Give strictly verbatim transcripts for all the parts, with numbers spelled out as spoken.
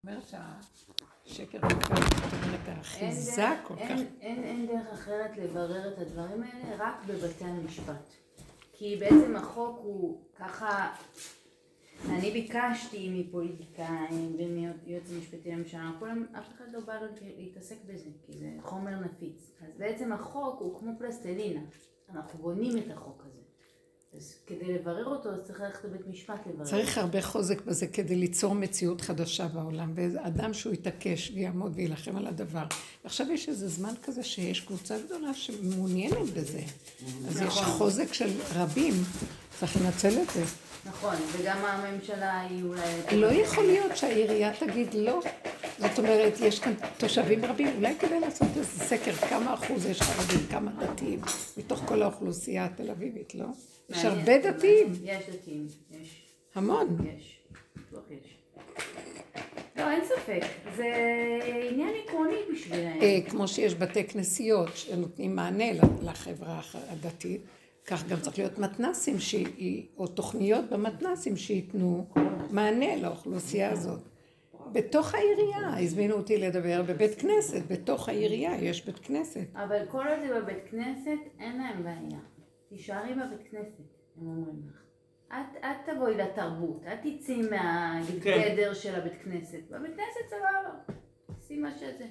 אומרת שהשקר כל כך, זאת אומרת, האחיזה כל כך. אין דרך אחרת לברר את הדברים האלה, רק בבתי המשפט. כי בעצם החוק הוא ככה, אני ביקשתי מפוליטיקאים ומיועץ המשפטי לממשלה, כולם, אף אחד לא בא להתעסק בזה, כי זה חומר נפיץ. אז בעצם החוק הוא כמו פלסטלינה, אנחנו בונים את החוק הזה. אז כדי לברר אותו, אז צריך ללכת לבית משפט לברר. צריך הרבה חוזק בזה כדי ליצור מציאות חדשה בעולם, ואדם שהוא יתעקש ויעמוד וילחם על הדבר. ועכשיו יש איזה זמן כזה שיש קבוצה גדולה שמעוניינת בזה. אז יש חוזק של רבים, צריך לנצל את זה. נכון, וגם הממשלה היא אולי... לא יכול להיות שהעירייה תגיד לא. זאת אומרת, יש כאן תושבים רבים, אולי כדי לעשות איזה סקר, כמה אחוז יש חרדים, כמה דתיים, מתוך כל האוכלוסייה התל אביבית, לא? יש הרבה דתיים. יש דתיים, יש. המון. יש, בטוח יש. לא, אין ספק, זה עניין עקרוני בשבילם. כמו שיש בתי כנסיות שנותנים מענה לחברה הדתית, כך גם צריך להיות מתנסים, או תוכניות במתנסים שייתנו מענה לאוכלוסייה הזאת. בתוך העירייה, הזמינו אותי לדבר בבית כנסת, בתוך העירייה יש בית כנסת. אבל כל עוד זה בבית כנסת, אין להם בעיה. תישארי בבית כנסת, הם אומרים לך. את, את תבואי לתרבות, את תצאי מהגדר של הבית כנסת. בבית כנסת סבבה, תעשי מה שזה.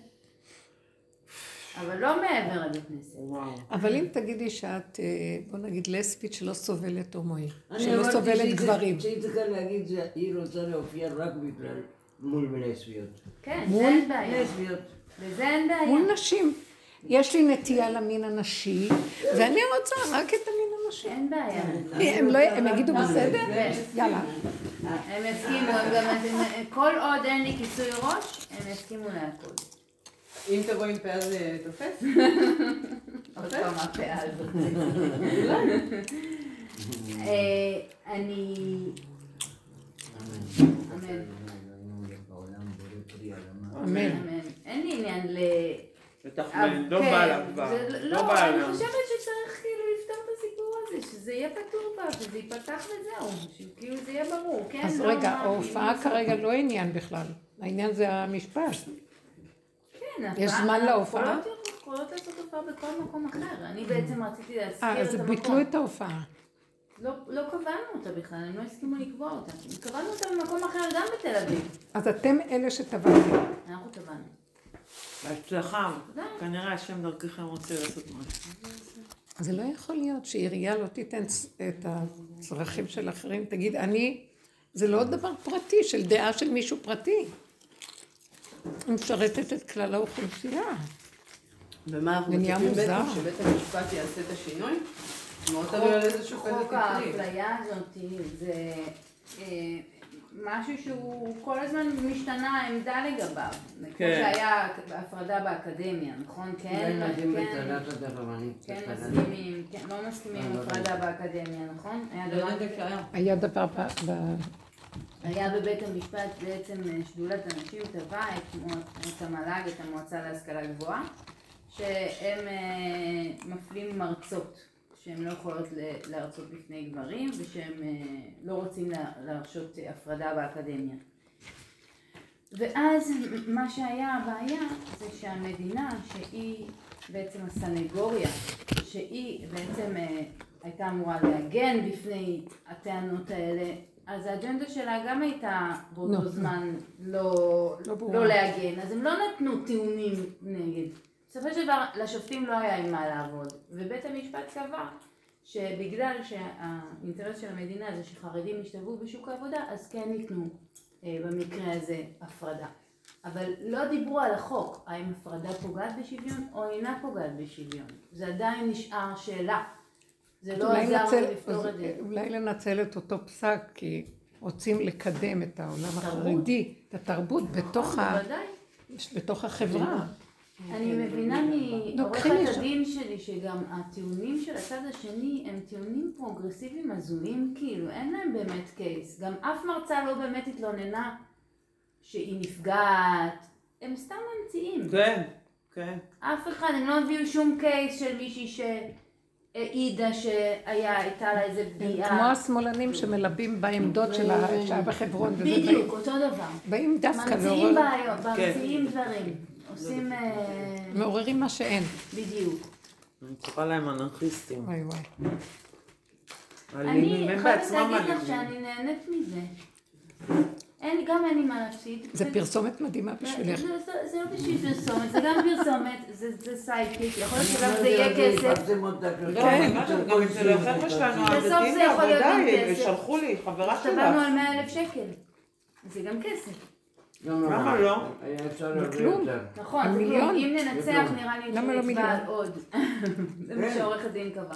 אבל לא מעבר לבית כנסת. אבל אם תגידי שאת, בוא נגיד, לסבית שלא סובלת הומואי, שלא סובלת גברים. שהיא צריכה להגיד שהיא רוצה להופיע רק בגלל מול לסביות. כן, זה אין בעיה. לסביות. וזה אין בעיה. מול נשים. יש לי נטייה למין הנשי, ואני רוצה רק את המין הנשי. אין בעיה. הם יגידו בסדר? יאללה. הם יסכימו, הם גם, כל עוד אין לי כיסוי ראש, הם יסכימו להכל. אם תבוא עם פאה זה תופס? עוד פעם הפאה הזאת. אני... אמן. אמן. אין לי עניין ל... ותחמן, לא בא לה כבר. לא, אני חושבת שצריך כאילו לפתור את הסיפור הזה, שזה יהיה פתור פעם, שזה ייפתח וזהו, שכאילו זה יהיה ברור, כן? אז רגע, ההופעה כרגע לא עניין בכלל, העניין זה המשפט. כן, יש זמן להופעה? יכולות לעשות הופעה בכל מקום אחר, אני בעצם רציתי להזכיר אה, את אז המקום. ביטלו את ההופעה. לא קבענו אותה בכלל, הם לא הסכימו לקבוע אותה. קבענו אותה במקום אחר גם בתל אביב. אז אתם אלה שטבעתם. אנחנו טבענו. בהצלחה, כנראה השם דרככם רוצה לעשות משהו. אז זה לא יכול להיות שעירייה לא תיתן את הצרכים של אחרים, תגיד, אני, זה לא דבר פרטי, של דעה של מישהו פרטי. היא משרתת את כלל האוכלוסייה. ומה אנחנו מצפים בעצם שבית המשפט יעשה את השינוי? מאוד תלוי על איזה שופט חוק האפליה הזאת זה משהו שהוא כל הזמן משתנה העמדה לגביו. כמו שהיה הפרדה באקדמיה, נכון? כן, כן מסכימים, לא מסכימים עם הפרדה באקדמיה, נכון? היה דבר ב... היה בבית המשפט בעצם שדולת אנשים טבע את המל"ג, את המועצה להשכלה גבוהה, שהם מפלים מרצות. שהן לא יכולות להרצות בפני גברים, ושהם לא רוצים להרשות הפרדה באקדמיה. ואז מה שהיה הבעיה זה שהמדינה, שהיא בעצם הסנגוריה, שהיא בעצם הייתה אמורה להגן בפני הטענות האלה, אז האג'נדה שלה גם הייתה באותו זמן לא להגן, אז הם לא נתנו טיעונים נגד. בסופו של דבר, לשופטים לא היה עם מה לעבוד, ובית המשפט קבע שבגלל שהאינטרס של המדינה זה שחרדים ישתלבו בשוק העבודה, אז כן ניתנו אה, במקרה הזה הפרדה. אבל לא דיברו על החוק, האם הפרדה פוגעת בשוויון או אינה פוגעת בשוויון. זה עדיין נשאר שאלה. זה לא עזר לפתור את זה. אולי לנצל את אותו פסק, כי רוצים לקדם את העולם החרדי, את התרבות בתוך, ה... בתוך החברה. אני מבינה מעורכת הדין שלי שגם הטיעונים של הצד השני הם טיעונים פרוגרסיביים הזויים, כאילו אין להם באמת קייס. גם אף מרצה לא באמת התלוננה שהיא נפגעת, הם סתם ממציאים. כן, כן. אף אחד, הם לא הביאו שום קייס של מישהי העידה שהייתה לה איזה פגיעה. כמו השמאלנים שמלבים בעמדות של השעה בחברון. בדיוק, אותו דבר. באים דווקא ממציאים בעיות, ממציאים דברים. עושים... מעוררים מה שאין. בדיוק. אני צריכה להם אנרכיסטים. וואי וואי. אני חייבת להגיד לך שאני נהנית מזה. אין, גם אין לי מה להפסיד. זה פרסומת מדהימה בשבילך. זה לא בשביל פרסומת, זה גם פרסומת, זה סיידקיק, יכול להיות שגם זה יהיה כסף. כן, גם אצל החבר'ה שלנו, בסוף זה יכול להיות גם כסף. שלחו לי, חברה שלך. השתבענו על מאה אלף שקל. זה גם כסף. למה לא? היה אפשר להביא כלום. יותר. נכון, זה כלום. אם ננצח נראה לי למה לא שנצבע על עוד. זה מה שעורכת דין קבע.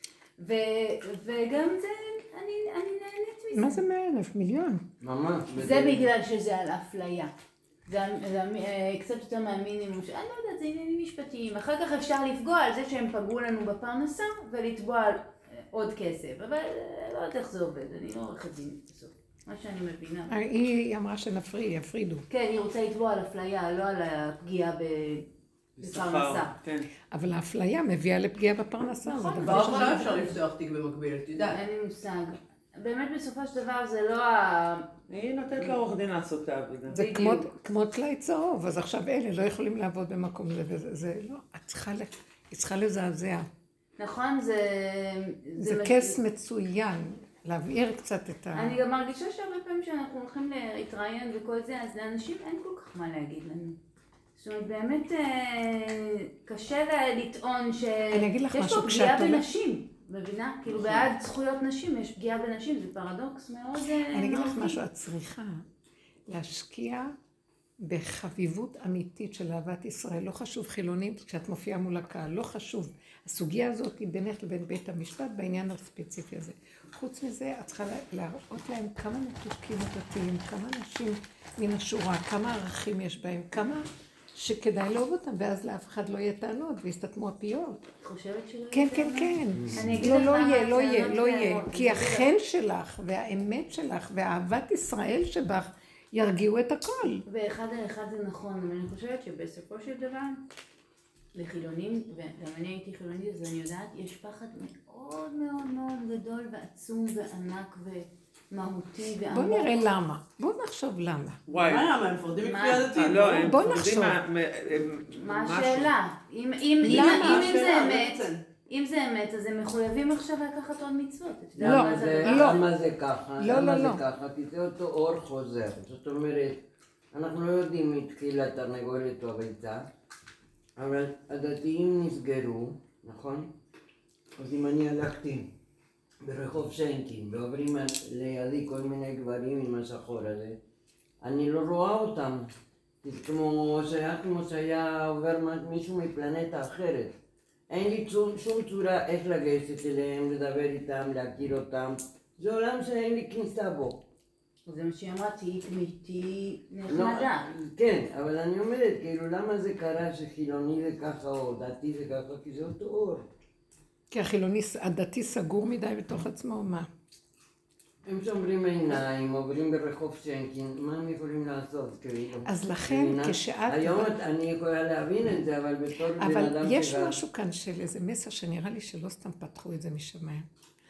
וגם זה, אני נהנית מזה. מה זה מאה אלף? מיליון. ממש. זה בגלל שזה על אפליה. זה קצת יותר מהמינימום, שאני לא יודעת, זה עניינים משפטיים. אחר כך אפשר לפגוע על זה שהם פגעו לנו בפרנסה ולתבוע עוד כסף. אבל לא יודעת איך זה עובד, אני לא עורכת דין בסוף. מה שאני מבינה. היא אמרה שנפריד, יפרידו. כן, היא רוצה לתבוע על אפליה, לא על הפגיעה בפרנסה. אבל האפליה מביאה לפגיעה בפרנסה. נכון. בעכשיו אפשר לפתוח תיק במקביל, את יודעת. אין לי מושג. באמת בסופו של דבר זה לא ה... היא נותנת לעורך דין לעשות את העבודה. זה כמו טלאי צהוב, אז עכשיו אלה לא יכולים לעבוד במקום זה, וזה לא, היא צריכה לזעזע. נכון, זה... זה כס מצוין, להבעיר קצת את ה... אני גם מרגישה שהרבה פעמים שאנחנו הולכים להתראיין וכל זה, אז לאנשים אין כל כך מה להגיד לנו. זאת אומרת, באמת קשה לטעון שיש פה פגיעה בנשים. מבינה? כאילו בעד זכויות נשים יש פגיעה בנשים, זה פרדוקס מאוד... אני אגיד לך משהו, את צריכה להשקיע בחביבות אמיתית של אהבת ישראל, לא חשוב חילונית, כשאת מופיעה מול הקהל, לא חשוב. הסוגיה הזאת היא בינך לבין בית המשפט בעניין הספציפי הזה. חוץ מזה, את צריכה להראות להם כמה מתוקים דתיים, כמה אנשים מן השורה, כמה ערכים יש בהם, כמה... שכדאי לאהוב אותם, ואז לאף אחד לא יהיה טענות, ויסתתמו הפיות. את חושבת שלא כן, כן, כן. לא, לא יהיה, לא יהיה, לא יהיה. כי החן שלך, והאמת שלך, והאהבת ישראל שבך, ירגיעו את הכל. ואחד על אחד זה נכון, אבל אני חושבת שבסופו של דבר, לחילונים, וגם אני הייתי חילונית, אז אני יודעת, יש פחד מאוד מאוד מאוד גדול, ועצום, וענק, ו... מהותי ועמוק. בוא נראה למה. בוא נחשוב למה. וואי. מה למה? הם מפורדים מכפייה דתית. בוא נחשוב. מה השאלה? אם זה אמת, אם זה אמת, אז הם מחויבים עכשיו לקחת עוד מצוות. לא, לא. למה זה ככה? לא, לא, לא. כי זה אותו אור חוזר. זאת אומרת, אנחנו לא יודעים מתחיל התרנגולת או הביצה, אבל הדתיים נסגרו, נכון? אז אם אני הלכתי ברחוב שיינקין, ועוברים לידי כל מיני גברים עם השחור הזה, אני לא רואה אותם. זה כמו שהיה כמו שהיה עובר מישהו מפלנטה אחרת. אין לי שום, שום צורה איך לגשת אליהם, לדבר איתם, להכיר אותם. זה עולם שאין לי כניסה בו. זה מה שהיא אמרה, תהיי נחמדה. כן, אבל אני אומרת, כאילו, למה זה קרה שחילוני זה ככה או דתי זה ככה? כי זה אותו אור. כי החילוני, הדתי סגור מדי בתוך עצמו, מה? הם שומרים עיניים, עוברים ברחוב שיינקין, מה הם יכולים לעשות? כאילו? אז לכן, כשאת... היום אני יכולה להבין את זה, אבל בתור בן אדם... אבל יש משהו כאן של איזה מסר שנראה לי שלא סתם פתחו את זה משמיים.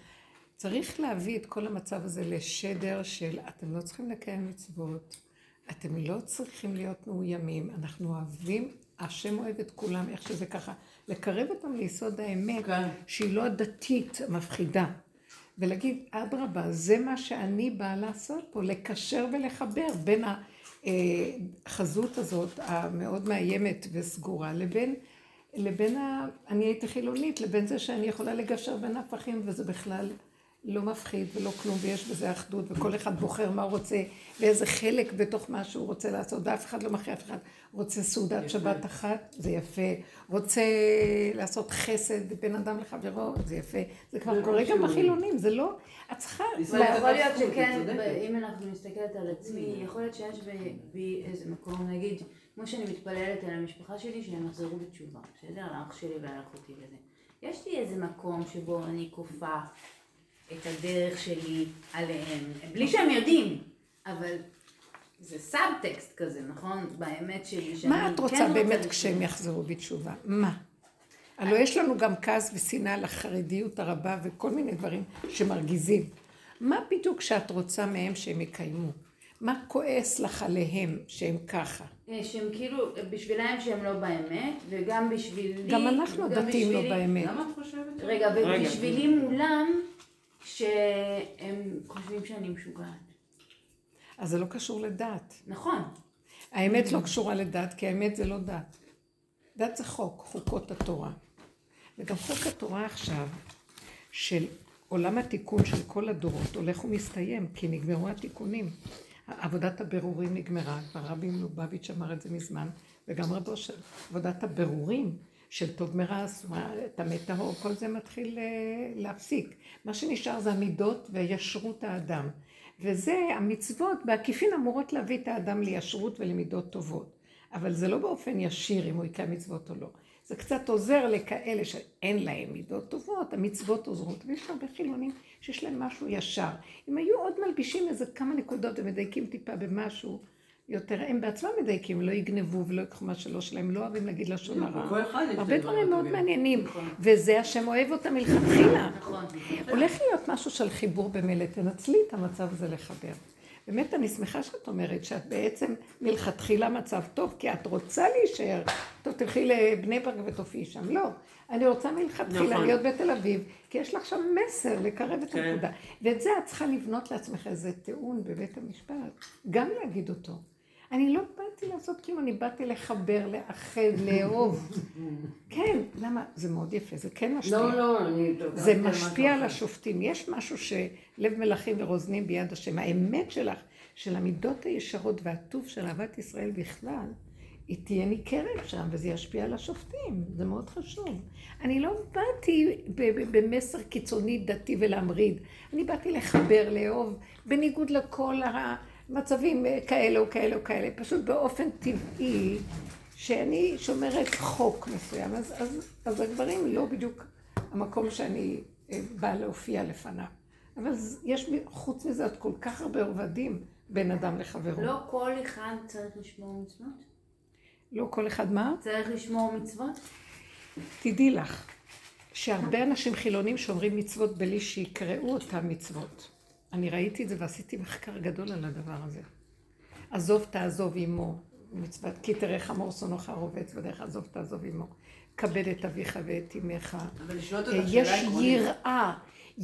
צריך להביא את כל המצב הזה לשדר של אתם לא צריכים לקיים מצוות, אתם לא צריכים להיות מאוימים, אנחנו אוהבים, השם אוהב את כולם, איך שזה ככה, לקרב אותם ליסוד האמת, okay. שהיא לא הדתית מפחידה, ולהגיד, אדרבה, זה מה שאני באה לעשות פה, לקשר ולחבר בין החזות הזאת המאוד מאיימת וסגורה, לבין, לבין ה... אני הייתי חילונית, לבין זה שאני יכולה לגשר בין הפכים, וזה בכלל לא מפחיד ולא כלום, ויש בזה אחדות, וכל אחד בוחר מה הוא רוצה, ואיזה חלק בתוך מה שהוא רוצה לעשות, ואף אחד לא מכריח אף אחד. רוצה סעודת יפה. שבת אחת, זה יפה. רוצה לעשות חסד בין אדם לחברו, זה יפה. זה כבר קורה גם בחילונים, זה לא... את צריכה... יכול להיות שכן, אם אנחנו מסתכלת על עצמי, יכול להיות שיש בי איזה מקום, נגיד, כמו שאני מתפללת על המשפחה שלי, שהם יחזרו בתשובה, בסדר? על האח שלי ועל אחותי וזה. יש לי איזה מקום שבו אני כופה את הדרך שלי עליהם, בלי שהם יודעים, אבל זה סאבטקסט כזה, נכון? באמת שלי, מה את רוצה באמת כשהם יחזרו בתשובה? מה? הלוא יש לנו גם כעס ושנאה לחרדיות הרבה וכל מיני דברים שמרגיזים. מה בדיוק שאת רוצה מהם שהם יקיימו? מה כועס לך עליהם שהם ככה? שהם כאילו, בשבילהם שהם לא באמת, וגם בשבילי... גם אנחנו דתיים לא באמת. למה את חושבת? רגע, ובשבילי מולם, שהם חושבים שאני משוגעת. אז זה לא קשור לדת. נכון. האמת לא קשורה לדת, כי האמת זה לא דת. דת זה חוק, חוקות התורה. וגם חוק התורה עכשיו, של עולם התיקון של כל הדורות, הולך ומסתיים, כי נגמרו התיקונים. עבודת הבירורים נגמרה, כבר רבי מלובביץ' אמר את זה מזמן, וגם רבו של עבודת הבירורים של טוב מרע, טמא טהור, כל זה מתחיל להפסיק. מה שנשאר זה המידות וישרות האדם. וזה המצוות בעקיפין אמורות להביא את האדם לישרות ולמידות טובות. אבל זה לא באופן ישיר אם הוא יקרא מצוות או לא. זה קצת עוזר לכאלה שאין להם מידות טובות, המצוות עוזרות. ויש הרבה חילונים שיש להם משהו ישר. אם היו עוד מלבישים איזה כמה נקודות ומדייקים טיפה במשהו יותר, הם בעצמם מדייקים, לא יגנבו ולא יקחו מה שלא שלהם, לא אוהבים להגיד לשון הרע. הרבה דברים מאוד מעניינים, וזה השם אוהב אותם מלכתחילה. הולך להיות משהו של חיבור במילא, תנצלי את המצב הזה לחבר. באמת אני שמחה שאת אומרת שאת בעצם מלכתחילה מצב טוב, כי את רוצה להישאר, טוב תלכי לבני ברק ותופיעי שם, לא. אני רוצה מלכתחילה להיות בתל אביב, כי יש לך שם מסר לקרב את הנקודה. ואת זה את צריכה לבנות לעצמך איזה טיעון בבית המשפט, גם להגיד אותו. אני לא באתי לעשות כאילו, אני באתי לחבר, לאחד, לאהוב. כן, למה? זה מאוד יפה, זה כן משפיע. לא, לא, אני... זה משפיע על השופטים. יש משהו שלב מלכים ורוזנים ביד השם. האמת שלך, של המידות הישרות והטוב של אהבת ישראל בכלל, היא תהיה ניכרת שם, וזה ישפיע על השופטים. זה מאוד חשוב. אני לא באתי במסר קיצוני דתי ולהמריד. אני באתי לחבר, לאהוב, בניגוד לכל ה... מצבים כאלה או כאלה או כאלה, פשוט באופן טבעי, שאני שומרת חוק מסוים, אז, אז, אז הדברים לא בדיוק המקום שאני באה להופיע לפניו. אבל יש חוץ מזה עוד כל כך הרבה עובדים בין אדם לחברו. לא כל אחד צריך לשמור מצוות? לא כל אחד מה? צריך לשמור מצוות? תדעי לך, שהרבה אנשים חילונים שומרים מצוות בלי שיקראו אותם מצוות. אני ראיתי את זה ועשיתי מחקר גדול על הדבר הזה. עזוב תעזוב עמו, מצוות כי תראה חמור שונאך רובץ בדרך, עזוב תעזוב עמו. כבד את אביך ואת אמך. יש יראה,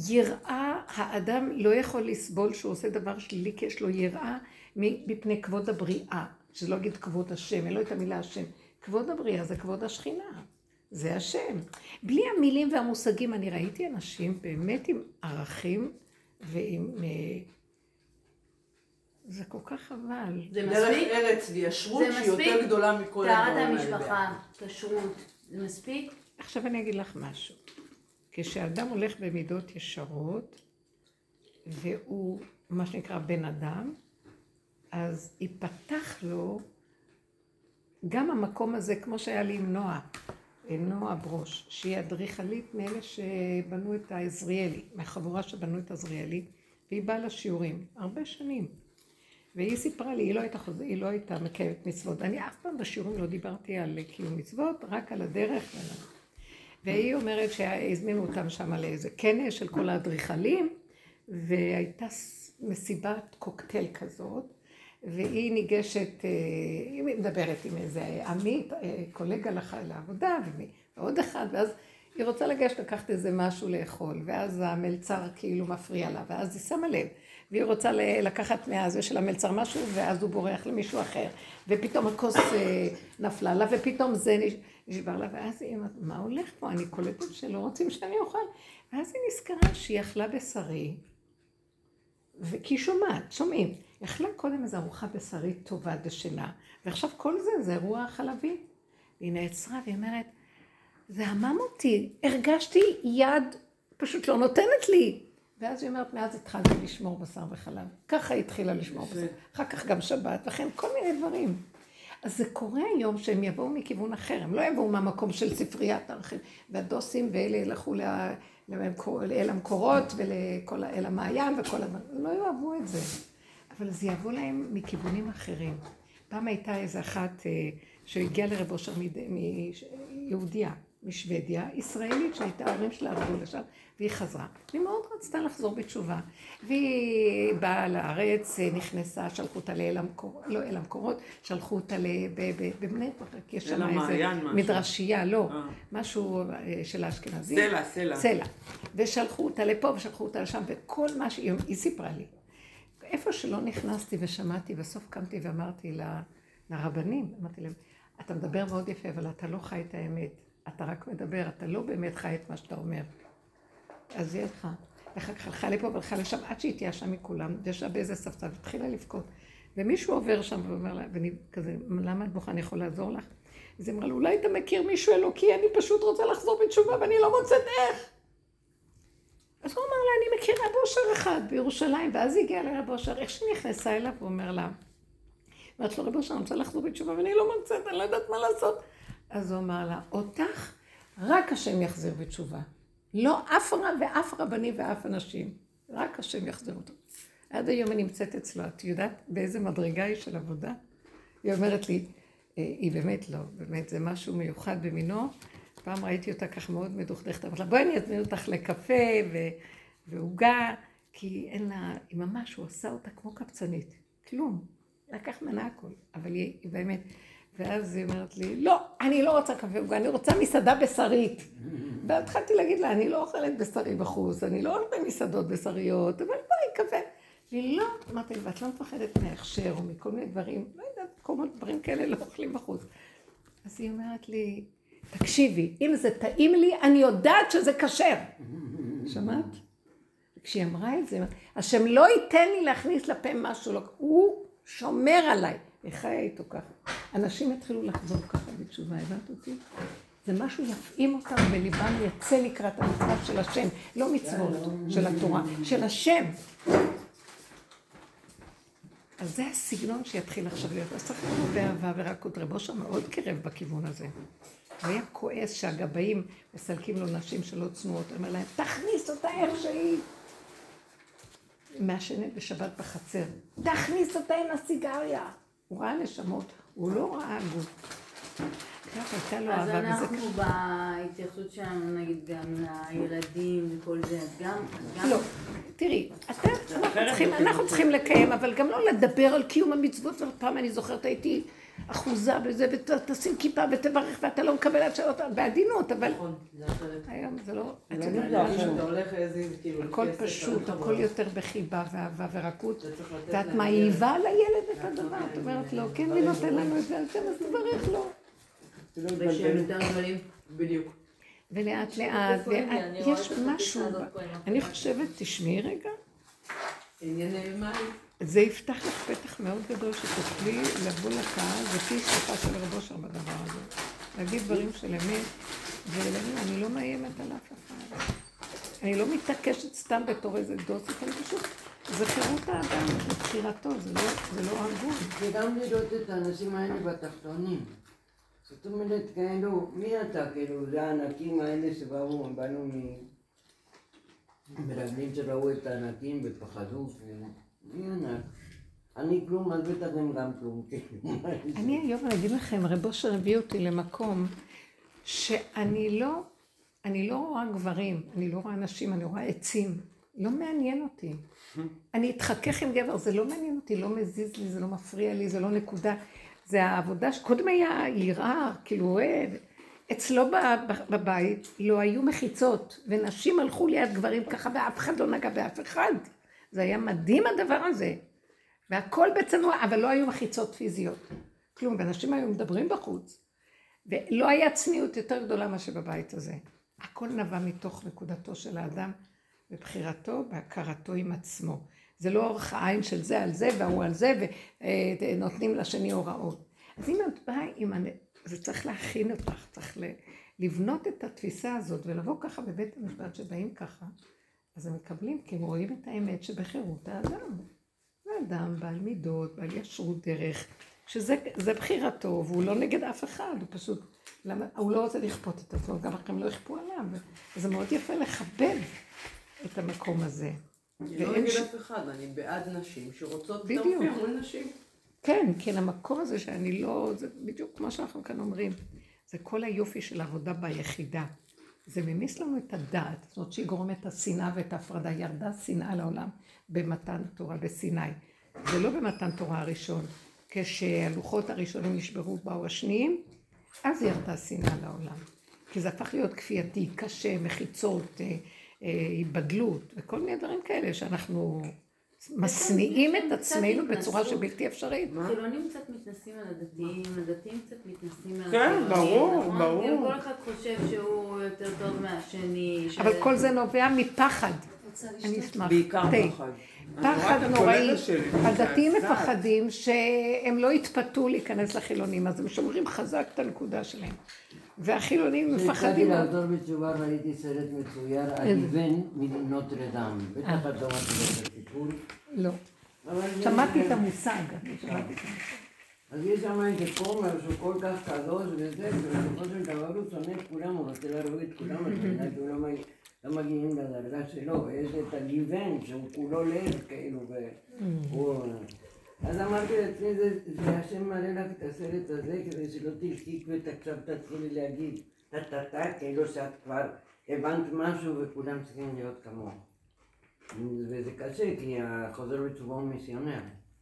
יראה, האדם לא יכול לסבול שהוא עושה דבר שלילי, כי יש לו יראה מפני כבוד הבריאה, שזה לא יגיד כבוד השם, אין לו את המילה השם. כבוד הבריאה זה כבוד השכינה, זה השם. בלי המילים והמושגים אני ראיתי אנשים באמת עם ערכים, ועם... זה כל כך חבל. זה דרך ארץ וישרות שהיא יותר גדולה מכל הדברים האלה. טהרת המשפחה, כשרות, זה מספיק? עכשיו אני אגיד לך משהו. כשאדם הולך במידות ישרות, והוא מה שנקרא בן אדם, אז ייפתח לו גם המקום הזה, כמו שהיה לי עם נועה, נועה ברוש, שהיא אדריכלית מאלה שבנו את העזריאלי, מהחבורה שבנו את העזריאלי, והיא באה לשיעורים, הרבה שנים. והיא סיפרה לי, היא לא הייתה, חוז... היא לא הייתה מקיימת מצוות. אני אף פעם בשיעורים לא דיברתי על קיום מצוות, רק על הדרך. והיא אומרת שהזמינו אותם שם לאיזה כנס של כל האדריכלים, והייתה מסיבת קוקטייל כזאת, והיא ניגשת, היא מדברת עם איזה עמית, קולגה לעבודה, ועוד אחד, ואז היא רוצה לגשת לקחת איזה משהו לאכול, ואז המלצר כאילו מפריע לה, ואז היא שמה לב, והיא רוצה לקחת מהזה של המלצר משהו, ואז הוא בורח למישהו אחר, ופתאום הכוס נפלה לה, ופתאום זה נשבר לה, ואז היא אומרת, מה הולך פה? אני קולטת שלא רוצים שאני אוכל. ואז היא נזכרה שהיא אכלה בשרי, כי היא שומעת, שומעים. היא אכלה קודם איזו ארוחה בשרית טובה דשנה, ועכשיו כל זה זה אירוע חלבי. והיא נעצרה והיא אומרת, זה המם אותי, הרגשתי יד פשוט לא נותנת לי. ואז היא אומרת, מאז התחלתי לשמור בשר וחלב. ככה היא התחילה לשמור בשר. אחר כך גם שבת, וכן כל מיני דברים. אז זה קורה היום שהם יבואו מכיוון אחר, הם לא יבואו מהמקום של ספריית ערכים, והדוסים ואלה ילכו אל המקורות ואל המעיין וכל הדברים, לא יאהבו את זה. אבל זה יבוא להם מכיוונים אחרים. פעם הייתה איזו אחת שהגיעה לרב אושר מיהודיה, משוודיה, ישראלית שהייתה, ההורים שלה עברו לשם, והיא חזרה. והיא מאוד רצתה לחזור בתשובה. והיא באה לארץ, נכנסה, שלחו אותה לאל המקורות, לא אל המקורות, שלחו אותה בבני ברק, יש שם איזה מדרשייה, לא, משהו של האשכנזים. סלע, סלע. סלע. ושלחו אותה לפה ושלחו אותה לשם, וכל מה שהיא היא סיפרה לי. איפה שלא נכנסתי ושמעתי, בסוף קמתי ואמרתי לה, לרבנים, אמרתי להם, אתה מדבר מאוד יפה, אבל אתה לא חי את האמת. אתה רק מדבר, אתה לא באמת חי את מה שאתה אומר. אז היא הלכה. ואחר כך הלכה לפה והלכה לשם, עד שהיא התייאשה מכולם, ישבה באיזה ספסל, התחילה לבכות. ומישהו עובר שם ואומר לה, ואני כזה, למה את בוכה, אני יכול לעזור לך? אז היא אמרה לו, אולי אתה מכיר מישהו אלוקי, אני פשוט רוצה לחזור בתשובה ואני לא מוצאת איך. אז הוא אמר לה, אני מכיר רב אושר אחד בירושלים, ואז היא הגיעה לרב אושר, איך שהיא נכנסה אליו, הוא אומר לה, ואת לא רב אושר, אני רוצה לחזור בתשובה ואני לא מוצאת, אני לא יודעת מה לעשות. אז הוא אמר לה, אותך רק השם יחזיר בתשובה. לא אף רב ואף רבני ואף אנשים, רק השם יחזיר אותו. עד היום אני נמצאת אצלו, את יודעת באיזה מדרגה היא של עבודה? היא אומרת לי, היא באמת לא, באמת זה משהו מיוחד במינו. פעם ראיתי אותה כך מאוד מדוכדכת, אמרת לה, בואי אני אזמין אותך לקפה ועוגה, כי אין לה, היא ממש, הוא עשה אותה כמו קפצנית, כלום, לקח מנה הכל, אבל היא, היא באמת, ואז היא אומרת לי, לא, אני לא רוצה קפה ועוגה, אני רוצה מסעדה בשרית. והתחלתי להגיד לה, אני לא אוכלת בשרי בחוץ, אני לא אוכלת במסעדות בשריות, אבל בואי קפה. והיא לא, אמרתי לי, ואת לא מפחדת מהכשר או מכל מיני דברים, לא יודעת, כל מיני דברים כאלה לא אוכלים בחוץ. אז היא אומרת לי, תקשיבי, אם זה טעים לי, אני יודעת שזה כשר. שמעת? וכשהיא אמרה את זה, השם לא ייתן לי להכניס לפה משהו, לא, הוא שומר עליי. היא חיה איתו ככה. אנשים התחילו לחזור ככה בתשובה, הבנת אותי? זה משהו יפעים אותם בליבם, יצא לקראת המצוות של השם, לא מצוות של התורה, של השם. אז זה הסגנון שיתחיל עכשיו להיות. אז צריך לנו באהבה ורקות, רב אושר מאוד קרב בכיוון הזה. הוא היה כועס שהגבאים מסלקים לו נשים שלא צנועות, אומר להם, תכניס אותה איך שהיא. מעשנת בשבת בחצר, תכניס אותה עם הסיגריה. הוא ראה נשמות, הוא לא ראה גוף. הייתה לו אז אהבה, אנחנו בהתייחסות שלנו, נגיד, גם לילדים וכל זה, אז גם... לא, תראי, אנחנו צריכים לקיים, אבל גם לא לדבר על קיום המצוות, פעם אני זוכרת, הייתי אחוזה בזה, ותשים כיפה ותברך, ואתה לא מקבל עד שאלות, בעדינות, אבל... היום זה לא... הכל פשוט, הכל יותר בחיבה ואהבה ורקות, ואת מעיבה על הילד את הדבר, את אומרת לו, כן, מי נותן לנו את זה, אז תברך לו. ושהם יותר גדולים, בדיוק. ולאט לאט, יש משהו, אני חושבת, תשמעי רגע, ענייני מים. זה יפתח לך פתח מאוד גדול שתוכלי לבוא לקהל ותהי שפה של רב אושר בדבר הזה. להגיד דברים של אמת, ולהגיד, אני לא מאיימת על אף אחד. אני לא מתעקשת סתם בתור איזה דוסית, אני פשוט, זה חירות האדם, זה בחירתו, זה לא הגון. זה גם לראות את האנשים האלה בתחתונים. זאת אומרת, כאילו, מי אתה? כאילו, זה הענקים האלה שבאו, הם באנו מרגלים שראו את הענקים ופחדו, מי ענק? אני כלום, אז בטח הם גם כלום. אני היום, אני אגיד לכם, רב אושר הביא אותי למקום שאני לא, אני לא רואה גברים, אני לא רואה נשים, אני רואה עצים. לא מעניין אותי. אני אתחכך עם גבר, זה לא מעניין אותי, לא מזיז לי, זה לא מפריע לי, זה לא נקודה. זה העבודה שקודם היה יראה, כאילו, אצלו בבית לא היו מחיצות, ונשים הלכו ליד גברים ככה, ואף אחד לא נגע באף אחד. זה היה מדהים הדבר הזה. והכל בצנוע, אבל לא היו מחיצות פיזיות. כלום, ואנשים היו מדברים בחוץ. ולא היה צניעות יותר גדולה מה שבבית הזה. הכל נבע מתוך נקודתו של האדם, בבחירתו, בהכרתו עם עצמו. זה לא אורך העין של זה על זה והוא על זה, ונותנים לשני הוראות. אז אם את באה, זה צריך להכין אותך, צריך לבנות את התפיסה הזאת, ולבוא ככה בבית המשפט שבאים ככה, אז הם מקבלים, כי הם רואים את האמת שבחירות האדם. זה אדם בעל מידות, בעל ישרות דרך, שזה בחירתו, והוא לא נגד אף אחד, הוא פשוט, למה, הוא לא רוצה לכפות את עצמו, גם לכם לא יכפו עליו, וזה מאוד יפה לכבד את המקום הזה. אני לא נגד אף אחד, אני בעד נשים שרוצות בדיוק. תרפים מול נשים. כן, כן, המקום הזה שאני לא, זה בדיוק כמו שאנחנו כאן אומרים, זה כל היופי של העבודה ביחידה. זה ממיס לנו את הדעת, זאת אומרת שהיא גורמת את השנאה ואת ההפרדה, ירדה שנאה לעולם במתן תורה בסיני. זה לא במתן תורה הראשון, כשהלוחות הראשונים נשברו באו השניים, אז ירדה שנאה לעולם. כי זה הפך להיות כפייתי, קשה, מחיצות, היבדלות, וכל מיני דברים כאלה שאנחנו משניאים את עצמנו בצורה שבלתי אפשרית. חילונים קצת מתנסים על הדתיים, הדתיים קצת מתנסים על כן, החילונים. ברור, נכון? ברור. כאילו כל אחד חושב שהוא יותר טוב מהשני. אבל כל זה נובע מפחד. אני אשמח. בעיקר תה. פחד. פחד נוראי. שלי, הדתיים זה הצעת. מפחדים שהם לא יתפתו להיכנס לחילונים, אז הם שומרים חזק את הנקודה שלהם. והחילונים כשהתחלתי מפחדים. לעזור בתשובה ראיתי סרט מצויר, הגיוון מנוטרדם. בטח את לא מכירה את הסיפור. לא. אבל יש- שמעתי את המושג. אני שמעתי את המושג. אז יש שם איזה כומר שהוא כל כך קדוש וזה, ובסופו של דבר הוא שונא את כולם, הוא רוצה להרוג את כולם, אז באמת הוא לא מגיע. לא מגיעים לדרגה שלו, ויש את הגיוון שהוא כולו לב כאילו, והוא... אז אמרתי לעצמי, זה זה השם מראה לך את הסרט הזה כדי שלא תשתיק ועכשיו תתחילי להגיד טה-טה-טה, כאילו שאת כבר הבנת משהו וכולם צריכים להיות כמוה. וזה קשה כי החוזר בתשובה הוא מיסיונר.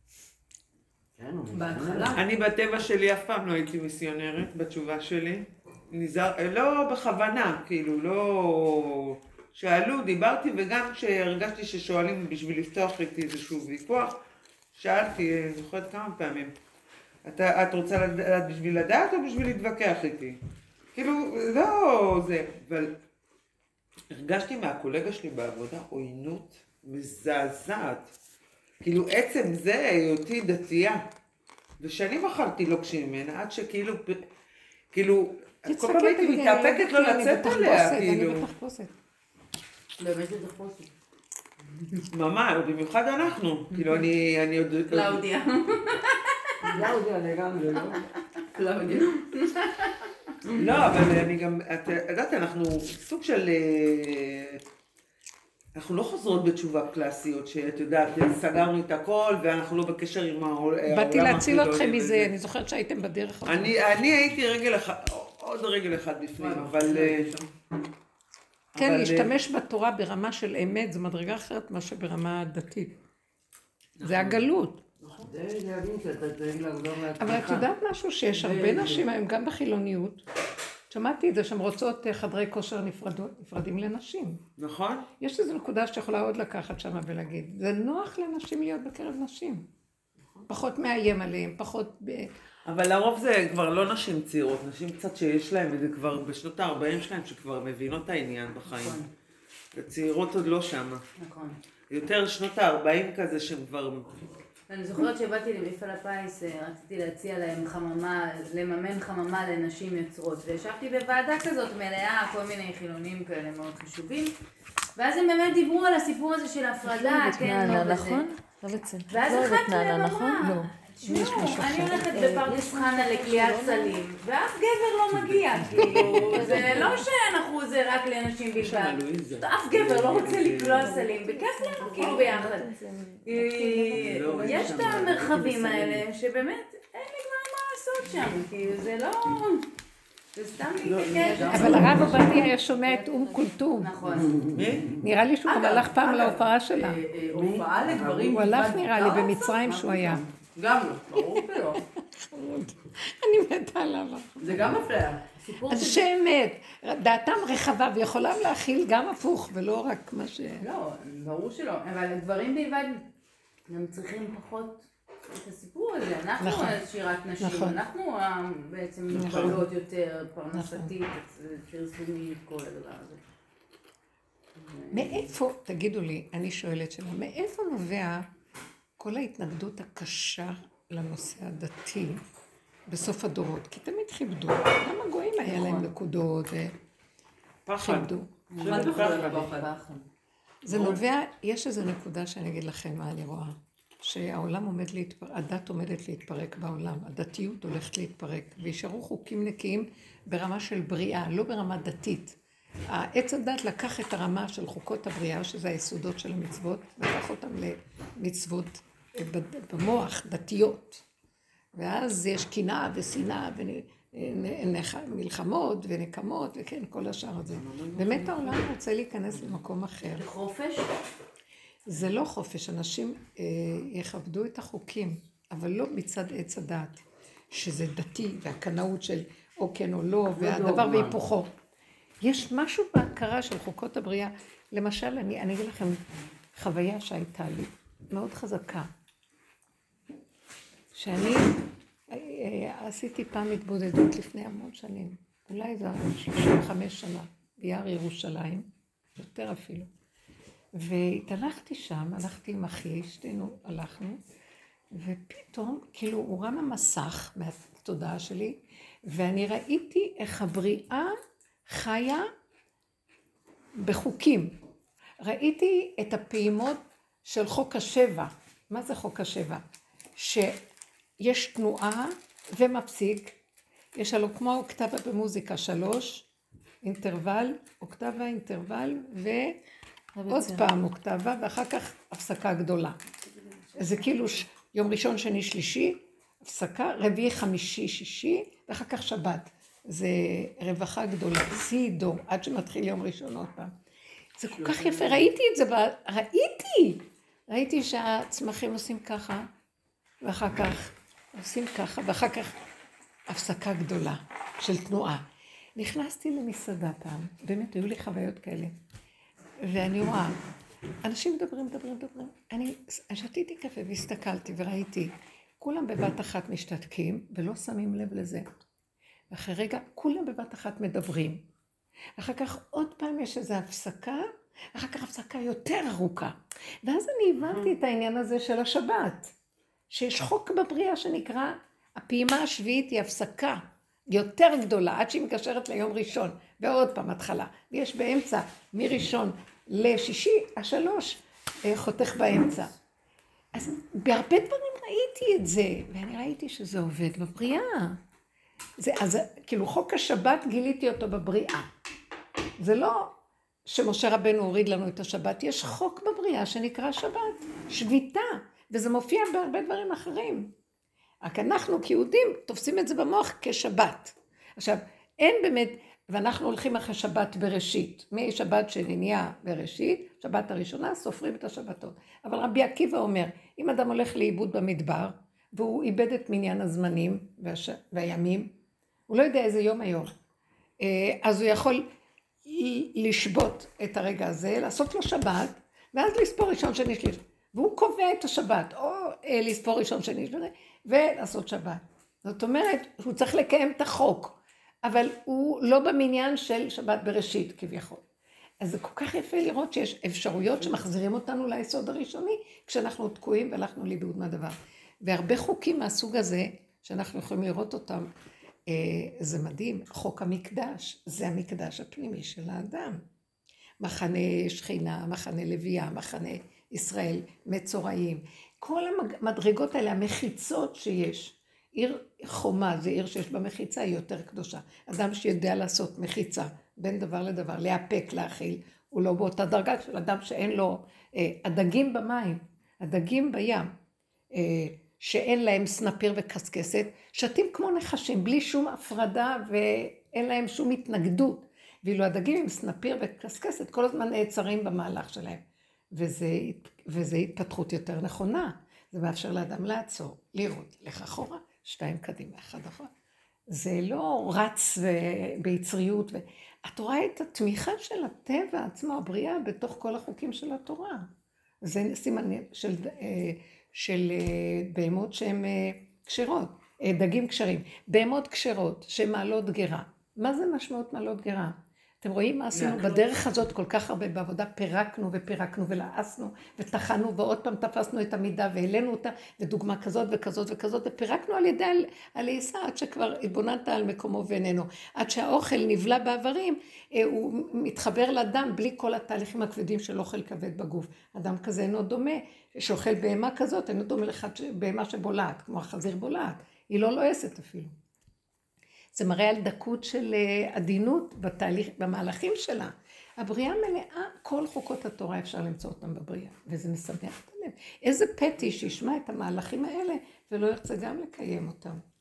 כן, הוא מיסיונר. בהתחלה. אני בטבע שלי אף פעם לא הייתי מיסיונרית, בתשובה שלי. נזהר, לא בכוונה, כאילו, לא... שאלו, דיברתי, וגם כשהרגשתי ששואלים בשביל לפתוח איתי איזשהו ויכוח, שאלתי, אני זוכרת כמה פעמים, את, את רוצה לדעת בשביל לדעת או בשביל להתווכח איתי? כאילו, לא זה, אבל הרגשתי מהקולגה שלי בעבודה עוינות מזעזעת. כאילו, עצם זה היותי דתייה. ושנים אכלתי לוקשים ממנה, עד שכאילו, כאילו, כל פעם הייתי מתאפקת לא לצאת עליה, כאילו. אני בתחפושת. באמת זה תחפושת. ממש, במיוחד אנחנו. כאילו, אני, אני עוד... קלאודיה. קלאודיה לגמרי, לא? קלאודיה. לא, אבל אני גם, את יודעת, אנחנו סוג של... אנחנו לא חוזרות בתשובה קלאסיות, שאת יודעת, סגרנו את הכל, ואנחנו לא בקשר עם העולם. באתי להציל אתכם החילוני מזה, וזה. אני זוכרת שהייתם בדרך. אני אני הייתי רגל אחד, עוד רגל אחד בפנים, אבל... כן, אבל- להשתמש בתורה ברמה של אמת, זו מדרגה אחרת מה שברמה דתית. זה הגלות. זה להבין שאתה צריך לחזור לעצמך. אבל את יודעת משהו שיש הרבה נשים היום, גם בחילוניות, שמעתי את זה שהן רוצות חדרי כושר נפרדות, נפרדים לנשים. נכון? יש איזו נקודה שיכולה עוד לקחת שמה ולהגיד, זה נוח לנשים להיות בקרב נשים. פחות מאיים עליהם, פחות... ב... אבל לרוב זה כבר לא נשים צעירות, נשים קצת שיש להן, וזה כבר בשנות ה-ארבעים שלהן, שכבר מבינות את העניין בחיים. הצעירות עוד לא שמה. נכון. יותר שנות ה-ארבעים כזה שהן כבר... אני זוכרת שבאתי למפעל הפיס, רציתי להציע להם חממה, לממן חממה לנשים יוצרות, וישבתי בוועדה כזאת מלאה, כל מיני חילונים כאלה מאוד חשובים, ואז הם באמת דיברו על הסיפור הזה של הפרדה, כן, לא וזה. נכון? לא בצל. ואז לא אחת אוהבת מהם נענה, נכון? אמרה, לא. תשמעו, אני הולכת בפרדס חנה לקליית סלים, ואף גבר לא מגיע, כאילו, זה לא שאנחנו זה רק לאנשים בלבד, אף גבר לא רוצה לקלוע סלים, בכיף לנו כאילו ביחד. יש את המרחבים האלה שבאמת אין לי כבר מה לעשות שם, כאילו זה לא... זה סתם להתעקש. אבל הרב עובדיה היה שומע את אום כולתום. נכון. מי? נראה לי שהוא גם הלך פעם להופעה שלה. אה, אה, הופעה לגברים הוא הלך בלבד. נראה לי במצרים שהוא היה. גם לא, ברור שלא. אני מתה עליו. זה גם אפליה. סיפור אז שאמת, דעתם רחבה ויכולה להכיל גם הפוך ולא רק מה ש... לא, ברור שלא. אבל גברים בלבד גם צריכים פחות את הסיפור הזה. אנחנו נכון. שירת נשים, נכון. אנחנו אה, בעצם מוגבלות יותר, פרנסתית, פרסומית, כל הדבר הזה. מאיפה, תגידו לי, אני שואלת שאלה, מאיפה נובע כל ההתנגדות הקשה לנושא הדתי בסוף הדורות? כי תמיד כיבדו, גם הגויים היה להם נקודות פחד. וכיבדו. חד וחלק פחד. זה נובע, יש איזו נקודה שאני אגיד לכם מה אני רואה, שהעולם עומד להתפרק, הדת עומדת להתפרק בעולם, הדתיות הולכת להתפרק, וישארו חוקים נקיים ברמה של בריאה, לא ברמה דתית. העץ הדת לקח את הרמה של חוקות הבריאה, שזה היסודות של המצוות, לקח אותם למצוות במוח, דתיות. ואז יש קנאה ושנאה מלחמות ונקמות וכן, כל השאר הזה. באמת העולם רוצה להיכנס למקום אחר. חופש? זה לא חופש, אנשים אה, יכבדו את החוקים, אבל לא מצד עץ הדעת, שזה דתי והקנאות של או כן או לא, והדבר והיפוכו. יש משהו בהכרה של חוקות הבריאה. למשל, אני, אני אגיד לכם חוויה שהייתה לי, מאוד חזקה, שאני אה, עשיתי פעם התבודדות לפני המון שנים, אולי זה שלושים וחמש שנה, ביער ירושלים, יותר אפילו. והתהלכתי שם, הלכתי עם אחי, שתינו הלכנו, ופתאום, כאילו, הוא רם המסך מהתודעה שלי, ואני ראיתי איך הבריאה חיה בחוקים. ראיתי את הפעימות של חוק השבע. מה זה חוק השבע? שיש תנועה ומפסיק, יש הלוא כמו אוקטבה במוזיקה, שלוש, אינטרוול, אוקטבה, אינטרוול, ו... עוד פעם אוקטבה, ואחר כך הפסקה גדולה. זה כאילו יום ראשון, שני, שלישי, הפסקה, רביעי, חמישי, שישי, ואחר כך שבת. זה רווחה גדולה, סידו, עד שמתחיל יום ראשון עוד פעם. זה כל כך יפה, ראיתי את זה, ראיתי! ראיתי שהצמחים עושים ככה, ואחר כך עושים ככה, ואחר כך הפסקה גדולה של תנועה. נכנסתי למסעדה פעם, באמת היו לי חוויות כאלה. ואני רואה, אנשים מדברים, מדברים, מדברים. אני שתיתי קפה והסתכלתי וראיתי, כולם בבת אחת משתתקים ולא שמים לב לזה. ואחרי רגע, כולם בבת אחת מדברים. אחר כך עוד פעם יש איזו הפסקה, אחר כך הפסקה יותר ארוכה. ואז אני הבנתי את העניין הזה של השבת, שיש חוק בבריאה שנקרא, הפעימה השביעית היא הפסקה יותר גדולה, עד שהיא מקשרת ליום ראשון, ועוד פעם התחלה. ויש באמצע, מראשון לשישי, השלוש חותך באמצע. אז בהרבה דברים ראיתי את זה, ואני ראיתי שזה עובד בבריאה. זה, אז כאילו חוק השבת גיליתי אותו בבריאה. זה לא שמשה רבנו הוריד לנו את השבת, יש חוק בבריאה שנקרא שבת, שביתה, וזה מופיע בהרבה דברים אחרים. רק אנחנו כיהודים תופסים את זה במוח כשבת. עכשיו, אין באמת, ואנחנו הולכים אחרי שבת בראשית, משבת שנהיה בראשית, שבת הראשונה, סופרים את השבתות. אבל רבי עקיבא אומר, אם אדם הולך לאיבוד במדבר, והוא איבד את מניין הזמנים והש... והימים, הוא לא יודע איזה יום היום, אז הוא יכול לשבות את הרגע הזה, לעשות לו שבת, ואז לספור ראשון שני שלישי, והוא קובע את השבת, או לספור ראשון שני שלישי, ולעשות שבת. זאת אומרת, הוא צריך לקיים את החוק, אבל הוא לא במניין של שבת בראשית כביכול. אז זה כל כך יפה לראות שיש אפשרויות שמחזירים אותנו ליסוד הראשוני, כשאנחנו תקועים והלכנו לאיבוד מהדבר. והרבה חוקים מהסוג הזה, שאנחנו יכולים לראות אותם, זה מדהים. חוק המקדש, זה המקדש הפנימי של האדם. מחנה שכינה, מחנה לוויה, מחנה ישראל, מצורעים. כל המדרגות האלה, המחיצות שיש. עיר חומה, זה עיר שיש בה מחיצה, היא יותר קדושה. אדם שיודע לעשות מחיצה בין דבר לדבר, להפק, להאכיל, הוא לא באותה דרגה של אדם שאין לו, אה, הדגים במים, הדגים בים, אה, שאין להם סנפיר וקסקסת, שתים כמו נחשים, בלי שום הפרדה ואין להם שום התנגדות. ואילו הדגים עם סנפיר וקסקסת כל הזמן נעצרים במהלך שלהם. וזה, וזה התפתחות יותר נכונה. זה מאפשר לאדם לעצור, לראות, לך אחורה, שתיים קדימה, אחד אחורה. זה לא רץ ביצריות. ו... את רואה את התמיכה של הטבע עצמו, הבריאה, בתוך כל החוקים של התורה. זה סימן של, של בהמות שהן קשרות, דגים קשרים. בהמות קשרות שמעלות גרה. מה זה משמעות מעלות גרה? אתם רואים מה עשינו בדרך הזאת כל כך הרבה בעבודה, פירקנו ופירקנו ולעסנו וטחנו ועוד פעם תפסנו את המידה והעלינו אותה ודוגמה כזאת וכזאת וכזאת ופירקנו על ידי הלעיסה עד שכבר התבוננת על מקומו ואיננו. עד שהאוכל נבלע בעברים, הוא מתחבר לאדם בלי כל התהליכים הכבדים של אוכל כבד בגוף. אדם כזה אינו דומה, שאוכל בהמה כזאת, אינו דומה לך בהמה שבולעת, כמו החזיר בולעת. היא לא לועסת אפילו. זה מראה על דקות של עדינות בתהליך, במהלכים שלה. הבריאה מלאה, כל חוקות התורה אפשר למצוא אותם בבריאה, וזה משמח את הלב. איזה פתי שישמע את המהלכים האלה, ולא ירצה גם לקיים אותם.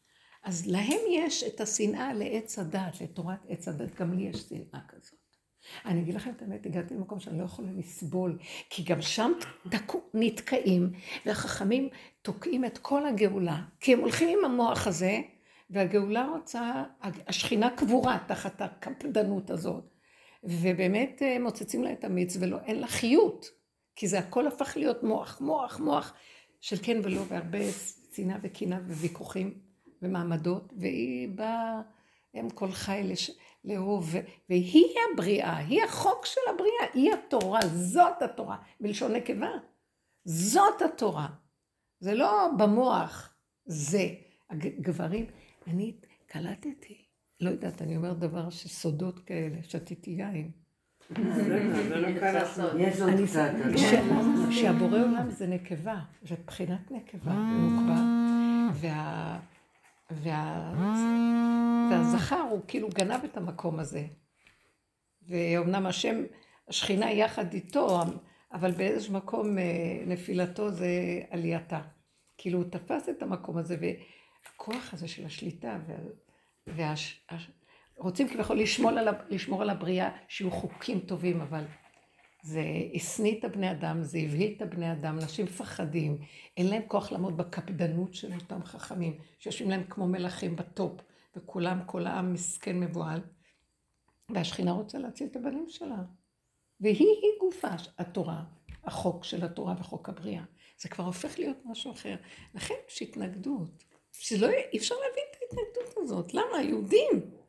אז להם יש את השנאה לעץ הדת, לתורת עץ הדת, גם לי יש שנאה כזאת. אני אגיד לכם את האמת, הגעתי למקום שאני לא יכולה לסבול, כי גם שם נתקעים, והחכמים תוקעים את כל הגאולה, כי הם הולכים עם המוח הזה, והגאולה רוצה, השכינה קבורה תחת הקפדנות הזאת, ובאמת מוצצים לה את המיץ, ואין לה חיות, כי זה הכל הפך להיות מוח, מוח, מוח, של כן ולא, והרבה שנאה וקינה וויכוחים ומעמדות, והיא באה, הם כל חי לש... לאהוב, והיא הבריאה, היא החוק של הבריאה, היא התורה, זאת התורה, בלשון נקבה, זאת התורה, זה לא במוח, זה. הגברים, אני קלטתי, לא יודעת, אני אומרת דבר שסודות כאלה, שתיתי יין. זה לא קלט. יש עוד קצת. שהבורא עולם זה נקבה, זה בחינת נקבה, ונוקבה, וה... וה... והזכר הוא כאילו גנב את המקום הזה. ואומנם השם, השכינה יחד איתו, אבל באיזשהו מקום נפילתו זה עלייתה. כאילו הוא תפס את המקום הזה, והכוח הזה של השליטה, וה... וה... רוצים כביכול לשמור על, לשמור על הבריאה, שיהיו חוקים טובים, אבל זה הסניא את הבני אדם, זה הבהיל את הבני אדם, אנשים מפחדים, אין להם כוח לעמוד בקפדנות של אותם חכמים, שיושבים להם כמו מלכים בטופ, וכולם, כל העם מסכן מבועל, והשכינה רוצה להציל את הבנים שלה. והיא היא גופה, התורה, החוק של התורה וחוק הבריאה. זה כבר הופך להיות משהו אחר. לכן יש התנגדות, שלא אי אפשר להבין את ההתנגדות הזאת. למה? היהודים.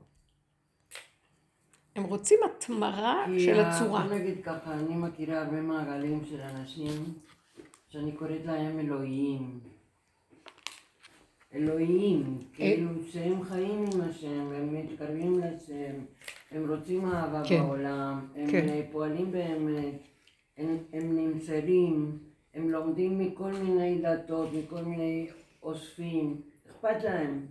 הם רוצים התמרה של הצורה. בוא נגיד ככה, אני מכירה הרבה מעגלים של אנשים שאני קוראת להם אלוהים. אלוהים, כאילו שהם חיים עם השם, הם מתקרבים לשם, הם רוצים אהבה בעולם, הם פועלים באמת, הם נמסרים, הם לומדים מכל מיני דתות, מכל מיני אוספים, אכפת להם.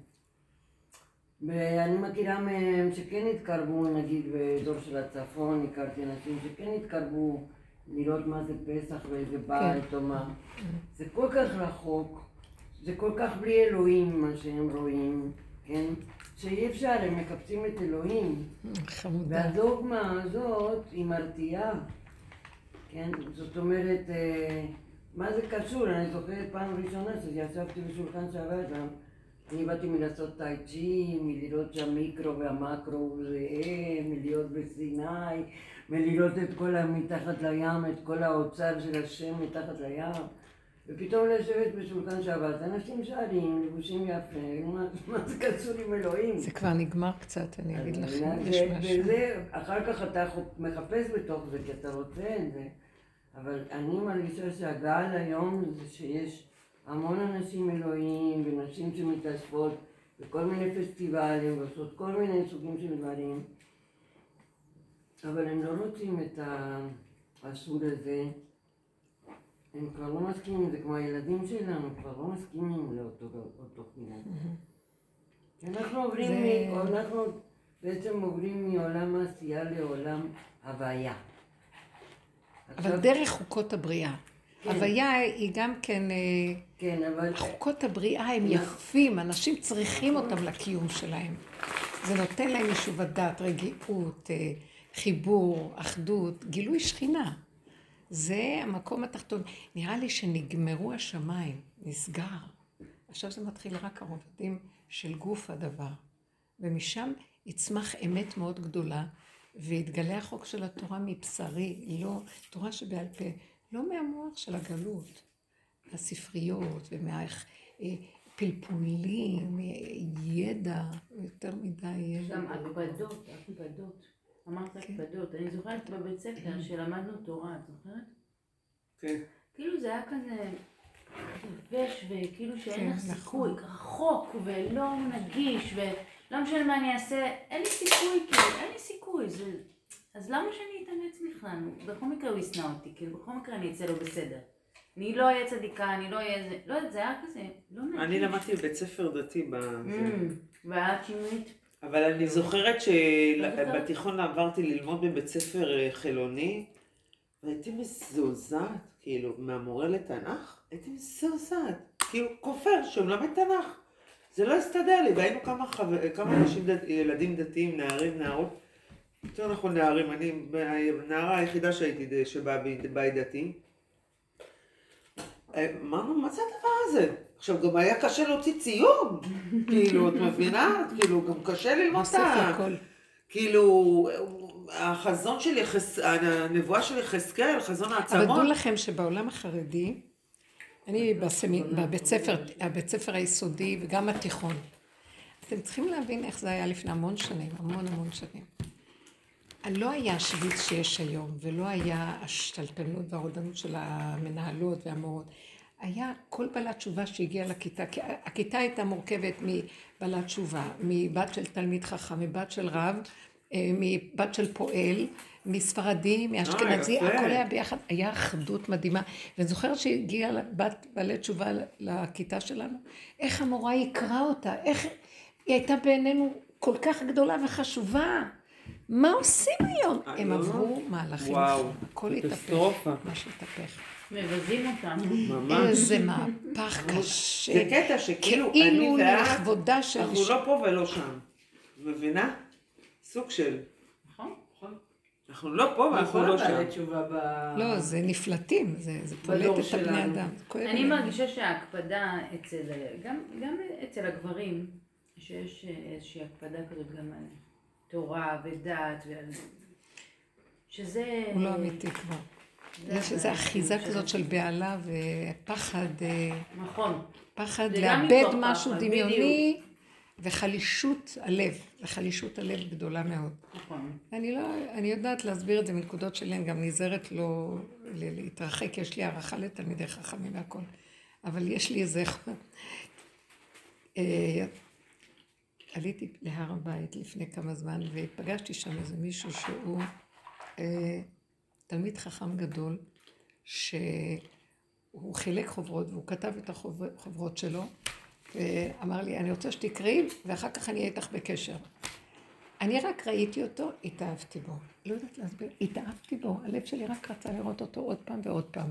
ואני מכירה מהם שכן התקרבו, נגיד באזור של הצפון, הכרתי אנשים שכן התקרבו לראות מה זה פסח ואיזה בית או מה. זה כל כך רחוק, זה כל כך בלי אלוהים מה שהם רואים, כן? שאי אפשר, הם מקפצים את אלוהים. חמודה. והדוגמה הזאת היא מרתיעה, כן? זאת אומרת, מה זה קשור? אני זוכרת פעם ראשונה שישבתי בשולחן שבת, אני באתי מלעשות טאי צ'י, מלראות שהמיקרו והמקרו זהה, מלהיות בסיני, מלראות את כל המתחת לים, את כל האוצר של השם מתחת לים, ופתאום לשבת בשולחן שבת, אנשים שרים, לבושים יפה, מה, מה זה קשור עם אלוהים? זה כבר נגמר קצת, אני אגיד לכם, יש זה, משהו. וזה, אחר כך אתה מחפש בתוך זה, כי אתה רוצה את זה, אבל אני מרגישה שהגל היום זה שיש המון אנשים אלוהים ונשים שמתאספות בכל מיני פסטיבלים ועושות כל מיני סוגים של דברים, אבל הם לא רוצים את הסוג הזה, הם כבר לא מסכימים, זה כמו הילדים שלנו, כבר לא מסכימים לאותו חילה. אנחנו עוברים, זה... אנחנו בעצם עוברים מעולם העשייה לעולם הוויה. אבל עכשיו... דרך חוקות הבריאה. כן. הוויה היא גם כן, כן, אבל... חוקות הבריאה הם יפים, אנשים צריכים אותם לקיום שלהם. זה נותן להם יישוב הדעת, רגיעות, חיבור, אחדות, גילוי שכינה. זה המקום התחתון. נראה לי שנגמרו השמיים, נסגר. עכשיו זה מתחיל רק הרובדים של גוף הדבר. ומשם יצמח אמת מאוד גדולה, והתגלה החוק של התורה מבשרי, לא, תורה שבעל פה, לא מהמוח של הגלות, מהספריות ומהפלפולים, ידע, יותר מדי ידע. גם הקפדות, הקפדות. אמרת הקפדות. אני זוכרת בבית ספר שלמדנו תורה, את זוכרת? כן. כאילו זה היה כזה יבש וכאילו שאין לך סיכוי, רחוק ולא נגיש ולא משנה מה אני אעשה, אין לי סיכוי כאילו, אין לי סיכוי. אז למה שאני אתאמץ בכלל? בכל מקרה הוא ישנא אותי, כאילו בכל מקרה אני אצא לו בסדר. אני לא אהיה צדיקה, אני לא אהיה זה, לא יודעת, זה היה כזה, לא נגיש. אני למדתי בבית ספר דתי בזה. ואת שינויית? אבל אני זוכרת שבתיכון עברתי ללמוד בבית ספר חילוני, והייתי מזועזעת, כאילו, מהמורה לתנ"ך, הייתי מזועזעת, כאילו, כופר שהוא מלמד תנ"ך. זה לא הסתדר לי, והיינו כמה, חו... כמה אנשים, דת... ילדים דתיים, נערים, נערות, יותר נכון נערים, אני הנערה היחידה שהייתי, שבאה בית דתי. אמרנו, מה זה הדבר הזה? עכשיו גם היה קשה להוציא ציון, כאילו, את מבינה? כאילו, גם קשה ללמוד את ה... כאילו, החזון שלי, הנבואה שלי חזקאל, חזון העצמות. אבל דעו לכם שבעולם החרדי, אני בבית ספר, הבית ספר היסודי וגם התיכון, אתם צריכים להבין איך זה היה לפני המון שנים, המון המון שנים. לא היה השוויץ שיש היום, ולא היה השתלטנות והרודנות של המנהלות והמורות. היה כל בעלת תשובה שהגיעה לכיתה, כי הכיתה הייתה מורכבת מבעלת תשובה, מבת של תלמיד חכם, מבת של רב, מבת של פועל, מספרדי, מאשכנזי, הכל היה ביחד, היה אחדות מדהימה. ואני זוכרת שהגיעה בת בעלת תשובה לכיתה שלנו, איך המורה יקרא אותה, איך היא הייתה בעינינו כל כך גדולה וחשובה. מה עושים היום? הם עברו מהלכים, הכל התהפך, מה שהתהפך. מבזים אותם. איזה מהפך קשה. זה קטע שכאילו אני לכבודה של... אנחנו לא פה ולא שם. מבינה? סוג של... נכון, נכון. אנחנו לא פה ואנחנו לא שם. לא, זה נפלטים, זה פולט את הבני אדם. אני מרגישה שההקפדה אצל, גם אצל הגברים, שיש איזושהי הקפדה כזאת גם על תורה ודת, שזה... הוא לא אמיתי כבר. יש איזו אחיזה כזאת של בעלה ופחד, נכון. פחד לאבד משהו דמיוני וחלישות הלב, וחלישות הלב גדולה מאוד. נכון. אני לא, אני יודעת להסביר את זה מנקודות שלי, גם נזהרת לא להתרחק, יש לי הערכה לתלמידי חכמים והכל, אבל יש לי איזה... עליתי להר הבית לפני כמה זמן ופגשתי שם איזה מישהו שהוא אה, תלמיד חכם גדול שהוא חילק חוברות והוא כתב את החוברות שלו ואמר לי אני רוצה שתקראי ואחר כך אני אהיה איתך בקשר. אני רק ראיתי אותו, התאהבתי בו. לא יודעת להסביר, התאהבתי בו, הלב שלי רק רצה לראות אותו עוד פעם ועוד פעם.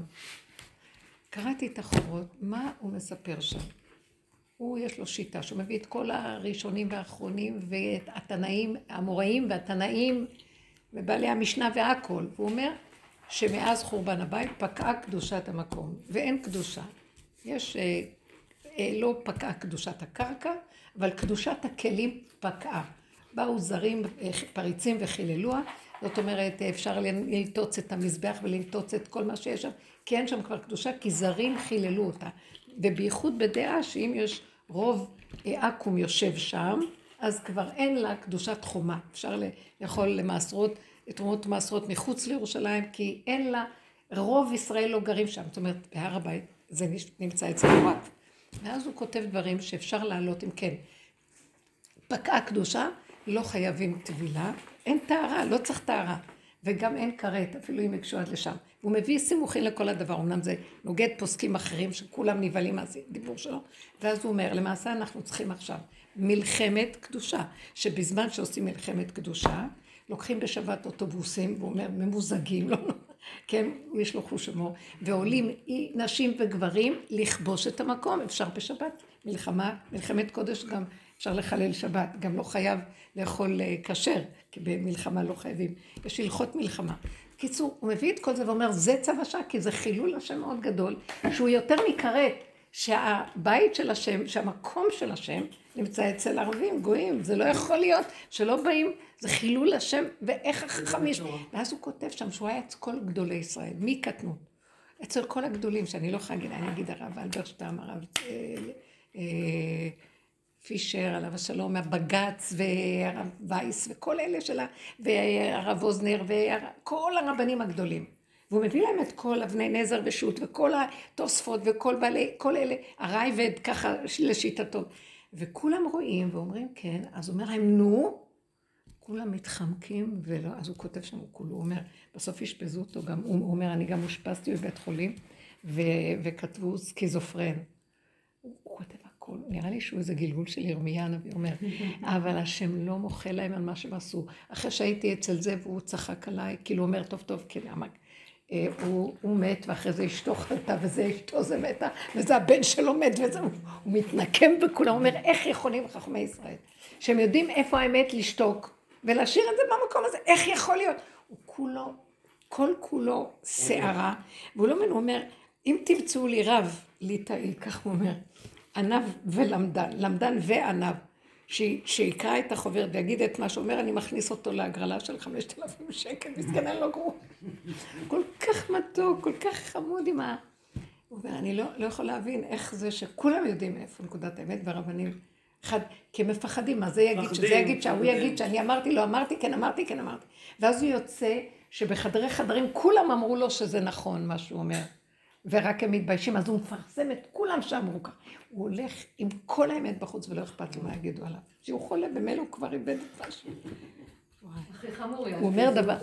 קראתי את החוברות, מה הוא מספר שם? הוא יש לו שיטה, שהוא מביא את כל הראשונים והאחרונים ואת התנאים, המוראים והתנאים ובעלי המשנה והכל. והוא אומר שמאז חורבן הבית פקעה קדושת המקום ואין קדושה. יש, אה, אה, לא פקעה קדושת הקרקע, אבל קדושת הכלים פקעה. באו זרים, פריצים וחיללוה, זאת אומרת אפשר ללטוץ את המזבח וללטוץ את כל מה שיש שם, כי אין שם כבר קדושה, כי זרים חיללו אותה. ובייחוד בדעה שאם יש רוב עקום יושב שם, אז כבר אין לה קדושת חומה. אפשר לאכול למעשרות, תרומות מעשרות מחוץ לירושלים, כי אין לה, רוב ישראל לא גרים שם. זאת אומרת, בהר הבית זה נמצא אצלנו רק. ואז הוא כותב דברים שאפשר לעלות אם כן. פקעה קדושה, לא חייבים טבילה, אין טהרה, לא צריך טהרה. וגם אין כרת, אפילו אם יקשו עד לשם. הוא מביא סימוכין לכל הדבר, אמנם זה נוגד פוסקים אחרים שכולם נבלים מהדיבור שלו, ואז הוא אומר, למעשה אנחנו צריכים עכשיו מלחמת קדושה, שבזמן שעושים מלחמת קדושה, לוקחים בשבת אוטובוסים, והוא אומר, ממוזגים, לא, כן, יש לו חוש הומור, ועולים נשים וגברים לכבוש את המקום, אפשר בשבת, מלחמה, מלחמת קודש גם, אפשר לחלל שבת, גם לא חייב לאכול כשר, כי במלחמה לא חייבים, יש הלכות מלחמה. קיצור, הוא מביא את כל זה ואומר, זה צו השעה, כי זה חילול השם מאוד גדול, שהוא יותר מכרת, שהבית של השם, שהמקום של השם, נמצא אצל ערבים, גויים, זה לא יכול להיות שלא באים, זה חילול השם, ואיך החמיש, ואז הוא כותב שם שהוא היה אצל כל גדולי ישראל, מי קטנות? אצל כל הגדולים, שאני לא יכולה להגיד, אני אגיד הרב אלברשטם, הרב פישר, עליו השלום, הבגץ והרב וייס, וכל אלה שלה, והרב אוזנר, וכל הרבנים הגדולים. והוא מביא להם את כל אבני נזר ושות, וכל התוספות, וכל בעלי, כל אלה, הרייבד ככה לשיטתו. וכולם רואים ואומרים כן, אז הוא אומר להם, נו, כולם מתחמקים, ולא, אז הוא כותב שם, הוא כולו, הוא אומר, בסוף ישפזו אותו, גם, הוא אומר, אני גם הושפזתי בבית חולים, ו, וכתבו סקיזופרן. הוא כותב הכל, נראה לי שהוא איזה גלגול של ירמיה, הנביא אומר, אבל השם לא מוחה להם על מה שהם עשו. אחרי שהייתי אצל זה, והוא צחק עליי, כאילו הוא אומר, טוב, טוב, כן, אמק. הוא, הוא מת, ואחרי זה אשתו חלתה, וזה אשתו זה מתה, וזה הבן שלו מת, וזה, הוא, הוא מתנקם בכולם, הוא אומר, איך יכולים חכמי ישראל, שהם יודעים איפה האמת לשתוק, ולהשאיר את זה במקום הזה, איך יכול להיות? הוא כולו, כל כולו שערה, והוא לא מבין, הוא אומר, אם תמצאו לי רב, ליטאי, כך הוא אומר, ענב ולמדן, למדן וענב, שיקרא את החוברת ויגיד את מה שאומר, אני מכניס אותו להגרלה של חמשת אלפים שקל, מסכן אין לו גרום. כל כך מתוק, כל כך חמוד עם ה... הוא אומר, אני לא, לא יכול להבין איך זה שכולם יודעים איפה נקודת האמת, והרבנים, אחד, כי הם מפחדים, מה זה יגיד, שזה יגיד, שהוא יגיד, שאני אמרתי, לא אמרתי, כן אמרתי, כן אמרתי. ואז הוא יוצא שבחדרי חדרים כולם אמרו לו שזה נכון מה שהוא אומר. ורק הם מתביישים, אז הוא מפרסם את כולם שאמרו כך. הוא הולך עם כל האמת בחוץ ולא אכפת לו מה יגידו עליו. שהוא חולה, במילא הוא כבר איבד את משהו. הכי חמור. הוא אומר דבר,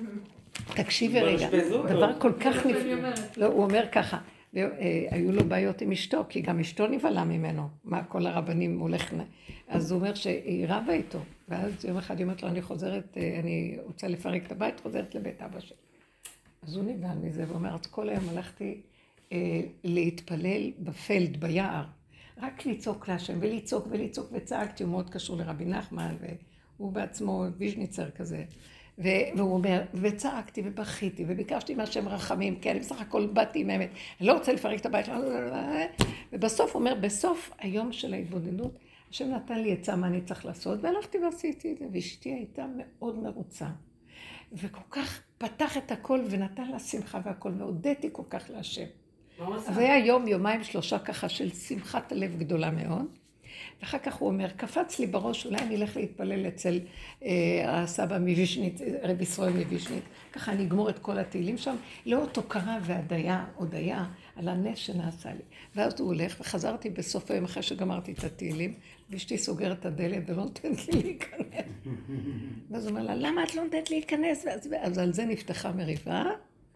תקשיבי רגע, דבר כל כך נפלא. לא, הוא אומר ככה, היו לו בעיות עם אשתו, כי גם אשתו נבהלה ממנו, מה כל הרבנים הולך... אז הוא אומר שהיא רבה איתו, ואז יום אחד היא אומרת לו, אני חוזרת, אני רוצה לפרק את הבית, חוזרת לבית אבא שלי. אז הוא נבהל מזה, ואומר, אז כל היום הלכתי אה, להתפלל בפלד, ביער, רק לצעוק להשם, ולצעוק ולצעוק, וצעקתי, הוא מאוד קשור לרבי נחמן, והוא בעצמו ויז'ניצר כזה, ו- והוא אומר, וצעקתי ובכיתי, וביקשתי מהשם רחמים, כי אני בסך הכל באתי עם האמת, אני לא רוצה לפרק את הבית, ובסוף הוא אומר, בסוף היום של ההתבודדות, השם נתן לי עצה מה אני צריך לעשות, והלכתי ועשיתי את זה, ואשתי הייתה מאוד מרוצה. וכל כך פתח את הכל ונתן לה שמחה והכל, והודיתי כל כך להשם. אז היה יום, יומיים, שלושה ככה של שמחת הלב גדולה מאוד. ואחר כך הוא אומר, קפץ לי בראש, אולי אני אלך להתפלל אצל אה, הסבא מוויז'ניץ, רב ישראל מוויז'ניץ. ככה אני אגמור את כל התהילים שם. לא אותו קרא והדיה, הודיה, על הנס שנעשה לי. ואז הוא הולך, וחזרתי בסוף היום אחרי שגמרתי את התהילים, ואשתי סוגרת את הדלת ולא נותנת לי להיכנס. ואז הוא אומר לה, למה את לא נותנת להיכנס? ואז, אז על זה נפתחה מריבה,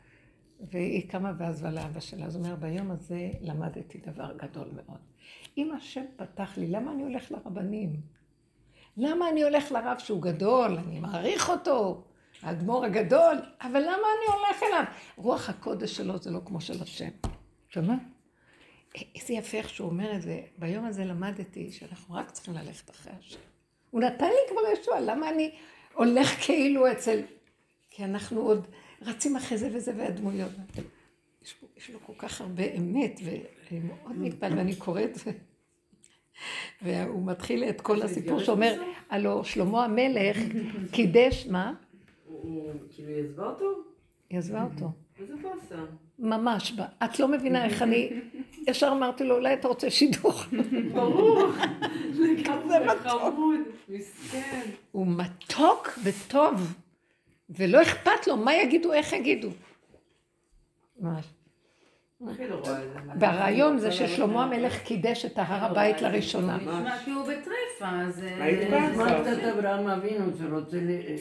והיא קמה ועזבה לאבא שלה. אז הוא אומר, ביום הזה למדתי דבר גדול מאוד. אם השם פתח לי, למה אני הולך לרבנים? למה אני הולך לרב שהוא גדול? אני מעריך אותו, האדמו"ר הגדול, אבל למה אני הולך אליו? רוח הקודש שלו זה לא כמו של השם. שמה? איזה יפה איך שהוא אומר את זה. ביום הזה למדתי שאנחנו רק צריכים ללכת אחרי השם. הוא נתן לי כבר ישוע, למה אני הולך כאילו אצל... כי אנחנו עוד רצים אחרי זה וזה והדמויות. יש, יש לו כל כך הרבה אמת, ואני מאוד מתפעל, ואני קוראת, ו... והוא מתחיל את כל הסיפור שאומר, הלו, שלמה המלך קידש, מה? הוא כאילו היא עזבה אותו? היא עזבה אותו. איזה באסה? ממש, את לא מבינה איך אני, ישר אמרתי לו, אולי אתה רוצה שידוך. ברור, זה מתוק. חמוד, מסכן. הוא מתוק וטוב, ולא אכפת לו, מה יגידו, איך יגידו. ממש. והרעיון זה ששלמה המלך קידש את ההר הבית לראשונה. נשמע כי הוא בטרפה, אז... מה קצת אברהם אבינו שרוצה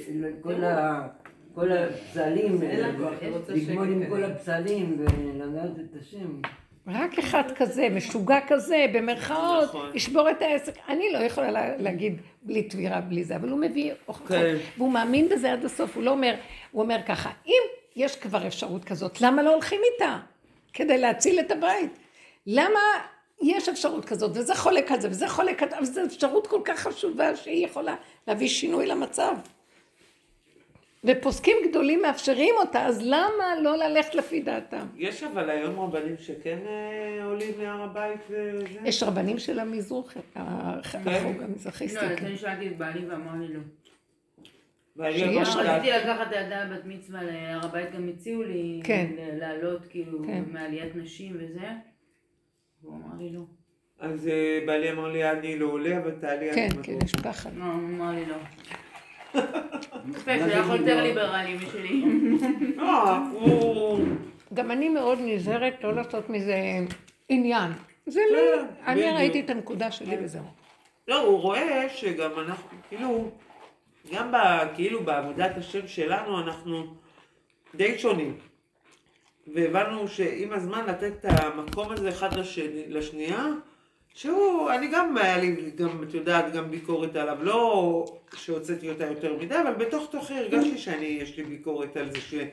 כל הפסלים, לגמור עם כל הפסלים ולדעת את השם. רק אחד כזה, משוגע כזה, במרכאות, ישבור את העסק. אני לא יכולה להגיד בלי תבירה, בלי זה, אבל הוא מביא הוכחות. והוא מאמין בזה עד הסוף, הוא לא אומר, הוא אומר ככה, אם יש כבר אפשרות כזאת, למה לא הולכים איתה? כדי להציל את הבית. למה יש אפשרות כזאת, וזה חולק על זה, וזה חולק על זה, אבל זו אפשרות כל כך חשובה שהיא יכולה להביא שינוי למצב. ופוסקים גדולים מאפשרים אותה, אז למה לא ללכת לפי דעתם? יש אבל היום רבנים שכן עולים מהר הבית וזה? יש רבנים של המזרח, החוג המזרחיסטי. לא, אני שאלתי את בעלי ואמר לי לא. שיש רציתי לקחת את הילדה בת מצווה להר הבית, גם הציעו לי לעלות כאילו מעליית נשים וזה, והוא אמר לי לא. אז בעלי אמר לי אני לא עולה, אבל תעלי... כן, כן, יש פחד. לא, הוא אמר לי לא. ספק, זה יכול יותר ליברלי משלי. לא, הוא... גם אני מאוד נזהרת לא לעשות מזה עניין. זה לא, אני ראיתי את הנקודה שלי וזהו. לא, הוא רואה שגם אנחנו, כאילו, גם כאילו בעבודת השם שלנו אנחנו די שונים. והבנו שעם הזמן לתת את המקום הזה אחד לשנייה, שהוא, אני גם, היה לי גם, את יודעת, גם ביקורת עליו, לא שהוצאתי אותה יותר מדי, אבל בתוך תוכי הרגשתי שאני, יש לי ביקורת על זה,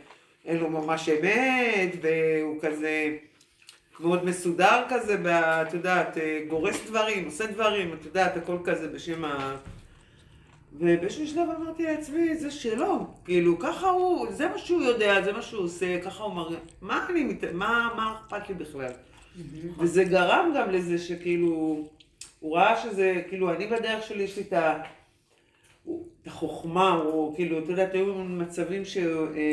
אין לו ממש אמת, והוא כזה מאוד מסודר כזה, ואת יודעת, גורס דברים, עושה דברים, את יודעת, הכל כזה בשם ה... ובאיזשהו שלב אמרתי לעצמי, זה שלו, כאילו, ככה הוא, זה מה שהוא יודע, זה מה שהוא עושה, ככה הוא מראה, מה אני, מה, מה אכפת לי בכלל? וזה גרם גם לזה שכאילו, הוא ראה שזה, כאילו, אני בדרך שלי יש לי את ה... את החוכמה, או כאילו, אתה יודעת, היו מצבים ש...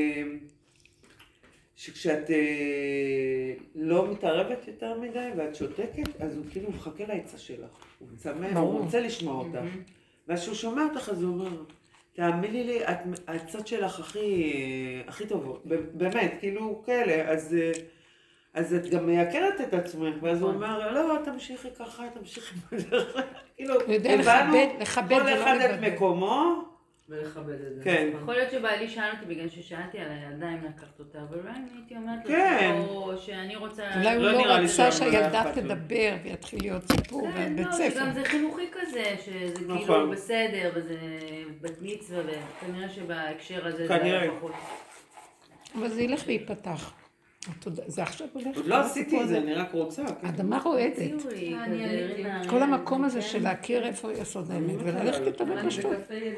שכשאת לא מתערבת יותר מדי ואת שותקת, אז הוא כאילו מחכה לעצה שלך. הוא מצמא, הוא רוצה לשמוע אותך. ואז שהוא שומע אותך, אז הוא אומר, תאמיני לי, העצות שלך הכי, הכי טובות. באמת, כאילו, כאלה. אז, אז את גם מייקרת את עצמך, ואז הוא אומר, לא, תמשיכי ככה, תמשיכי בדרך. כאילו, הבנו, כל אחד את מקומו. ולכבד את זה. כן. יכול להיות שבעלי שאל אותי בגלל ששאלתי על הילדה אם לקחת אותה, אבל אולי אני הייתי אומרת כן. לו שאני רוצה... אולי הוא לא רצה שהילדה תדבר ויתחיל להיות סיפור כן, בבית לא, ספר. שגם זה חינוכי כזה, שזה כאילו בסדר, וזה בת מצווה, וכנראה שבהקשר הזה זה היה לפחות. אבל זה ילך ויפתח. זה עכשיו הולך... עוד לא עשיתי את זה, אני רק רוצה. אדמה רועדת. כל המקום הזה של להכיר איפה יסוד האמת, וללכת איתו בפשטות.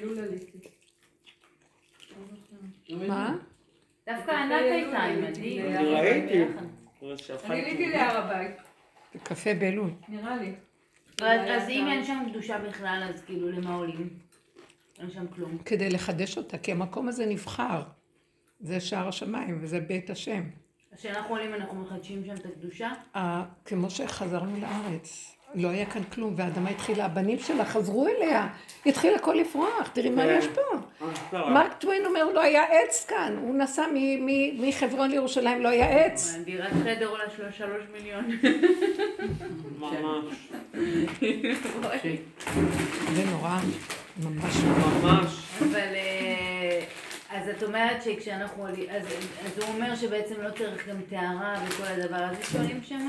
מה? דווקא ענת הייתה עם עדי. אני ראיתי. אני ליתי להר הבית. זה קפה באלול. נראה לי. אז אם אין שם קדושה בכלל, אז כאילו למה עולים? אין שם כלום. כדי לחדש אותה, כי המקום הזה נבחר. זה שער השמיים וזה בית השם. אז כשאנחנו עולים אנחנו מחדשים שם את הקדושה? כמו שחזרנו לארץ. לא היה כאן כלום, והאדמה התחילה, הבנים שלה חזרו אליה, התחיל הכל לפרוח, תראי מה יש פה. מרק טוויין אומר, לא היה עץ כאן, הוא נסע מחברון לירושלים, לא היה עץ. דירת חדר עולה שלוש מיליון. ממש. זה נורא, ממש ממש. אבל, אז את אומרת שכשאנחנו עולים, אז הוא אומר שבעצם לא צריך גם טהרה וכל הדבר הזה שואלים שם?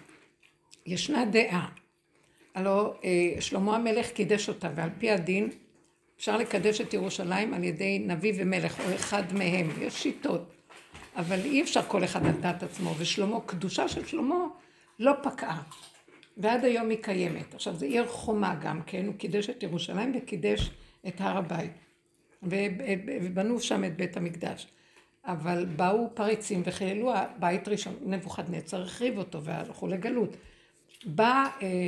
ישנה דעה. הלא שלמה המלך קידש אותה, ועל פי הדין אפשר לקדש את ירושלים על ידי נביא ומלך או אחד מהם. יש שיטות, אבל אי אפשר כל אחד על דעת עצמו, ושלמה, קדושה של שלמה לא פקעה, ועד היום היא קיימת. עכשיו זה עיר חומה גם, כן? הוא קידש את ירושלים וקידש את הר הבית, ובנו שם את בית המקדש. אבל באו פריצים וחיללו, הבית ראשון, נבוכדנצר החריב אותו והלכו לגלות. בא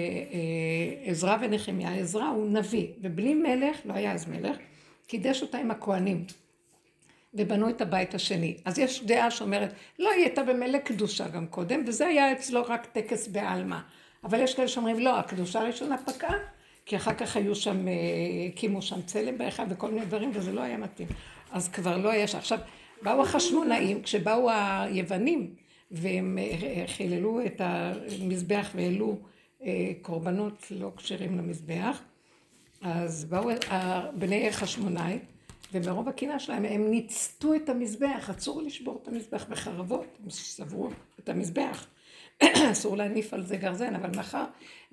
עזרא ונחמיה, עזרא הוא נביא, ובלי מלך, לא היה אז מלך, קידש אותה עם הכהנים, ובנו את הבית השני. אז יש דעה שאומרת, לא, היא הייתה במלך קדושה גם קודם, וזה היה אצלו רק טקס בעלמא. אבל יש כאלה שאומרים, לא, הקדושה הראשונה פקעה, כי אחר כך היו שם, הקימו שם צלם באחד וכל מיני דברים, וזה לא היה מתאים. אז כבר לא היה שם. עכשיו, באו החשמונאים, כשבאו היוונים, והם חיללו את המזבח והעלו קורבנות לא כשרים למזבח, אז באו בני חשמונאי, ומרוב הקנאה שלהם הם ניצתו את המזבח, אסור לשבור את המזבח בחרבות, הם שברו את המזבח, אסור להניף על זה גרזן, אבל מחר,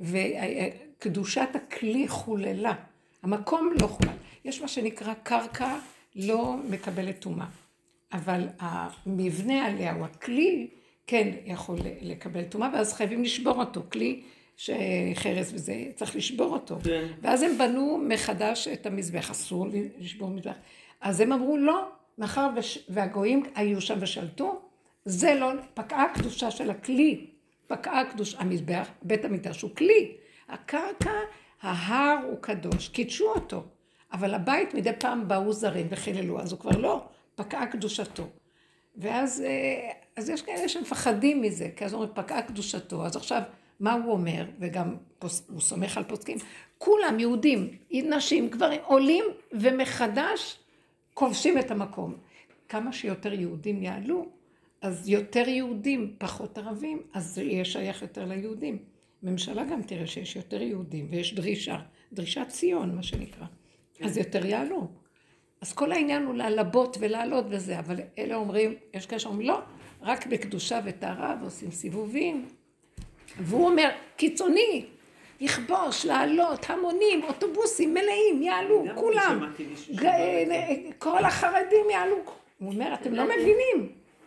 וקדושת הכלי חוללה, המקום לא חולל, יש מה שנקרא קרקע לא מקבלת טומאה, אבל המבנה עליה הוא הכלי, כן יכול לקבל טומאה, ואז חייבים לשבור אותו, כלי שחרס וזה, צריך לשבור אותו. כן. ואז הם בנו מחדש את המזבח, אסור לשבור מזבח. אז הם אמרו, לא, מאחר והגויים היו שם ושלטו, זה לא, פקעה הקדושה של הכלי, פקעה הקדושה, המזבח, בית המקדש הוא כלי. הקרקע, ההר הוא קדוש, קידשו אותו, אבל הבית מדי פעם באו זרים וחיללו, אז הוא כבר לא, פקעה קדושתו. ואז אז יש כאלה שמפחדים מזה, כי אז הוא אומר, פקעה קדושתו, אז עכשיו, מה הוא אומר, וגם הוא סומך על פוסקים, כולם יהודים, נשים, גברים, עולים ומחדש כובשים את המקום. כמה שיותר יהודים יעלו, אז יותר יהודים, פחות ערבים, אז זה יהיה שייך יותר ליהודים. ממשלה גם תראה שיש יותר יהודים, ויש דרישה, דרישת ציון, מה שנקרא. אז יותר יעלו. אז כל העניין הוא להלבות ולעלות וזה, אבל אלה אומרים, יש כאלה שאומרים, לא, רק בקדושה וטהרה, ועושים סיבובים. והוא אומר, קיצוני, יכבוש, לעלות, המונים, אוטובוסים מלאים, יעלו, כולם. כל החרדים יעלו. הוא אומר, אתם לא מבינים.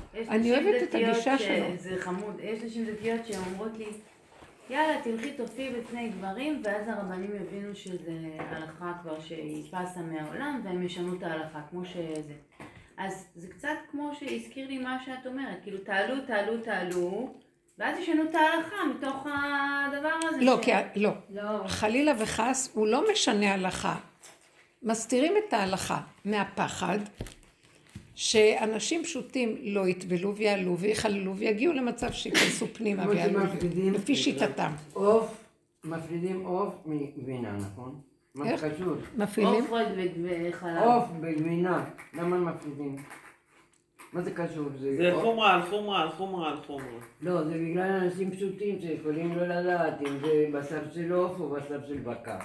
אני אוהבת את הגישה שלו. זה חמוד, יש נשים דתיות שאומרות לי, יאללה, תלכי תופיעי בפני גברים, ואז הרבנים יבינו שזה הלכה כבר שהיא פסה מהעולם, והם ישנו את ההלכה, כמו שזה. אז זה קצת כמו שהזכיר לי מה שאת אומרת, כאילו תעלו, תעלו, תעלו, ואז ישנו את ההלכה מתוך הדבר הזה. לא, ש... כי, לא. לא. חלילה וחס, הוא לא משנה הלכה. מסתירים את ההלכה מהפחד, שאנשים פשוטים לא יטבלו ויעלו ויחללו ויגיעו למצב שיכנסו פנימה ויעלו, לפי שיטתם. עוף, מפרידים עוף מגבינה, נכון? מה איך? קשור? מפעילים? עוף וחלב. עוף בגבינה, למה מפרידים? מה זה קשור? זה חומרה על חומרה על חומרה על חומרה. לא, זה בגלל אנשים פשוטים שיכולים לא לדעת אם זה בשר של עוף או בשר של בקר.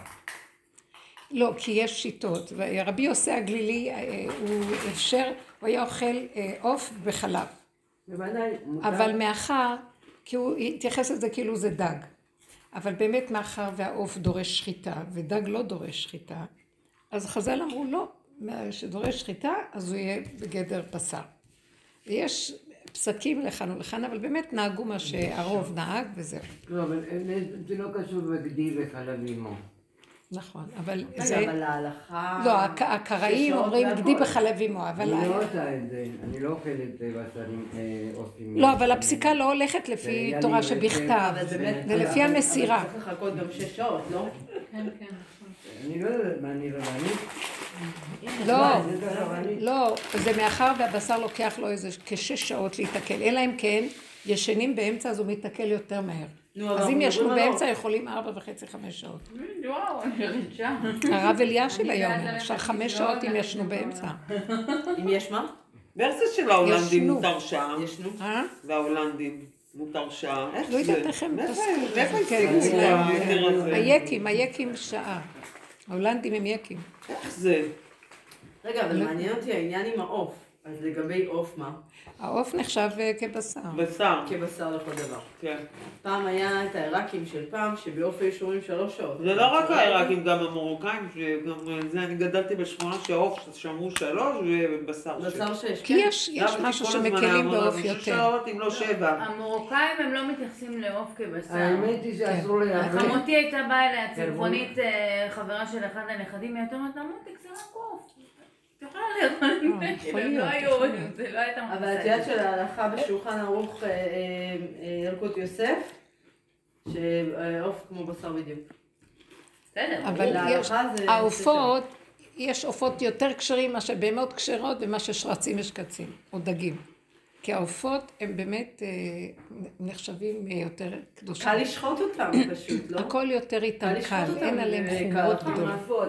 לא, כי יש שיטות, ורבי יוסי הגלילי, הוא אפשר, הוא היה אוכל עוף בחלב. בוודאי, מותר. אבל מאחר, כי הוא התייחס לזה כאילו זה דג. אבל באמת מאחר והעוף דורש שחיטה, ודג לא דורש שחיטה, אז חז"ל אמרו לא, שדורש שחיטה, אז הוא יהיה בגדר בשר. ויש פסקים לכאן ולכאן, אבל באמת נהגו מה שהרוב נהג וזהו. לא, אבל זה לא קשור בגדי וחלב אימו. נכון, אבל זה... זה... אבל ההלכה... לא, הקראים אומרים גדי בחלב אימו, אבל... אני לא עושה את זה, אני לא אוכלת בשרים עופים. לא, אבל הפסיקה לא הולכת לפי תורה שבכתב, ולפי המסירה. אבל צריך לחכות גם שש שעות, לא? כן, כן, נכון. אני לא יודעת מה אני רבנית. לא, לא, זה מאחר והבשר לוקח לו איזה כשש שעות להתעכל, אלא אם כן ישנים באמצע אז הוא מתעכל יותר מהר. אז אם ישנו באמצע יכולים ארבע וחצי, חמש שעות. וואו, אני רגישה. הרב אלישיב היום, אפשר חמש שעות אם ישנו באמצע. אם יש מה? ורסה של ההולנדים ישנו. מותר שעה. ישנו? אה? וההולנדים מותר שעה. איך לא זה? יודעת איך הם מאיפה פסקו. מאיפה כן, השיגו את המטר הזה? היקים, היקים שעה. ההולנדים הם יקים. איך זה? רגע, אבל מעניין אותי העניין עם העוף. אז לגבי עוף מה? העוף נחשב כבשר. בשר. כבשר לכל דבר. כן. פעם היה את העיראקים של פעם, שבעוף היו שומרים שלוש שעות. זה לא רק העיראקים, גם המרוקאים, שגם זה, אני גדלתי בשכונה שהעוף שמרו שלוש ובשר שש. בשר שש, כי כן? יש יש משהו שמקלים בעוף יותר. שש שעות אם לא שבע. המרוקאים הם לא מתייחסים לעוף כבשר. האמת היא שאסור לייבא. חמותי הייתה באה אליה, הצמחונית, חברה של אחד הנכדים, היא הייתה אומרת, מותק, זה רק עוף. תוכל לאכול ממני, הם לא היו, זה לא הייתה מחסה. אבל את יודעת של ההלכה בשולחן ערוך ילקוט יוסף, שעוף כמו בשר בדיוק. בסדר, אבל יש, להלכה זה- העופות, יש עופות יותר כשרים, מה שבהמות כשרות ומה ששרצים יש קצים, או דגים. כי העופות הם באמת אה, נחשבים יותר קדושים. קל לשחוט אותם פשוט, לא? הכל יותר איתם לשחוט קל, אותם אין עליהם בקרחת חומרות גדולות. עפות.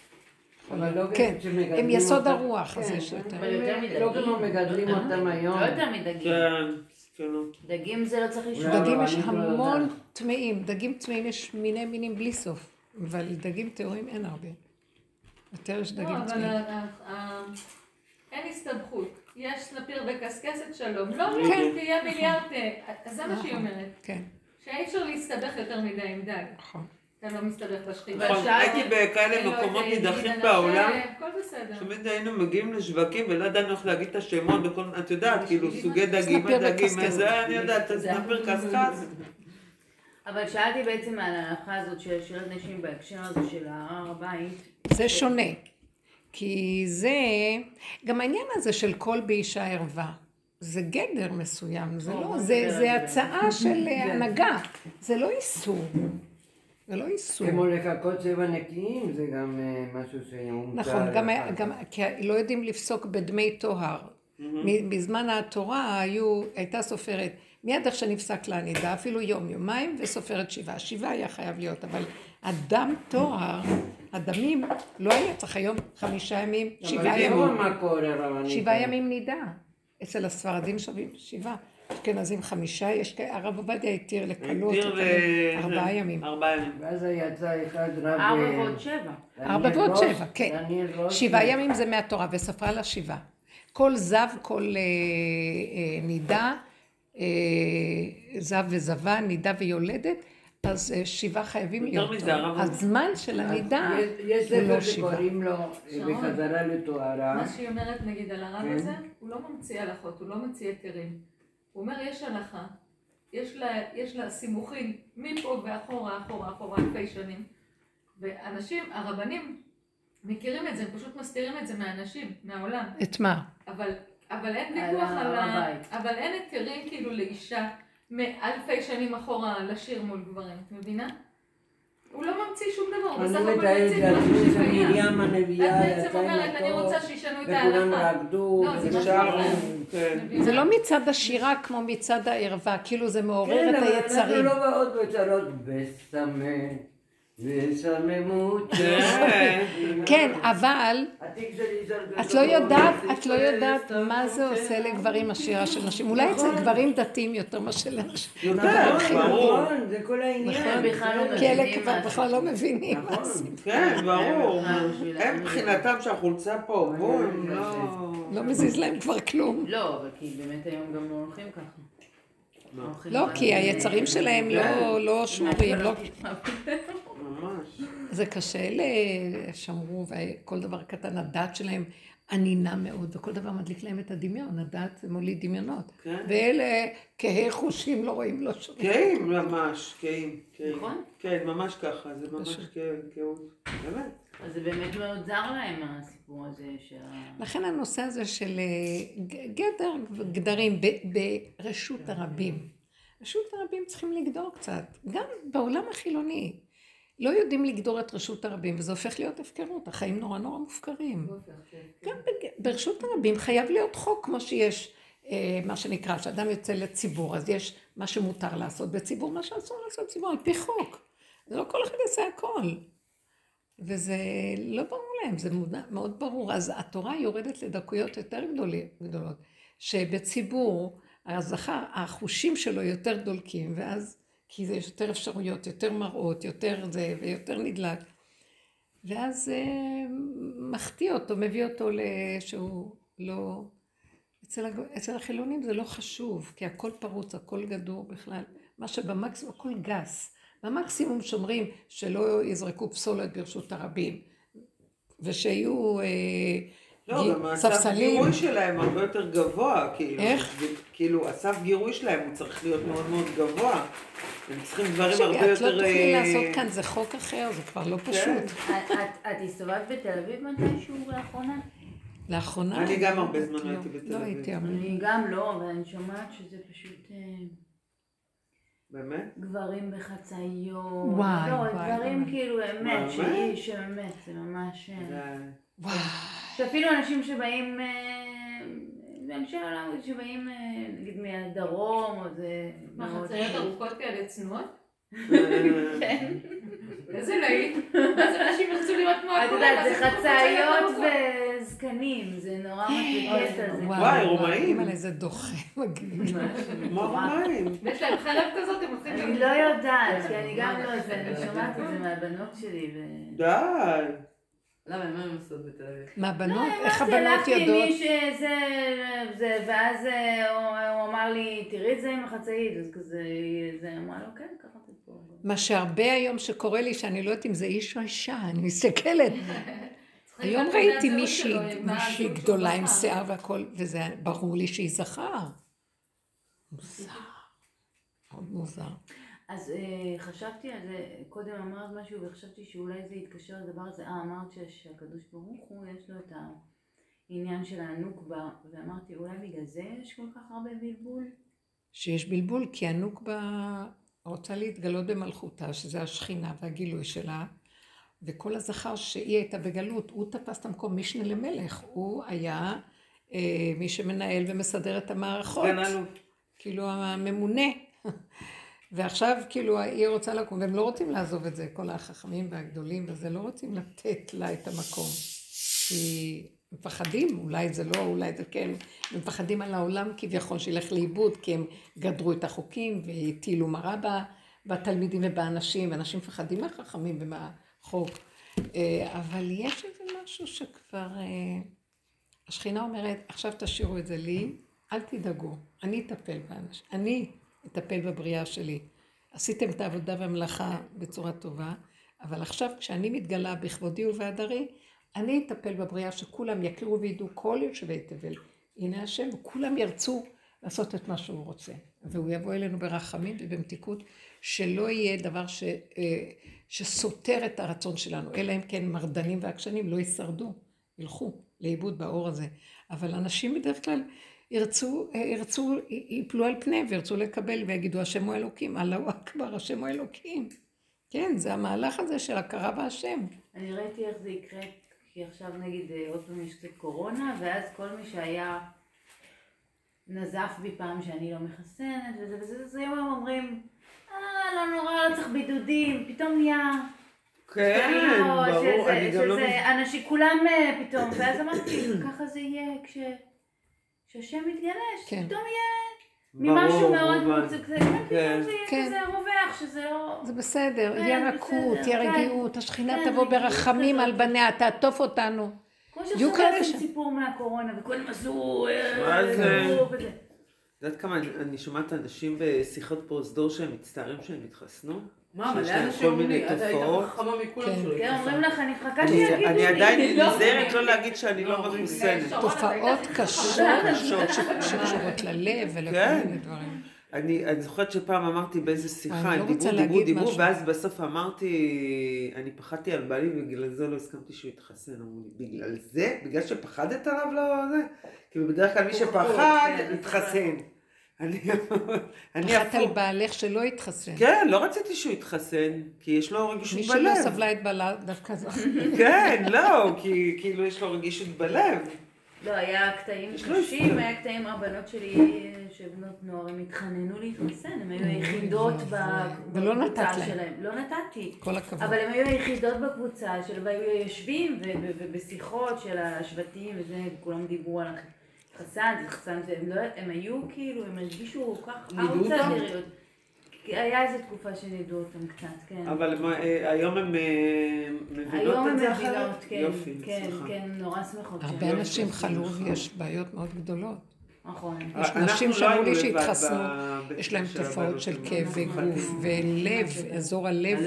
אבל לא כן, כמו שמגדלים הם יסוד אותם. הרוח, אז כן, יש יותר. אבל יותר מדגים. לא כמו מגדלים אותם היום. לא יותר מדגים. כן, ספנות. דגים זה לא צריך לשמור. לא, דגים יש אני לא המון יודעת. טמאים, דגים טמאים יש מיני מינים בלי סוף, אבל דגים טהורים אין הרבה. יותר יש לא, דגים אבל טמאים. ה- ה- אין הסתבכות. יש ספיר בקסקסת שלום. לא, כן. לא, תהיה מיליארד. אז זה מה שהיא אומרת. כן, שאי אפשר להסתבך יותר מדי עם דג. נכון. אתה לא מסתבך בשחיטה. נכון, הייתי בכאלה מקומות נידחים בעולם, הכל בסדר. תמיד היינו מגיעים לשווקים ולא ידענו איך להגיד את השמות בכל, את יודעת, כאילו סוגי דגים, סנפיר הדגים, וקסקס. זה אני יודעת, סנפיר קסקס. אבל שאלתי בעצם על ההלכה הזאת של שירת נשים בהקשר הזה של הר הבית. זה שונה, כי זה, גם העניין הזה של כל באישה ערווה, זה גדר מסוים, זה לא, זה, זה הצעה של הנהגה, זה לא איסור, זה לא איסור. כמו לחכות שבע נקיים, זה גם אה, משהו שמומתר. נכון, גם, גם, כי לא יודעים לפסוק בדמי טוהר. בזמן התורה היו, הייתה סופרת, מיד איך שנפסק לה נידה, אפילו יום, יומיים, וסופרת שבעה. שבעה היה חייב להיות, אבל הדם טוהר, הדמים, לא היה צריך היום חמישה ימים, שבעה ימים. שבעה ימים נידה. אצל הספרדים שווים שבעה. אשכנזים חמישה, יש הרב עובדיה התיר לקלות, ארבעה ימים. ארבעה ימים. ואז יצא אחד רב... ארבע ועוד שבע. ארבע ועוד שבע, כן. שבעה ימים זה מהתורה, וספרה לה שבעה. כל זב, כל אה, אה, נידה, אה, זב וזבה, נידה ויולדת, אז אה, שבעה חייבים יותר להיות. מזה, הרב אמר. הזמן של הנידה יש- יש הוא לא ספר שבעה. שקוראים לו שרון. בחזרה לתוארה. מה שהיא אומרת נגיד על הרב כן. הזה, הוא לא ממציא הלכות, הוא לא ממציא היתרים. הוא אומר יש הלכה, יש לה, יש לה סימוכין מפה ואחורה, אחורה, אחורה, אלפי שנים. ואנשים, הרבנים, מכירים את זה, הם פשוט מסתירים את זה מהאנשים, מהעולם. את מה? אבל, אבל אין על ויכוח על הר ה... הבית. אבל אין היתרים כאילו לאישה מאלפי שנים אחורה לשיר מול גברים, את מבינה? הוא לא ממציא שום דבר, הוא בסך אני הכל מתאר את ממציא זה משהו עצמי שקיים. שמרים את הנביאה בעצם יצאה עם אומרת, אני רוצה הטוב, שישנו את וכולם ההלכה. רקדו, לא, זה אפשר, משהו אחר. כן. מבינה? זה לא מצד השירה כמו מצד הערווה, כאילו זה מעורר כן, את אבל אנחנו היצרים. לא באות בצרות בסמא, וסממות. כן. כן, אבל התיק שלי זה את לא יודעת, את לא יודעת מה זה עושה לגברים השירה של נשים. אולי אצל גברים דתיים יותר מאשר לנשים. יותר, ברור. נכון, זה כל העניין. נכון, בכלל לא כי אלה מבינים כבר מה בכלל לא מבינים מה נכון. זה. כן, ברור. הם בשביל הם להבין. מבחינתם שהחולצה פה, בואו, הם לא... לא מזיז להם כבר כלום. לא, אבל כי באמת היום גם לא הולכים ככה. הולכים לא, רק כי עם- היצרים שלהם לא- לא שמורים, לא... ממש. זה קשה, אלה שמרו, וכל דבר קטן, הדת שלהם ענינה מאוד, וכל דבר מדליק להם את הדמיון, הדת זה מוליד דמיונות. כן. ואלה כהי חושים לא רואים, לא שומעים. קיים ממש, קיים. קיים. נכון? כן, ממש ככה, זה ממש פשוט. כן, כאוב. באמת. אז זה באמת מאוד זר להם הסיפור הזה של ה... לכן הנושא הזה של אה, ג- גדר וגדרים ב- ברשות הרבים. רשות הרבים צריכים לגדור קצת, גם בעולם החילוני. לא יודעים לגדור את רשות הרבים, וזה הופך להיות הפקרות, החיים נורא נורא מופקרים. גם בג- ברשות הרבים חייב להיות חוק כמו שיש, אה, מה שנקרא, שאדם יוצא לציבור, אז יש מה שמותר לעשות בציבור, מה שאסור לעשות בציבור, על פי חוק. זה לא כל אחד יעשה הכל. וזה לא ברור להם, זה מודע, מאוד ברור. אז התורה יורדת לדקויות יותר גדולי- גדולות, שבציבור הזכר, החושים שלו יותר דולקים, ואז, כי זה יש יותר אפשרויות, יותר מראות, יותר זה ויותר נדלק. ואז זה מחטיא אותו, מביא אותו לשהוא לא... אצל, הג- אצל החילונים זה לא חשוב, כי הכל פרוץ, הכל גדור בכלל. מה שבמקסימום, הכל גס. במקסימום שומרים שלא יזרקו פסולת ברשות הרבים, ושיהיו אה, לא, גי- גם הסף ספסלים. גירוי שלהם הרבה יותר גבוה, כאילו. איך? זה- כאילו, הסף גירוי שלהם הוא צריך להיות מאוד מאוד גבוה. הם צריכים דברים תקשיבי, הרבה את לא יותר... תוכלי אה, לעשות כאן, זה חוק אחר, זה כבר לא פשוט. את- את- את הסתובבת בתל אביב מתישהו לאחרונה? לאחרונה... אני גם הרבה זמן לא- הייתי בתל לא אביב. הייתי, אבל... אני גם לא, אבל אני שומעת שזה פשוט אה, באמת? גברים בחצאיות. וואי, לא, וואי, דברים וואי. כאילו אמת, באמת? שהיא, שבאמת, זה ממש... אה, זה- וואו, שאפילו אנשים שבאים, אה, אנשי העולם שבאים אה, נגיד מהדרום, או זה... מה, מאוד- חצאיות ארוכות כאלה צנועות? כן. איזה להיט. מה זה אנשים ירצו לראות כמו את הכולה? יודעת, מה זה כמו חצאיות ארוכות? וזקנים, זה נורא מתקט הזה. וואי, רומאים. אימא'לה, זה דוחה, מגניב. כמו רומאים. ויש להם חרב כזאת, הם הולכים אני לא יודעת, כי אני גם לא, אני שומעת את זה מהבנות שלי. ו- די. למה, מה הם עושות בתל אביב? מהבנות, איך אמרתי, הבנות הלכתי עם יודעות? מי שזה, זה, ואז אה, הוא- הוא אמר לי, תראי את זה עם החצאית, אז כזה, זה אמרה לו, כן, ככה זה פה. מה שהרבה היום שקורה לי, שאני לא יודעת אם זה איש או אישה, אני מסתכלת. צריכים היום לדעת ראיתי מה הזהות מישהי, שלו, מה מישהי הזהות שהוא גדולה עם בחר. שיער והכל, וזה ברור לי שהיא זכר. מוזר. מאוד מוזר. אז אה, חשבתי על זה, קודם אמרת משהו וחשבתי שאולי זה יתקשר לדבר הזה, אה אמרת ש- שהקדוש ברוך הוא יש לו את העניין של הנוקבה, ואמרתי אולי בגלל זה יש כל כך הרבה בלבול? שיש בלבול, כי הנוקבה רוצה להתגלות במלכותה, שזה השכינה והגילוי שלה, וכל הזכר שהיא הייתה בגלות, הוא תפס את המקום משנה למלך, הוא היה אה, מי שמנהל ומסדר את המערכות, סגן אלוף. כאילו הממונה. ועכשיו כאילו היא רוצה לקום, והם לא רוצים לעזוב את זה, כל החכמים והגדולים, וזה לא רוצים לתת לה את המקום. כי מפחדים, אולי זה לא, אולי זה כן, מפחדים על העולם כביכול שילך לאיבוד, כי הם גדרו את החוקים והטילו מראה ב- בתלמידים ובאנשים, ואנשים מפחדים מהחכמים ומהחוק. אה, אבל יש איזה משהו שכבר, אה, השכינה אומרת, עכשיו תשאירו את זה לי, אל תדאגו, אני אטפל באנשים, אני אטפל בבריאה שלי. עשיתם את העבודה והמלאכה בצורה טובה, אבל עכשיו כשאני מתגלה בכבודי ובהדרי, אני אטפל בבריאה שכולם יכירו וידעו כל יושבי תבל. הנה השם, וכולם ירצו לעשות את מה שהוא רוצה. והוא יבוא אלינו ברחמים ובמתיקות, שלא יהיה דבר ש, שסותר את הרצון שלנו, אלא אם כן מרדנים ועקשנים לא יישרדו, ילכו לאיבוד באור הזה. אבל אנשים בדרך כלל ירצו, ירצו, ייפלו על פניהם וירצו לקבל ויגידו, השם הוא אלוקים, אללהו אכבר, השם הוא אלוקים. כן, זה המהלך הזה של הכרה בהשם. אני ראיתי איך זה יקרה, כי עכשיו נגיד עוד פעם יש קצת קורונה, ואז כל מי שהיה נזף בי פעם שאני לא מחסנת, וזה וזה, וזה היום אומרים, אה, לא נורא, לא צריך בידודים, פתאום נהיה... כן, ברור, אני גם לא... שזה אנשים, כולם פתאום, ואז אמרתי, ככה זה יהיה כש... כשהשם מתגלה, שפתאום יהיה ממשהו מאוד מוצא, פתאום זה יהיה כזה רווח, שזה לא... זה בסדר, יהיה רכות, יהיה רגיעות, השכינה תבוא ברחמים על בניה, תעטוף אותנו. כמו שסוגרים סיפור מהקורונה, וכולם עשו... מה זה? יודעת כמה, אני שומעת אנשים בשיחות פרוזדור שהם מצטערים שהם התחסנו? מה, מלא אנשים אומרים לי, אתה היית חכמה מכולם שלו. כן, אומרים לך, אני חכה שיגידו לי. אני עדיין נזהרת לא להגיד שאני לא מחוסנת. תופעות קשות שקשורות ללב ולכל מיני דברים. אני זוכרת שפעם אמרתי באיזה שיחה, אני לא רוצה דיברו, דיברו, להגיד דיברו, משהו. ואז בסוף אמרתי, אני פחדתי על בעלי ובגלל זה לא הסכמתי שהוא יתחסן. אמרו לי, בגלל זה? בגלל שפחדת עליו לא זה? כי בדרך כלל מי שפחד, יתחסן. אני פחדת על בעלך שלא יתחסן. כן, לא רציתי שהוא יתחסן, כי יש לו רגישות בלב. מי שלא סבלה את בעלה דווקא זה. כן, לא, כי כאילו יש לו רגישות בלב. לא, היה קטעים קשים, היה קטעים הבנות שלי, שבנות נוער, הם התחננו להתחסן, הם היו היחידות בקבוצה שלהם. לא נתתי. כל הכבוד. אבל הם היו היחידות בקבוצה שלהם, והיו יושבים ובשיחות של השבטים וזה, וכולם דיברו על חסן, זה חסן, הם היו כאילו, הם הרגישו כך אאוטסיידריות. היה איזו תקופה שנידעו אותם קצת, כן. אבל היום הם מבינות את זה אחרת? היום הם מבינות, כן, יופי, כן, כן, נורא שמחות. הרבה אנשים חלו ויש בעיות מאוד גדולות. נכון. יש נשים שאמרו לי שהתחסנו, יש להם תופעות של כאבי גוף ולב, אזור הלב.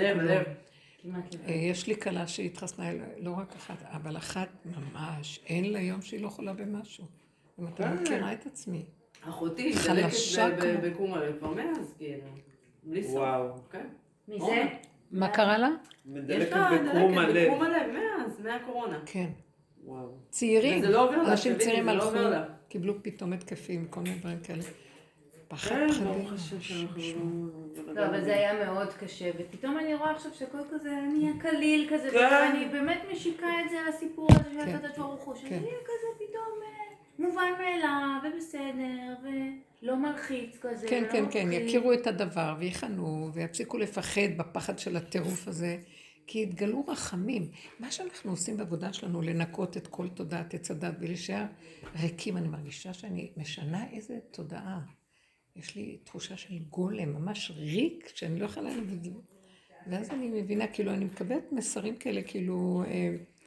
יש לי קלה שהתחסנה, לא רק אחת, אבל אחת ממש, אין לה יום שהיא לא חולה במשהו. אם אתה מכירה את עצמי. אחותי, דלקת בקום הלב כבר מאז, כאילו. בלי סוף. וואו. מי זה? מה קרה לה? מדלקת בקרום הלב. בקרום הלב, מאז, מהקורונה. כן. וואו. צעירים, וזה לא עובר לה, אנשים שלי, צעירים זה לא הלכו, עובר לה. קיבלו פתאום התקפים, כל מיני דברים כאלה. פחד כן, פחדים. ברוך השם שאנחנו לא... לא, אבל זה היה מאוד קשה, ופתאום אני רואה עכשיו שהכל כזה נהיה קליל כזה, כן. ואני באמת משיקה את זה לסיפור הזה של כן. הקדוש ברוך הוא, שזה כן. יהיה כזה פתאום אה, מובן מאליו, ובסדר, ולא מלחיץ כזה, כן, ולא כן, כן, מפחיד. יכירו את הדבר ויחנו ויפסיקו לפחד בפחד של הטירוף הזה, כי התגלו רחמים. מה שאנחנו עושים בעבודה שלנו, לנקות את כל תודעת עץ הדת ולהישאר ריקים, אני מרגישה שאני משנה איזה תודעה. יש לי תחושה של גולם, ממש ריק, שאני לא יכולה להגיד. ואז אני מבינה, כאילו, אני מקבלת מסרים כאלה, כאילו, אה,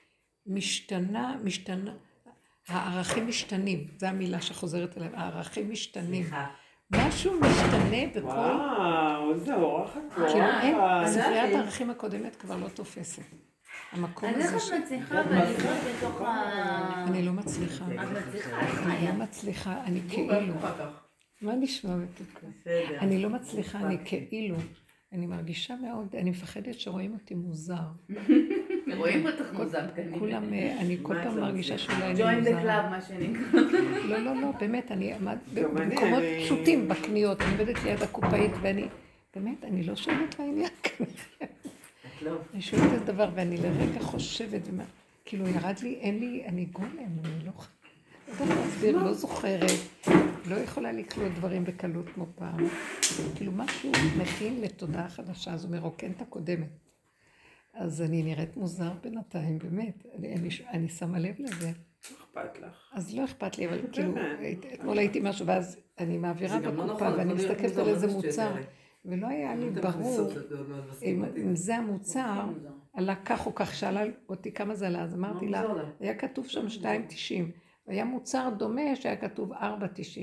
משתנה, משתנה, הערכים משתנים, זו המילה שחוזרת אליהם, הערכים משתנים. משהו משתנה בכל... וואו, איזה אורחת כאילו, אין, אורחת. ספריית הערכים הקודמת כבר לא תופסת. המקום אז איך הזה ש... את מצליחה ולבנות לתוך ה... אני לא מצליחה. את מצליחה? אני לא מצליחה, אני כאילו... מה נשמע מתוקה? אני לא מצליחה, אני כאילו... אני מרגישה מאוד, אני מפחדת שרואים אותי מוזר. רואים אותך מוזר כנראה. כולם, אני כל פעם מרגישה שאולי אני מוזר. ג'וין דה קלאב, מה שנקרא. לא, לא, לא, באמת, אני עמד במקומות פשוטים בקניות, אני עומדת ליד הקופאית ואני, באמת, אני לא שואלת לעניין כנראה. אני שואלת את דבר ואני לרגע חושבת, כאילו ירד לי, אין לי, אני גולם, אני לא יודעת להסביר, לא זוכרת, לא יכולה לקלוט דברים בקלות כמו פעם. כאילו משהו מכין לתודעה חדשה, אז הוא מרוקן את הקודמת. אז אני נראית מוזר בינתיים, באמת, אני, אני, אני שמה לב לזה. לא אכפת לך. אז לא אכפת לי, אבל כאילו, אתמול הייתי משהו, ואז אני מעבירה בקופה, ואני מסתכלת על איזה מוצר, ולא היה לי ברור אם זה המוצר, עלה כך או כך, שאלה אותי כמה זה עלה, אז אמרתי לה, היה כתוב שם שתיים תשעים, היה מוצר דומה שהיה כתוב ארבע תשעים,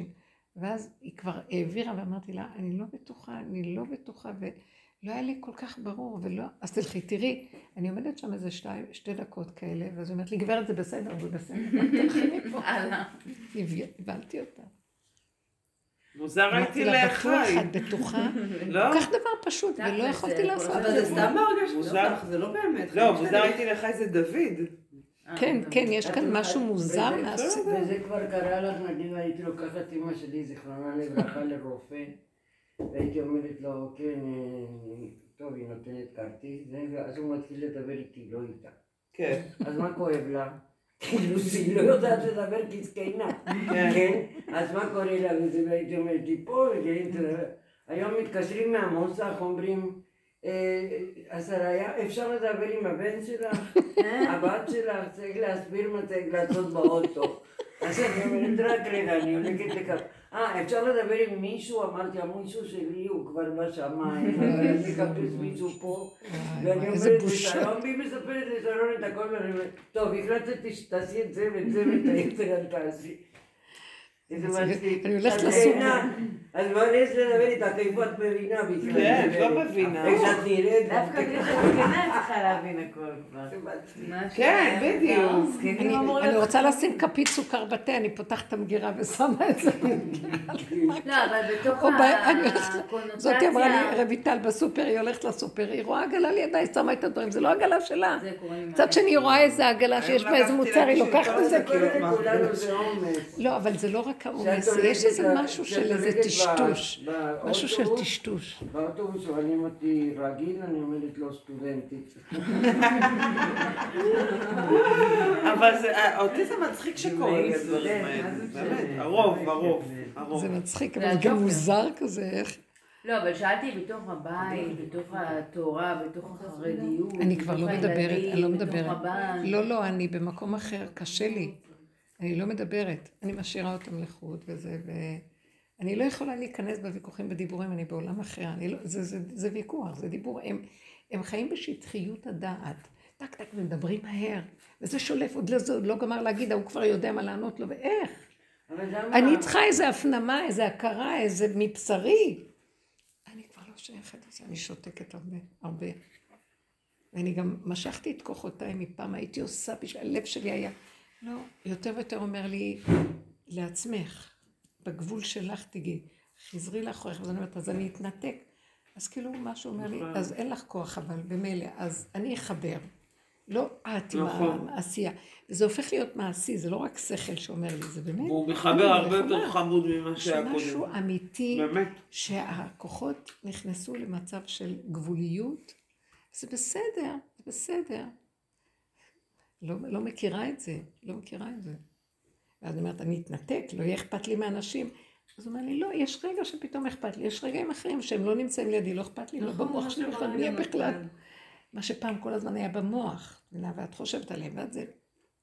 ואז היא כבר העבירה ואמרתי לה, אני לא בטוחה, אני לא בטוחה, ולא היה לי כל כך ברור, ולא, אז תלכי, תראי, אני עומדת שם איזה שתי, שתי דקות כאלה, ואז היא אומרת לי, גברת, זה בסדר, זה בסדר, תלכי מפה. הבנתי אותה. מוזר הייתי אמרתי לה, לחי. בטוח, את בטוחה? לא? כל כך דבר פשוט, ולא יכולתי לעשות אבל את זה זה. סתם בהרגשה מוזר. שלך, זה לא באמת. לא, מוזר הייתי לחי זה דוד. כן, כן, יש כאן משהו מוזר וזה- מהסדר. וזה כבר קרה לך, נגיד, הייתי לוקחת אמא שלי, זיכרונה לברכה, לרופא, והייתי אומרת לו, כן, אה, טוב, היא נותנת כרטיס, זה, ואז הוא מתחיל לדבר איתי, לא איתה. כן. אז מה כואב לה? כאילו שהיא לא יודעת לדבר כזקנה, כן? אז מה קורה לה וזה, והייתי אומרת לי פה, היום מתקשרים מהמוסך, אומרים, אז היה אפשר לדבר עם הבן שלך, הבת שלך, צריך להסביר מה צריך לעשות באוטו. אז אני אומרת, רק רגע, אני הולכת לקבל. אה, אפשר לדבר עם מישהו? אמרתי, המישהו שלי הוא כבר בשמיים, אבל אני מחפש מישהו פה. ואני אומרת, ושלום, והיא מספרת לשלום את הכל, ואני אומרת, טוב, החלטתי שתעשי את זה ואת זה ואת היתר אל תעשי. איזה מצחיק. אני הולכת אז לסופר. אינה, אז מה יש לדבר איתה, איפה את מבינה בכלל? כן, את לא מבינה. איך שאת נראית? דווקא בגלל שזקנה צריכה להבין הכל כבר. כן, בדיוק. אני אני רוצה לשים כפית סוכר בתה, אני פותחת את המגירה ושמה את זה. לא, אבל בתוך או ב- אני הולכת- הקונוטציה... זאתי אמרה לי, רויטל בסופר, היא הולכת לסופר, היא רואה עגלה לידה, היא שמה את הדברים, זה לא עגלה שלה. זה קורה עם קצת שני היא רואה איזה עגלה שיש בה איזה מוצר, היא לוקחת את זה. כל אלה כולנו זה עומס. לא, אבל זה לא רק העומס, שאת יש איזה הולכת ב- משהו שאת של איזה הולכת ב- טשטוש. משהו של באוטובוס, טשטוש. באוטובוס שואלים אותי רגיל, אני אומרת לו סטודנטית. אבל זה, אותי זה מצחיק שקורה לי הדברים האלה. באמת, הרוב, הרוב, הרוב. זה מצחיק, זה אבל גם הג'וקר. מוזר כזה, איך... לא, אבל שאלתי בתוך הבית, בתוך התורה, בתוך החרדיות, אני כבר לא בתוך מדברת, הילדים, אני לא בתוך מדברת. הבנק. לא, לא, אני במקום אחר, קשה לי. אני לא מדברת. אני משאירה אותם לחוד וזה, ואני לא יכולה להיכנס בוויכוחים בדיבורים, אני בעולם אחר. אני לא, זה, זה, זה ויכוח, זה דיבור. הם, הם חיים בשטחיות הדעת. טק טק ומדברים מהר, וזה שולף, עוד לא, עוד לא גמר להגיד, הוא כבר יודע מה לענות לו, ואיך? אבל למה? אני צריכה איזה הפנמה, איזה הכרה, איזה מבשרי. אני כבר לא שייכת לזה, אני שותקת הרבה, הרבה. ואני גם משכתי את כוחותיי מפעם, הייתי עושה בשביל, הלב שלי היה, לא, יותר ויותר אומר לי, לעצמך, בגבול שלך תגידי, חזרי לאחוריך, אז אני אומרת, אז אני אתנתק. אז כאילו משהו אומר לי, אז אין לך כוח, אבל במילא, אז אני אחבר. לא את עם העשייה. זה הופך להיות מעשי, זה לא רק שכל שאומר לי, זה באמת... והוא מחבר הרבה יותר חמוד ממה שהיה קודם. משהו אמיתי, באמת. שהכוחות נכנסו למצב של גבוליות, זה בסדר, זה בסדר. לא, לא מכירה את זה, לא מכירה את זה. ואז אני אומרת, אני אתנתק, לא יהיה אכפת לי מאנשים. אז הוא אומר לי, לא, יש רגע שפתאום אכפת לי, יש רגעים אחרים שהם לא נמצאים לידי, לא אכפת לי, לא במוח שלי בכלל, מי יהיה בכלל. מה שפעם כל הזמן היה במוח, ואת חושבת עליהם, ואת זה.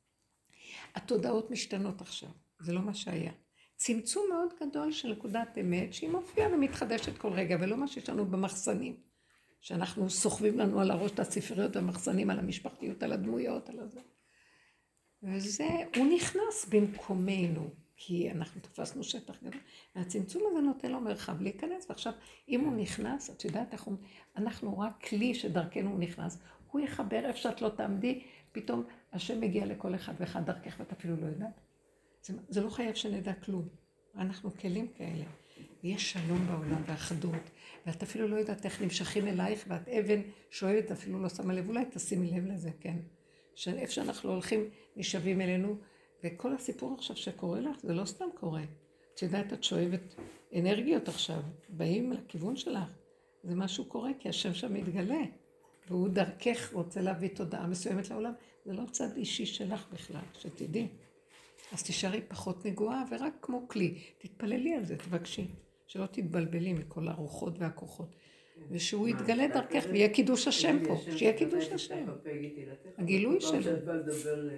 התודעות משתנות עכשיו, זה לא מה שהיה. צמצום מאוד גדול של נקודת אמת, שהיא מופיעה ומתחדשת כל רגע, ולא מה שיש לנו במחסנים, שאנחנו סוחבים לנו על הראש את הספריות והמחסנים, על המשפחתיות, על הדמויות, על הזה. וזה, הוא נכנס במקומנו, כי אנחנו תפסנו שטח גדול, והצמצום הזה נותן לו מרחב להיכנס, ועכשיו, אם הוא נכנס, את יודעת, אנחנו, אנחנו רק כלי שדרכנו הוא נכנס, הוא יחבר איפה שאת לא תעמדי, פתאום השם מגיע לכל אחד ואחד דרכך, ואת אפילו לא יודעת. זה, זה לא חייב שנדע כלום, אנחנו כלים כאלה. ויש שלום בעולם ואחדות, ואת אפילו לא יודעת איך נמשכים אלייך, ואת אבן שואלת, אפילו לא שמה לב, אולי תשימי לב לזה, כן. שאיפה שאנחנו הולכים, נשאבים אלינו, וכל הסיפור עכשיו שקורה לך, זה לא סתם קורה. את יודעת, את שואבת אנרגיות עכשיו, באים לכיוון שלך. זה משהו קורה, כי השם שם מתגלה, והוא דרכך רוצה להביא תודעה מסוימת לעולם. זה לא צד אישי שלך בכלל, שתדעי. אז תישארי פחות נגועה, ורק כמו כלי. תתפללי על זה, תבקשי. שלא תתבלבלי מכל הרוחות והכוחות. ושהוא יתגלה דרכך, ויהיה קידוש השם פה. שיהיה קידוש השם. הגילוי שלו. שאת באה לדבר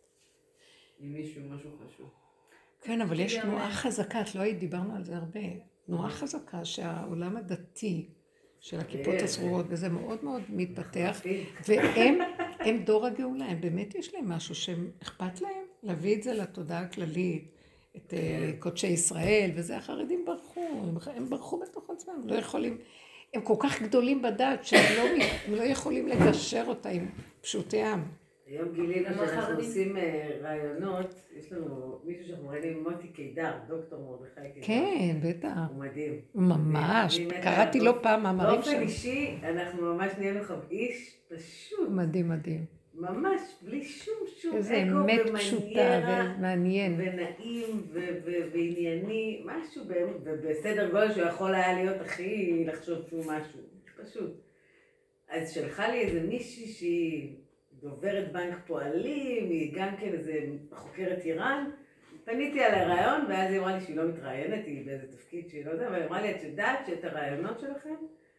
עם מישהו, משהו חשוב. כן, אבל יש תנועה חזקה, את לא היית, דיברנו על זה הרבה. תנועה חזקה שהעולם הדתי של הכיפות הסגורות, וזה מאוד מאוד מתפתח, והם הם דור הגאולה, הם באמת יש להם משהו שהם אכפת להם להביא את זה לתודעה הכללית, את אה, קודשי ישראל, וזה החרדים ברחו, הם, הם ברחו בתוך עצמם, לא יכולים, הם כל כך גדולים בדעת שהם לא, הם לא יכולים לגשר אותה עם פשוטי עם. היום גילינו שאנחנו עושים אה, רעיונות, יש לנו מישהו שאנחנו ראינו עם מוטי קידר, דוקטור מרדכי קידר. כן, בטח. הוא מדהים. ממש, קראתי לא פעם מאמרים שם. באופן אישי, אנחנו ממש נהיינו לך איש פשוט. מדהים, מדהים. ממש, בלי שום שום איזה אגו אמת פשוטה ומעניין. ונעים ו- ו- וענייני, משהו באמת, ובסדר גודל שהוא יכול היה להיות הכי לחשוב שהוא משהו, פשוט. אז שלחה לי איזה מישהי שהיא דוברת בנק פועלים, היא גם כן איזה חוקרת איראן, פניתי על הרעיון, ואז היא אמרה לי שהיא לא מתראיינת, היא באיזה תפקיד שהיא לא יודעת, אבל היא אמרה לי, את יודעת שאת הרעיונות שלכם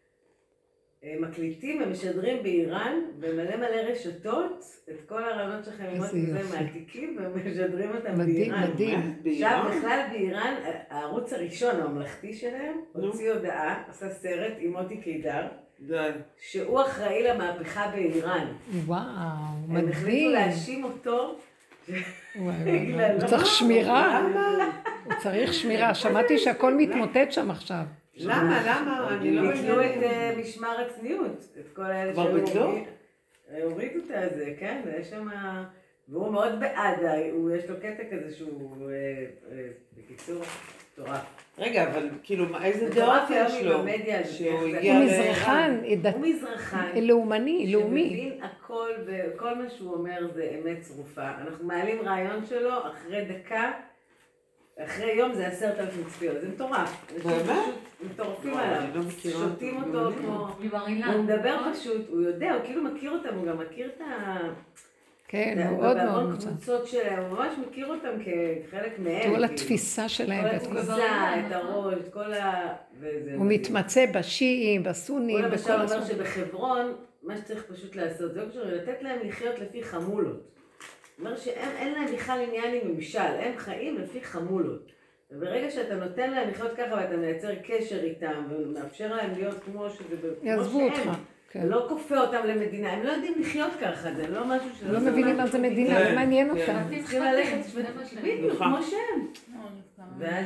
מקליטים ומשדרים באיראן, במלא מלא רשתות, את כל הרעיונות שלכם עם זה מעתיקים, ומשדרים אותם באיראן. מדהים, מדהים. עכשיו, בכלל באיראן, הערוץ הראשון, הממלכתי שלהם, הוציא הודעה, עשה סרט עם מוטי קידר, שהוא אחראי למהפכה באיראן. וואו, מדהים. הם החליטו להאשים אותו. הוא צריך שמירה. הוא צריך שמירה. שמעתי שהכל מתמוטט שם עכשיו. למה? למה? אני לא ביטלו את משמר הצניעות. את כל האלה כבר ביטלו? הורידו את זה, כן? יש שם... והוא מאוד בעד, יש לו קטע כזה שהוא... בקיצור, מטורף. רגע, אבל כאילו, איזה דעות יש לו? שהוא הגיע הוא מזרחן, הוא מזרחן. לאומני, לאומי. שמבין הכל, וכל מה שהוא אומר זה אמת צרופה. אנחנו מעלים רעיון שלו, אחרי דקה, אחרי יום זה עשרת אלפים צפיות. זה מטורף. באמת? מטורפים עליו. שותים אותו כמו... הוא מדבר פשוט, הוא יודע, הוא כאילו מכיר אותם, הוא גם מכיר את ה... כן, מאוד מאוד בהמון קבוצות שלהם, הוא ממש מכיר אותם כחלק מהם. כל התפיסה שלהם. כל התפיסה, את הראש, את כל ה... הוא מתמצא בשיעים, בסונים, הוא למשל אומר שבחברון, מה שצריך פשוט לעשות, זה קשור, לתת להם לחיות לפי חמולות. הוא אומר שאין להם בכלל עניין עם ממשל, הם חיים לפי חמולות. וברגע שאתה נותן להם לחיות ככה ואתה מייצר קשר איתם, ומאפשר להם להיות כמו שזה... יעזבו אותך. לא כופה אותם למדינה, הם לא יודעים לחיות ככה, זה לא משהו שלא... לא מבינים מה זה מדינה, לא מעניין אותם. צריכים ללכת בדיוק, כמו שהם. ואז...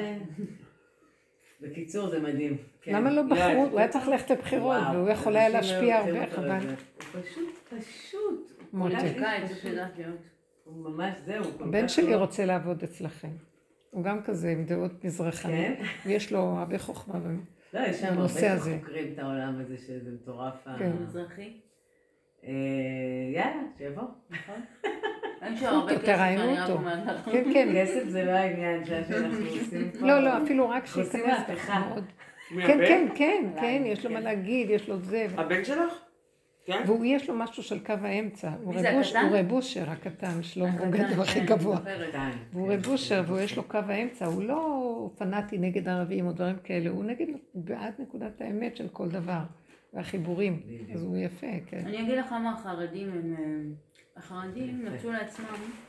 בקיצור, זה מדהים. למה לא בחרו? הוא היה צריך ללכת לבחירות, והוא יכול היה להשפיע הרבה, חבל. פשוט, פשוט. מותק. הוא ממש זהו. הבן שלי רוצה לעבוד אצלכם. הוא גם כזה עם דעות מזרחניות. ויש לו הרבה חוכמה בנושא. לא, יש שם הרבה שחוקרים את העולם הזה שזה מטורף. כן. מזרחי? יאללה, שיבוא, נכון? אין שם הרבה כסף, אני רק אומרת לך. כן, כן. כסף זה לא העניין שאנחנו עושים פה. לא, לא, אפילו רק עושים שיכנס מהפכה. מאוד. כן, כן, כן, כן, יש לו מה להגיד, יש לו זה. הבן שלך? כן? והוא יש לו משהו של קו האמצע. מי זה, הקטן? הוא רבושר, הקטן, שלמה, הוא גדול הכי גבוה. והוא רבושר, והוא יש לו קו האמצע, הוא לא פנאטי נגד ערבים או דברים כאלה, הוא נגד בעד נקודת האמת של כל דבר, והחיבורים, אז הוא יפה, כן. אני אגיד לך מה החרדים הם, החרדים נתנו לעצמם,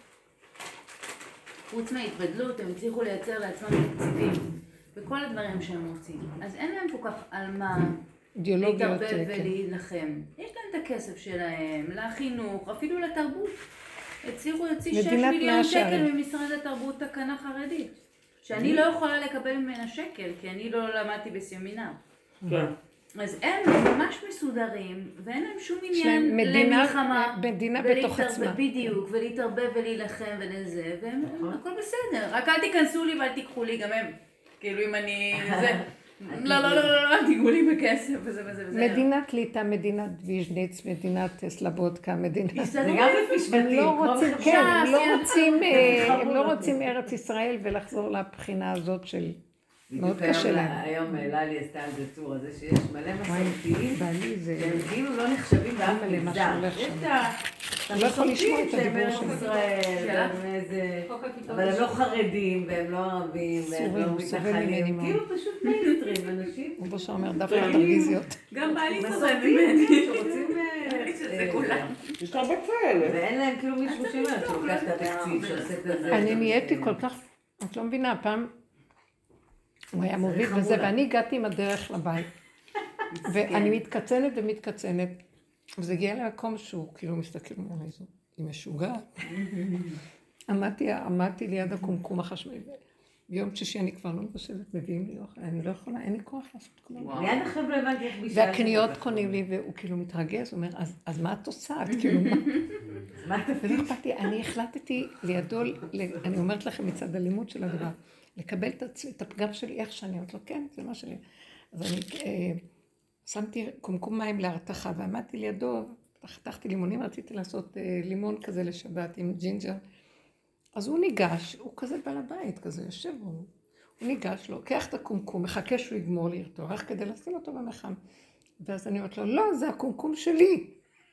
חוץ מההתבדלות, הם הצליחו לייצר לעצמם תקציבים, וכל הדברים שהם רוצים, אז אין להם כל כך על מה להתערבב ולהילחם. יש להם את הכסף שלהם, לחינוך, אפילו לתרבות. הצליחו להוציא שש מיליון שקל ממשרד התרבות תקנה חרדית. שאני לא יכולה לקבל ממנה שקל, כי אני לא למדתי בסמינר. כן. אז הם ממש מסודרים, ואין להם שום עניין למלחמה. מדינה בתוך עצמה. בדיוק, ולהתערבב ולהילחם ולזה, והם הכל בסדר. רק אל תיכנסו לי ואל תיקחו לי, גם הם. כאילו אם אני... לא, לא, לא, לא, לא, תיגעו לי בכסף וזה וזה וזה. מדינת ליטא, מדינת ויז'ניץ, מדינת סלבודקה, מדינת... זה גם משפטים. הם לא רוצים, כן, הם לא רוצים, הם לא רוצים ארץ ישראל ולחזור לבחינה הזאת של... מאוד קשה להם. היום העלה לי עשתה על זה טור, זה שיש מלא מסורתיים, בעלי זה... שהם כאילו לא נחשבים באף מגזר. יש את המסורתיים שהם ארץ ישראל, אבל הם לא חרדים, והם לא ערבים, והם לא מתנחלים, כאילו פשוט מיינסטרים, אנשים. הוא בושה אומר דווקא טלוויזיות. גם בעלי סובל ממני. שרוצים... זה כולם. יש הרבה כאלה. ואין להם כאילו מישהו שאומר, שלוקח את התקציב, שעושה את זה. אני נהייתי כל כך... את לא מבינה, פעם... הוא היה מוביל בזה, ואני הגעתי עם הדרך לבית. ואני מתקצנת ומתקצנת, וזה הגיע למקום שהוא כאילו מסתכל, היא משוגעת. עמדתי, עמדתי ליד הקומקום החשמלי. ביום שישי אני כבר לא מבשלת, מביאים לי אוכל, אני לא יכולה, אין לי כוח לעשות כלום. מיד אחרי לא הבנתי איך בישלת. והקניות קונים לי, והוא כאילו מתרגז, הוא אומר, "אז- אז מה את עושה? את כאילו, מה?" מה אתה ולא אכפת לי, אני החלטתי לידו, ל- אני אומרת לכם מצד הלימוד של הדבר, לקבל את עצמי, את הפגם שלי, איך שאני אומרת לו, כן, זה מה שלי. אז אני אה, שמתי קומקום מים להרתחה, ועמדתי לידו, חתכתי לימונים, רציתי לעשות אה, לימון כזה לשבת עם ג'ינג'ר. אז הוא ניגש, הוא כזה בעל הבית, כזה יושב, הוא, הוא ניגש, לוקח את הקומקום, מחכה שהוא יגמור לרתוח, רק כדי לשים אותו במחם. ואז אני אומרת לו, לא, זה הקומקום שלי.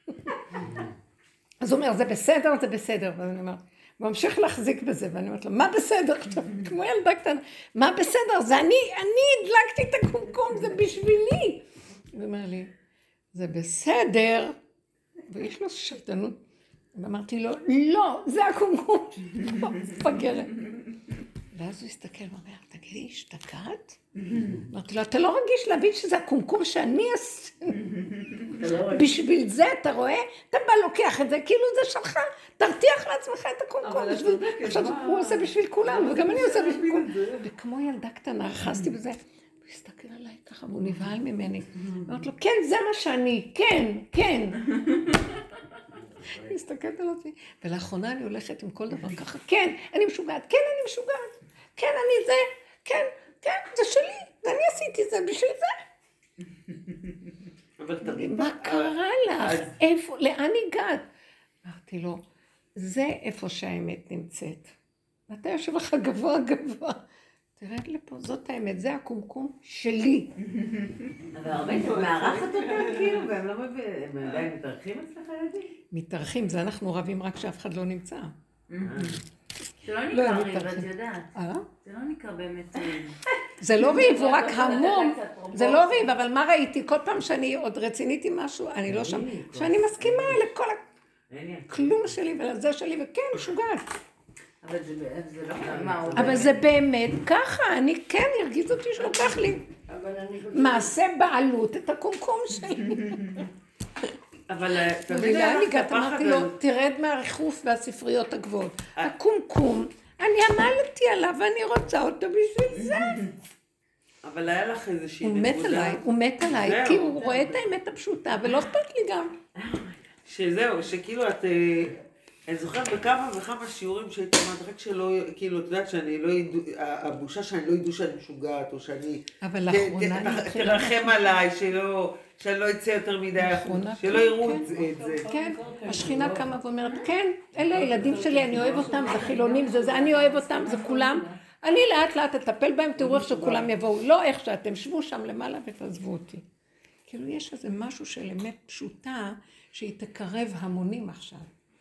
אז הוא אומר, זה בסדר, זה בסדר. ואז אני אומרת, הוא ממשיך להחזיק בזה, ואני אומרת לו, מה בסדר? עכשיו, כמו ילדה קטנה, מה בסדר? זה אני, אני הדלקתי את הקומקום, זה בשבילי. הוא אומר לי, זה בסדר, ויש לו שתנות. ואמרתי לו, לא, זה הקומקום שלי, לא, פגרת. ואז הוא הסתכל ואומר, תגידי, השתגעת? אמרתי לו, אתה לא רגיש להבין שזה הקומקום שאני עשיתי. בשביל זה, אתה רואה? אתה בא לוקח את זה, כאילו זה שלך, תרתיח לעצמך את הקומקום. עכשיו, הוא עושה בשביל כולם, וגם אני עושה בשביל כולם. וכמו ילדה קטנה, רחסתי בזה. הוא הסתכל עליי ככה, והוא נבהל ממני. אמרתי לו, כן, זה מה שאני, כן, כן. אני מסתכלת על עצמי, ולאחרונה אני הולכת עם כל דבר ככה, כן, אני משוגעת, כן, אני משוגעת, כן, אני זה, כן, כן, זה שלי, זה אני עשיתי זה, בשביל זה. אבל תמיד... מה קרה לך? איפה, לאן הגעת? אמרתי לו, זה איפה שהאמת נמצאת. ואתה יושב לך גבוה גבוה. תרד לפה, זאת האמת, זה הקומקום שלי. אבל הרבה פעמים מארחת אותם כאילו, והם לא מבינים, הם עדיין מתארחים אצלך ילדים? מתארחים, זה אנחנו רבים רק שאף אחד לא נמצא. זה לא לא, נקרא אני ריב, מתארחת. את יודעת. אה? זה לא נקרא באמת... זה לא ריב, הוא רק המום. זה לא ריב, אבל מה ראיתי? כל פעם שאני עוד רצינית עם משהו, אני לא שם, שאני מסכימה לכל הכלום שלי ולזה שלי, וכן, משוגעת. אבל זה זה לא... מה, הוא אבל זה באמת ככה, אני כן הרגיז אותי שלוקח לי מעשה בעלות את הקומקום שלי. אבל אה, תמיד ולאן היה לך את הגעת? הפחד אמרתי לו, הזה. תרד מהריחוף והספריות הגבוהות. הקומקום, אני עמלתי עליו ואני רוצה אותו בשביל זה. אבל היה לך איזושהי הוא מת עליי, הוא מת עליי, זהו. כי הוא רואה את האמת הפשוטה, ולא אכפת לי גם. שזהו, שכאילו את... אה, אני זוכרת בכמה וכמה שיעורים שהייתי אומרת, רק שלא, כאילו, את יודעת שאני לא ידעו, הבושה שאני לא ידעו שאני משוגעת, או שאני... אבל ת- לאחרונה ת- אני ת- התחילה תרחם עליי, שלא, שאני לא אצא יותר מדי, לאחרונה, שלא כן, יראו כן. את זה- את זה. כן, השכינה קמה ואומרת, כן, אלה הילדים שלי, אני אוהב אותם, זה חילונים, זה זה, אני אוהב אותם, זה כולם. אני לאט לאט אטפל בהם, תראו איך שכולם יבואו, לא איך שאתם, שבו שם למעלה ותעזבו אותי. כאילו יש איזה משהו של אמת פשוטה, שהיא תקרב המונים עכשיו.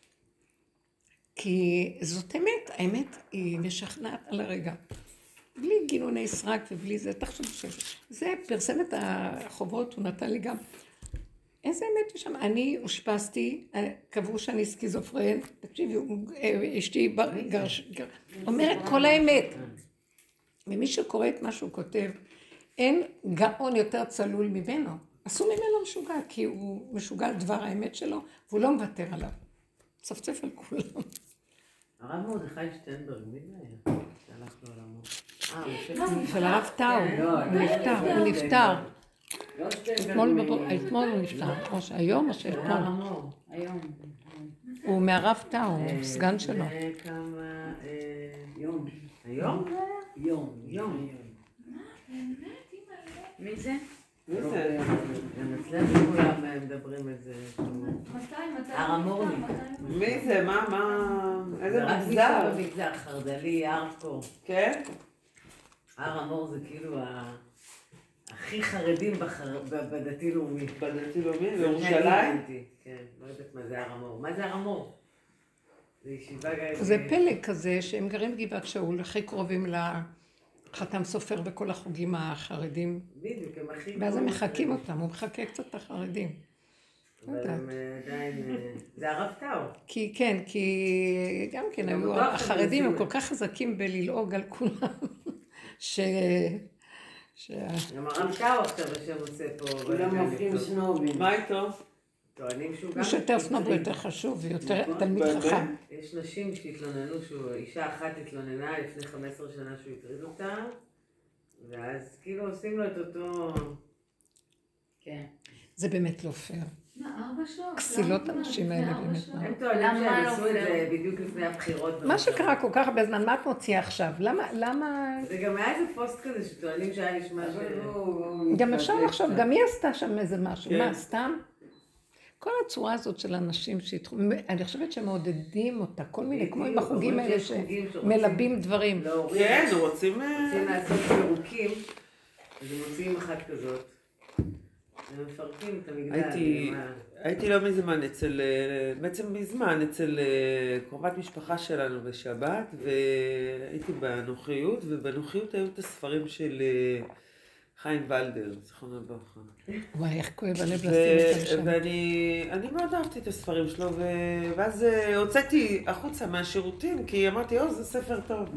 כי זאת אמת, האמת היא משכנעת על הרגע. בלי גינוני סרק ובלי זה, תחשוב שזה פרסם את החובות, הוא נתן לי גם. איזה אמת יש שם? אני הושפסתי, קבעו שאני סקיזופרן, תקשיבי, אשתי גרש, אומרת כל האמת. ומי שקורא את מה שהוא כותב, אין גאון יותר צלול ממנו. עשו ממנו משוגע, כי הוא משוגע על דבר האמת שלו, והוא לא מוותר עליו. צפצף על כולם. הרב מרדכי שטיינברג, מי זה היה? שהלך לעולמו. אה, הוא של הרב טאו, הוא נפטר, הוא נפטר. אתמול בבוקר, אתמול הוא נפטר, או שהיום או שאתמול. הרמור. היום. הוא מהרב טאו, הוא סגן שלו. זה כמה... אה, יום. היום? יום. יום. מי זה? מי זה? גם אצלנו כולם מדברים על זה. מתי, מתי? הרמורני. מי זה? מה, מה... איזה זה רק מגזר? מישהו במגזר, חרדלי, ארקור. כן? הר המור זה כאילו ה... הכי חרדים בחר... ב- בדתי-לאומי. בדתי לאומי, זה בירושלים? אני הבנתי, כן, לא יודעת מה זה הר המור. מה זה הר המור? זה ישיבה גם... זה פלא כזה שהם גרים בגבעת שאול, הכי קרובים לחתם סופר וכל החוגים החרדים. בדיוק, הם הכי... ואז הם קרובים מחקים לחרדים. אותם, הוא מחכה קצת את החרדים. לא אבל יודעת. הם אה, עדיין... אה, זה הרב טאו. כי כן, כי גם כן גם היו, אותו החרדים הם החרדים. כל כך חזקים בללעוג על כולם, ש... שה- גם הרב טאו עכשיו השם עושה פה... כולם הופכים סנובים. מה איתו? טוענים שהוא גם... מי שיותר סנוב הוא יותר חשוב, ויותר תלמיד חכם. יש נשים שהתלוננו, אישה אחת התלוננה לפני חמש עשרה שנה שהוא הטריד אותה, ואז כאילו עושים לו את אותו... כן. זה באמת לא פייר. מה, ארבע שעות? כסילות למה? האנשים האלה לפני ארבע באמת. שעות? הם טוענים למה שהם לא עשו את זה פייר? בדיוק לפני הבחירות. מה שקרה כל כך הרבה זמן, מה את מוציאה עכשיו? למה, למה... זה גם היה איזה פוסט כזה שטוענים שהיה נשמע ש... גם אפשר לחשוב, גם היא עשתה שם איזה משהו, כן. מה, סתם? כל הצורה הזאת של אנשים שהתחו... אני חושבת שמעודדים אותה, כל מיני, כמו עם החוגים האלה שמלבים דברים. כן, רוצים... רוצים לעשות פירוקים, אז הם מוציאים אחת כזאת. הם מפרקים את המגדל. הייתי, הייתי לא מזמן אצל, בעצם מזמן אצל קרובת משפחה שלנו בשבת, והייתי בנוחיות, ובנוחיות היו את הספרים של חיים ולדר, זכרונו לברכה. וואי, איך כואב הלב לשים אותם שם. ואני אני מאוד אהבתי את הספרים שלו, ואז הוצאתי החוצה מהשירותים, כי אמרתי, או, זה ספר טוב.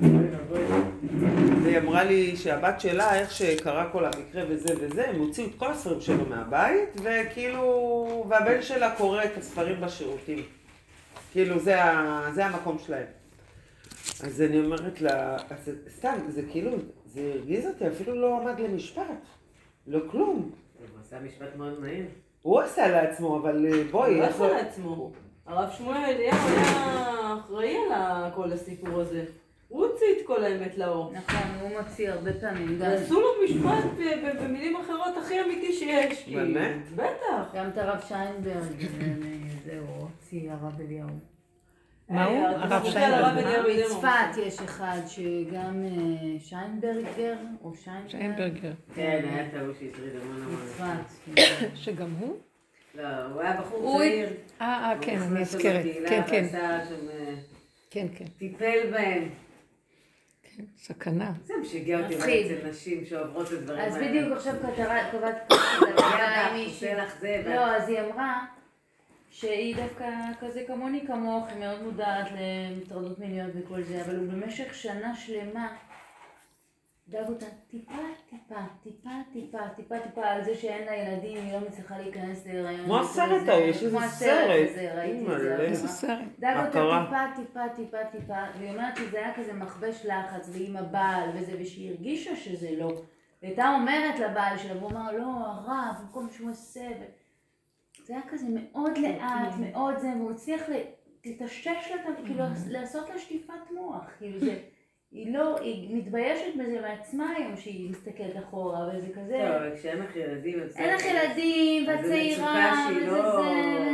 והיא אמרה לי שהבת שלה, איך שקרה כל המקרה וזה וזה, הם הוציאו את כל הספרים שלו מהבית, וכאילו, והבן שלה קורא את הספרים בשירותים. כאילו, זה, זה המקום שלהם. אז אני אומרת לה, אז, סתם, זה כאילו, זה הרגיז אותי, אפילו לא עמד למשפט. לא כלום. הוא עשה משפט מאוד מהיר. הוא עשה לעצמו, אבל בואי... הוא לא עשה לעצמו. הרב שמואל אליהו היה אחראי על כל הסיפור הזה. הוא הוציא את כל האמת לאור. נכון, הוא מוציא הרבה פעמים. גם- ועשו לו משפט ב- ב- במילים אחרות הכי אמיתי שיש. כי- באמת? בטח. גם את הרב שיינברג, זהו, הוציא הרב אליהו. מה הוא? אה, הרב אתה זוכר על הרב שיינברג. אליהו דמון. בצפת יש אחד שגם אה, שיינברגר, או שיינברג. שיינברגר. כן, היה את ההוא שהטריד המון המון. בצפת. שגם הוא? לא, הוא היה בחור הוא- צעיר. אה, אה, כן, הוא אני נכנס נזכרת. לקהילה כן, כן, ועשה שם, אה, כן, כן. טיפל בהם. כן, סכנה. זה משגע אותי מפחיד. אצל נשים שעוברות את הדברים אז האלה. בדיוק עכשיו כתרה- קובעת כתבה עם מישהי. עושה לך זה, לא, אז היא אמרה שהיא דווקא כזה כמוני כמוך, היא מאוד מודעת למטרדות מיניות וכל זה, אבל הוא במשך שנה שלמה דאג אותה טיפה, טיפה, טיפה, טיפה, טיפה, טיפה, על זה שאין לה ילדים, היא לא מצליחה להיכנס להיריון. כמו וכל הסרט זה. ההוא, יש איזה כמו הסרט סרט. הזה, ראיתי את אימא'לה. זה. איזה סרט. דאג מה אותה קרה? טיפה, טיפה, טיפה, טיפה, והיא אומרת שזה היה כזה מכבש לחץ, ועם הבעל וזה, ושהיא הרגישה שזה לא. והייתה אומרת לבעל שלה, והוא אמר, לא, הרב, במקום שהוא עושה, ו... זה היה כזה מאוד לאט, מאוד זה, והוא הצליח לטשטש לה, כאילו לעשות לה שטיפת מוח, כאילו זה, היא לא, היא מתביישת בזה מעצמה היום שהיא מסתכלת אחורה, וזה כזה, טוב, כשאין לך ילדים, אין לך ילדים, ואת צעירה, שהיא וזה לא...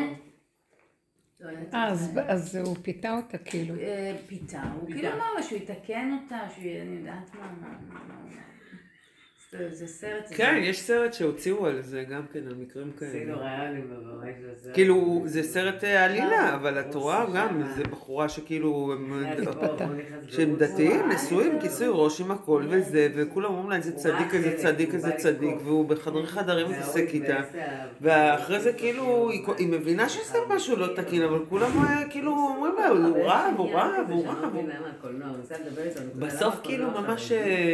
זה. לא יודעת אה, מה אז- זה. אז הוא פיתה אותה כאילו. אה, פיתה, הוא כאילו אמר שהוא יתקן אותה, שהוא, אני יודעת מה, מה, מה, מה, זה- זה סרט. זה- כן, יש סרט שהוציאו על זה גם כן, על מקרים עשינו כאלה. ריאלי בבית הזה. כאילו, זה סרט עלילה, אבל את רואה גם, זה בחורה שכאילו, הם- שהם דתיים, נשואים, כיסוי ראש עם הכל וזה, וכולם אומרים לה איזה צדיק, איזה צדיק, איזה צדיק, והוא בחדרי חדרים מתעסק איתה. ואחרי זה כאילו, היא- היא מבינה שזה משהו לא תקין, אבל כולם כאילו אומרים לה, הוא רב, הוא רב, הוא רב. בסוף כאילו ממש...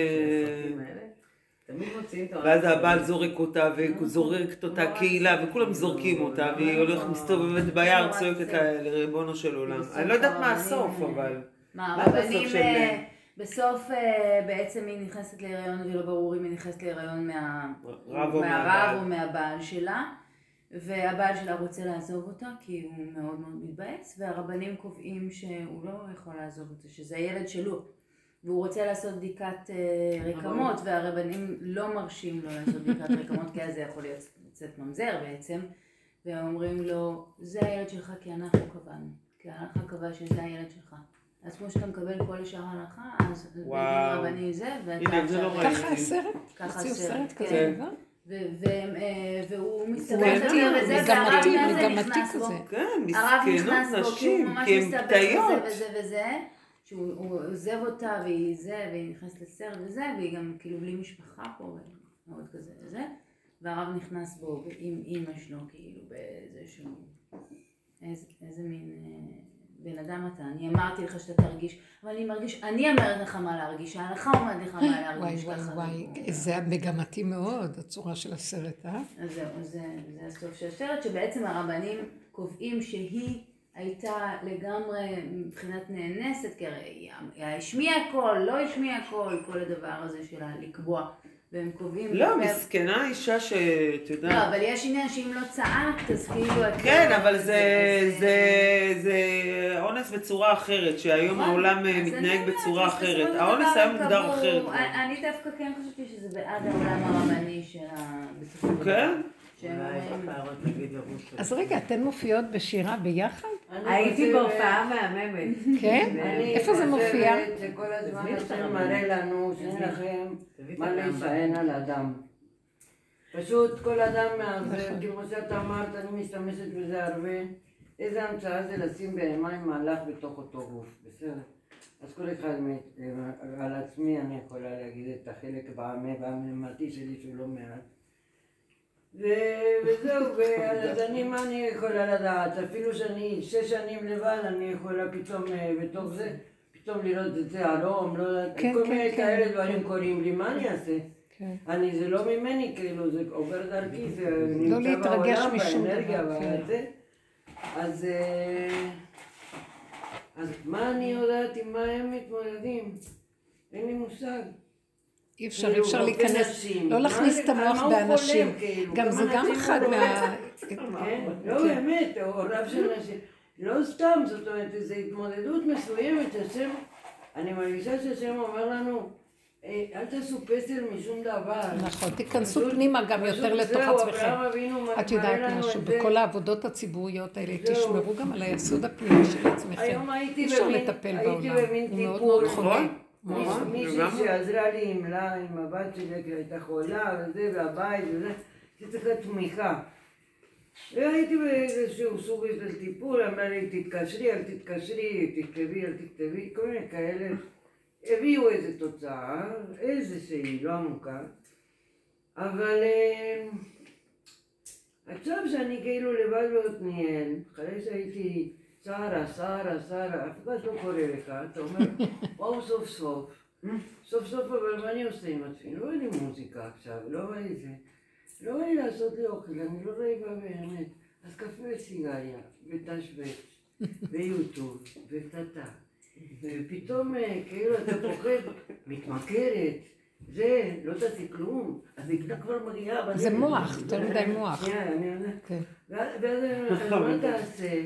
תמיד מוציאים את העולם. ואז הבעל זורק אותה, וזורקת אותה קהילה, וכולם זורקים אותה, והיא הולכת מסתובבת ביער, צועקת לה לריבונו של עולם. אני לא יודעת מה הסוף, אבל... מה, מה הרבנים, בסוף של- אה, בסוף אה, בעצם היא נכנסת להיריון, ולא ברור אם היא נכנסת להיריון מה- רב או מהרב מהבעל. או מהבעל שלה, והבעל שלה רוצה לעזוב אותה כי הוא מאוד מאוד מתבאס, והרבנים קובעים שהוא לא יכול לעזוב אותה, שזה הילד שלו. והוא רוצה לעשות בדיקת אה, רקמות, והרבנים לא מרשים לו לעשות בדיקת רקמות, כי אז זה יכול להיות לצאת ממזר בעצם, והם אומרים לו, זה הילד שלך כי אנחנו קבענו, כי ההלכה קבע שזה הילד שלך. אז כמו שאתה מקבל כל השאר ההלכה, אז בית וואו. רבני זה, ואתה הנה, זה לא עכשיו- ראיתי. ככה הסרט? ככה הוציאו הסרט, סרט כן. כזה דבר? ו- והם, אה, והוא מסתכל מתאים, על זה, והרב מגמתי, הזה מגמתי נכנס בו. כזה. כן, הרב מסכנות נכנס בו, כי הוא נשים, ממש כי הן מסתבך פתאיות. וזה וזה וזה, שהוא הוא עוזב אותה והיא זה, והיא נכנסת לסרט וזה, והיא גם כאילו בלי משפחה פה, מאוד כזה וזה, והרב נכנס בו עם אימא שלו, כאילו באיזשהו, איזה, איזה מין, אה, בן אדם אתה, אני אמרתי לך שאתה תרגיש, אבל אני מרגיש, אני אמרת לך מה להרגיש, ההלכה אומרת לך מה להרגיש וואי ככה. וואי וואי, זה מגמתי מאוד, הצורה של הסרט, אה? אז זהו, זה, זה הסוף של הסרט, שבעצם הרבנים קובעים שהיא הייתה לגמרי מבחינת נאנסת, כי הרי היא השמיעה הכל, לא השמיעה הכל, כל הדבר הזה שלה לקבוע. והם קובעים... לא, מסכנה אישה שתדע... לא, אבל יש עניין שאם לא צעקת, אז כאילו... כן, אבל זה אונס בצורה אחרת, שהיום העולם מתנהג בצורה אחרת. האונס היה מוגדר אחרת. אני דווקא כן חשבתי שזה בעד העולם הרבני של ה... כן? אז רגע, אתן מופיעות בשירה ביחד? הייתי בהופעה מהממת. כן? איפה זה מופיע? אני חושבת שכל הזמן השם מראה לנו שאין לכם מה להישען על אדם. פשוט כל אדם מעזר, כמו שאת אמרת, אני משתמשת בזה הרבה. איזה המצאה זה לשים בהמה עם מהלך בתוך אותו גוף, בסדר? אז כל אחד על עצמי אני יכולה להגיד את החלק והממתי שלי שהוא לא מעט. וזהו, אז אני, מה אני יכולה לדעת? אפילו שאני שש שנים לבד, אני יכולה פתאום בתוך זה, פתאום לראות את זה ערום, לא יודעת, כל מיני כאלה דברים קורים לי, מה אני אעשה? אני, זה לא ממני, כאילו, זה עובר דרכי, זה נמצא בעולם, באנרגיה, וזה. אז, אז מה אני יודעת עם מה הם מתמודדים? אין לי מושג. אי אפשר, אי אפשר להיכנס, לא להכניס את המוח באנשים. גם זה גם אחד מה... לא באמת, או רב של נשים. לא סתם, זאת אומרת, זו התמודדות מסוימת, השם, אני מרגישה שהשם אומר לנו, אל תעשו פסל משום דבר. נכון, תיכנסו פנימה גם יותר לתוך עצמכם. את יודעת משהו, בכל העבודות הציבוריות האלה, תשמרו גם על היסוד הפנימי של עצמכם. אי אפשר לטפל בעולם, הוא מאוד מאוד חולה. מישהי שעזרה לי עם לה, עם הבת שלי, כי הייתה חולה וזה, והבית וזה, שצריכה תמיכה. והייתי באיזשהו סוג של טיפול, אמרה לי, תתקשרי, אל תתקשרי, תכתבי, אל תכתבי, כל מיני כאלה. הביאו איזו תוצאה, איזושהי, לא עמוקה, אבל עכשיו שאני כאילו לבד בעתניאל, אחרי שהייתי שרה, שרה, שרה, אף אחד לא קורא לך, אתה אומר, וואו, סוף סוף, סוף סוף, אבל מה אני עושה עם עצמי? לא בא לי מוזיקה עכשיו, לא בא לי זה, לא בא לי לעשות לי אוכל, אני לא רעיבה באמת, אז קפה וסיגריה, ותשבץ, ויוטיוב, וקטטה. ופתאום כאילו אתה פוחד, מתמכרת, זה, לא תעשי כלום, אז נקנה כבר מגיעה. זה מוח, יותר מדי מוח. שנייה, אני עונה. ואז מה תעשה?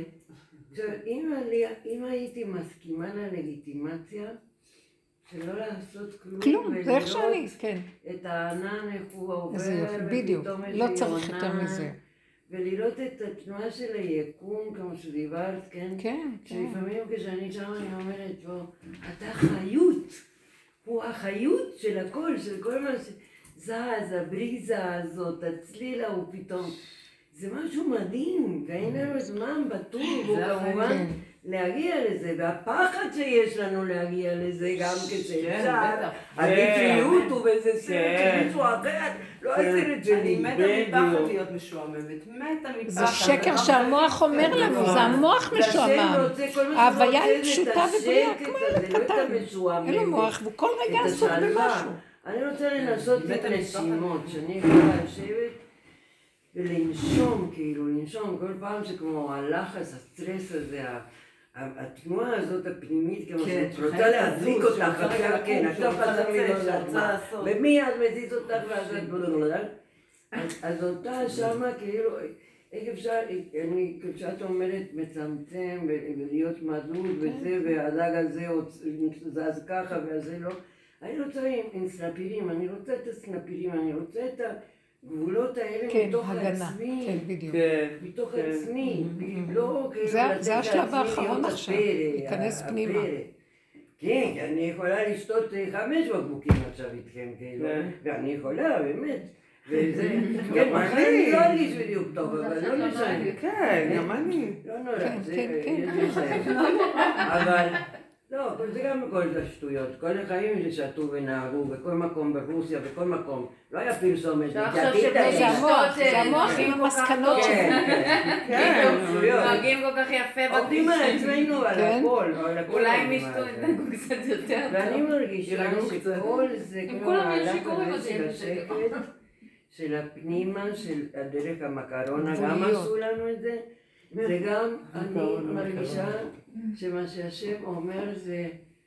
אם הייתי מסכימה ללגיטימציה, שלא לעשות כלום, כלום, זה איך שאני, כן. את הענן, איך הוא עובר, בדיוק, לא צריך יותר מזה. ולראות את התנועה של היקום, כמו שדיברת, כן? כן, כן. שלפעמים כשאני שם אני אומרת לו, אתה חיות, הוא החיות של הכל, של כל מה שזז, הבריזה הזאת, הצליל ההוא פתאום. זה משהו מדהים, ואין לנו זמן בטור, וכמובן להגיע לזה, והפחד שיש לנו להגיע לזה גם כשאפשר, הביטיות הוא באיזה סרט של מישהו אחר, לא הסרט שלי. אני מתה מפחד להיות משועממת, מתה מפחד. זה שקר שהמוח אומר לנו, זה המוח משועמם. ההוויה היא פשוטה ובריאה, כמו ילד קטן. אין לו מוח, והוא כל רגע עסוק במשהו. אני רוצה לנסות את נשימות, שאני יכולה לשבת ולנשום, כאילו, לנשום כל פעם שכמו הלחץ, הסטרס הזה, התנועה הזאת הפנימית, כמו שאת רוצה להזיק אותך, כן, עכשיו חזר לי לא לעצמה, ומי את מזיז אותך ואז את בלולולולול, אז אותה שמה כאילו, איך אפשר, אני, כשאת אומרת מצמצם ולהיות מדוד וזה, והדג הזה זז ככה והזה לא, אני רוצה עם סנפירים, אני רוצה את הסנפירים, אני רוצה את ה... גבולות האלה מתוך עצמי, מתוך עצמי, לא כאילו זה השלב האחרון עכשיו, להיכנס פנימה. כן, אני יכולה לשתות חמש בקבוקים עכשיו איתכם, ואני יכולה, באמת. וזה, כן, אני לא ארגיש בדיוק טוב, אבל לא משנה. כן, גם אני. לא נורא, זה אבל... לא, לא, אבל זה גם בכל השטויות. כל החיים ששתו ונהרו, בכל מקום ברוסיה, בכל מקום. לא היה פרסומת. אפשר לחשוב שבני זה המוח, לשתות, זה המוח עם המסקנות שלו. כן, כן. נוהגים כל כך יפה עובדים על עצמנו על כן. הכל. על הכל אולי הם עובדים ישתו על זה. יתנהגו קצת יותר ואני טוב. מרגישה ירגעו קצת. שכל זה הם כמו כולם העלת שיכורים הזה של עוד השקט, של הפנימה, של הדרך המקרונה, גם גבוליות. עשו לנו את זה. זה גם, אני מרגישה שמה שהשם אומר זה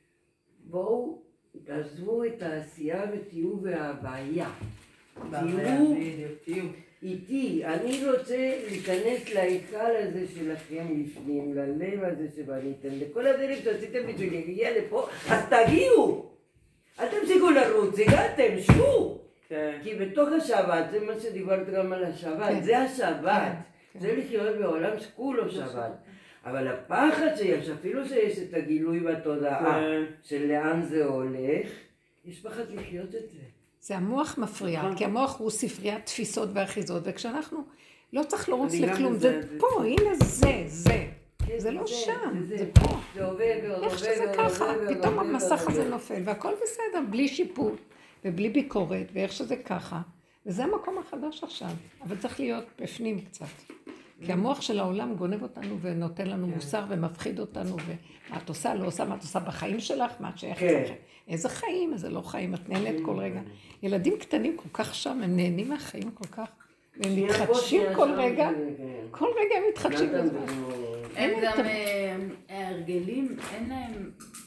בואו תעזבו את העשייה ותהיו בהוויה. תהיו תהיו. איתי, אני רוצה להיכנס להיכל הזה שלכם לפנים, ללב הזה שבניתם, לכל הדרך שעשיתם בשביל להגיע לפה, אז תגיעו! אל תמסיקו לרוץ, הגעתם, שבו! כן. כי בתוך השבת, זה מה שדיברת גם על השבת, כן. זה השבת, כן. זה לחיות בעולם שכולו שבת. אבל הפחד שיש, אפילו שיש את הגילוי בתודעה כן. של לאן זה הולך, יש פחד לחיות את זה. זה המוח מפריע, כי המוח הוא ספריית תפיסות ואחיזות, וכשאנחנו לא צריך לרוץ אני גם לכלום, בזה, זה זה- פה, הנה זה, זה. כן, זה לא שם, זה, זה פה. זה עובד ועוד עובד איך שזה ועוד ככה, עובד ועוד פתאום עובד המסך ועוד הזה עובד. נופל, והכל בסדר, בלי שיפוט ובלי ביקורת, ואיך שזה ככה. וזה המקום החדש עכשיו, אבל צריך להיות בפנים קצת. כי המוח של העולם גונב אותנו ונותן לנו מוסר ומפחיד אותנו, ומה את עושה, לא עושה, מה את עושה בחיים שלך, מה את שייכת כן. לכם. איזה חיים, איזה לא חיים, את נהנית כל רגע. ילדים קטנים כל כך שם, הם נהנים מהחיים כל כך, והם מתחדשים כל רגע, כל רגע הם מתחדשים. נתן בזה. בנו- הם אין גם את ה- אה, ההרגלים, אין להם,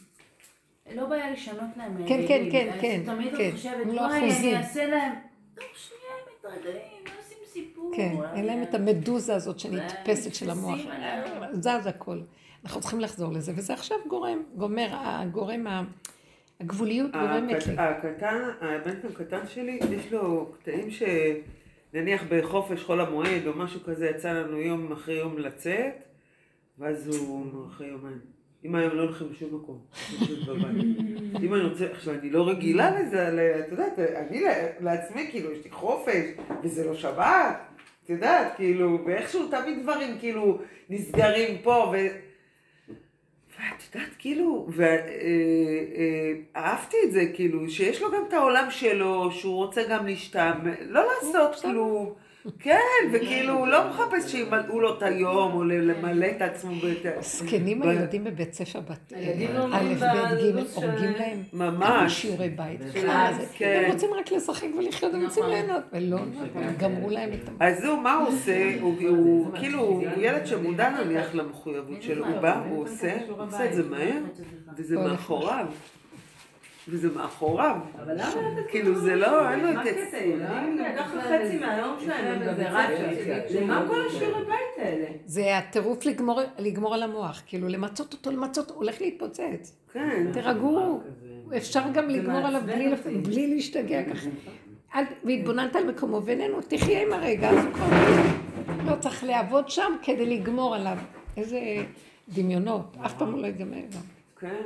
לא בעיה לשנות להם כן, הרגלים. כן, אז כן, תמיד כן. את חושבת, הם לא וואי, אחוזים." אני אעשה להם, לא, שנייה הם מתרגלים, לא עושים סיפור. כן, אין להם את המדוזה הזאת שנתפסת של המוח. נתפסים עליו. זז הכל. אנחנו צריכים לחזור לזה, וזה עכשיו גורם, גומר, הגורם, ה- הגבוליות גורמת לי. הקטן, הבן הקטן שלי, יש לו קטעים שנניח בחופש חול המועד או משהו כזה, יצא לנו יום אחרי יום לצאת, ואז הוא אומר אחרי יומיים, אמא היום לא הולכים לשום מקום, פשוט בבית. אמא אני רוצה, עכשיו אני לא רגילה לזה, ל- את יודעת, אני ל- לעצמי כאילו יש לי חופש, וזה לא שבת, את יודעת, כאילו, ואיכשהו תמיד דברים כאילו נסגרים פה, ו... ואת יודעת, כאילו, ואהבתי את זה, כאילו, שיש לו גם את העולם שלו, שהוא רוצה גם להשתעמם, לא לעשות כלום, כן, וכאילו, הוא לא מחפש שימלאו לו את היום, או למלא את עצמו בית... זקנים ב- הילדים בבית ספר, בת- הילדים א', לומדים ב', ג', בלו"ז הורגים שלהם. להם. ממש. כמה שיעורי בית. בכלל, זה- כן. הם רוצים רק לשחק ולחיות, הם רוצים ליהנות, ולא, גמרו להם את ה... אז הוא, מה הוא עושה? הוא, הוא כאילו, הוא ילד שמודע נניח למחויבות שלו, הוא בא, הוא עושה, הוא עושה את זה מהר, וזה מאחוריו. וזה מאחוריו. אבל למה לתת כאילו, זה לא, אין לו מה את הקטע? זה. ילדים לקחת חצי מהיום שלהם, הם בבית ספר. למה כל השיעורי בית האלה? זה הטירוף לגמור, לגמור על המוח, כאילו למצות אותו, למצות, הוא הולך להתפוצץ. כן. תרגעו, אפשר גם לגמור עליו בלי, מעצבן אותי. בלי להשתגע ככה. אל- והתבוננת על מקומו בינינו, תחיה עם הרגע, אז הוא כבר לא צריך לעבוד שם כדי לגמור עליו. איזה דמיונות, אף פעם הוא לא יגמר גם. כן.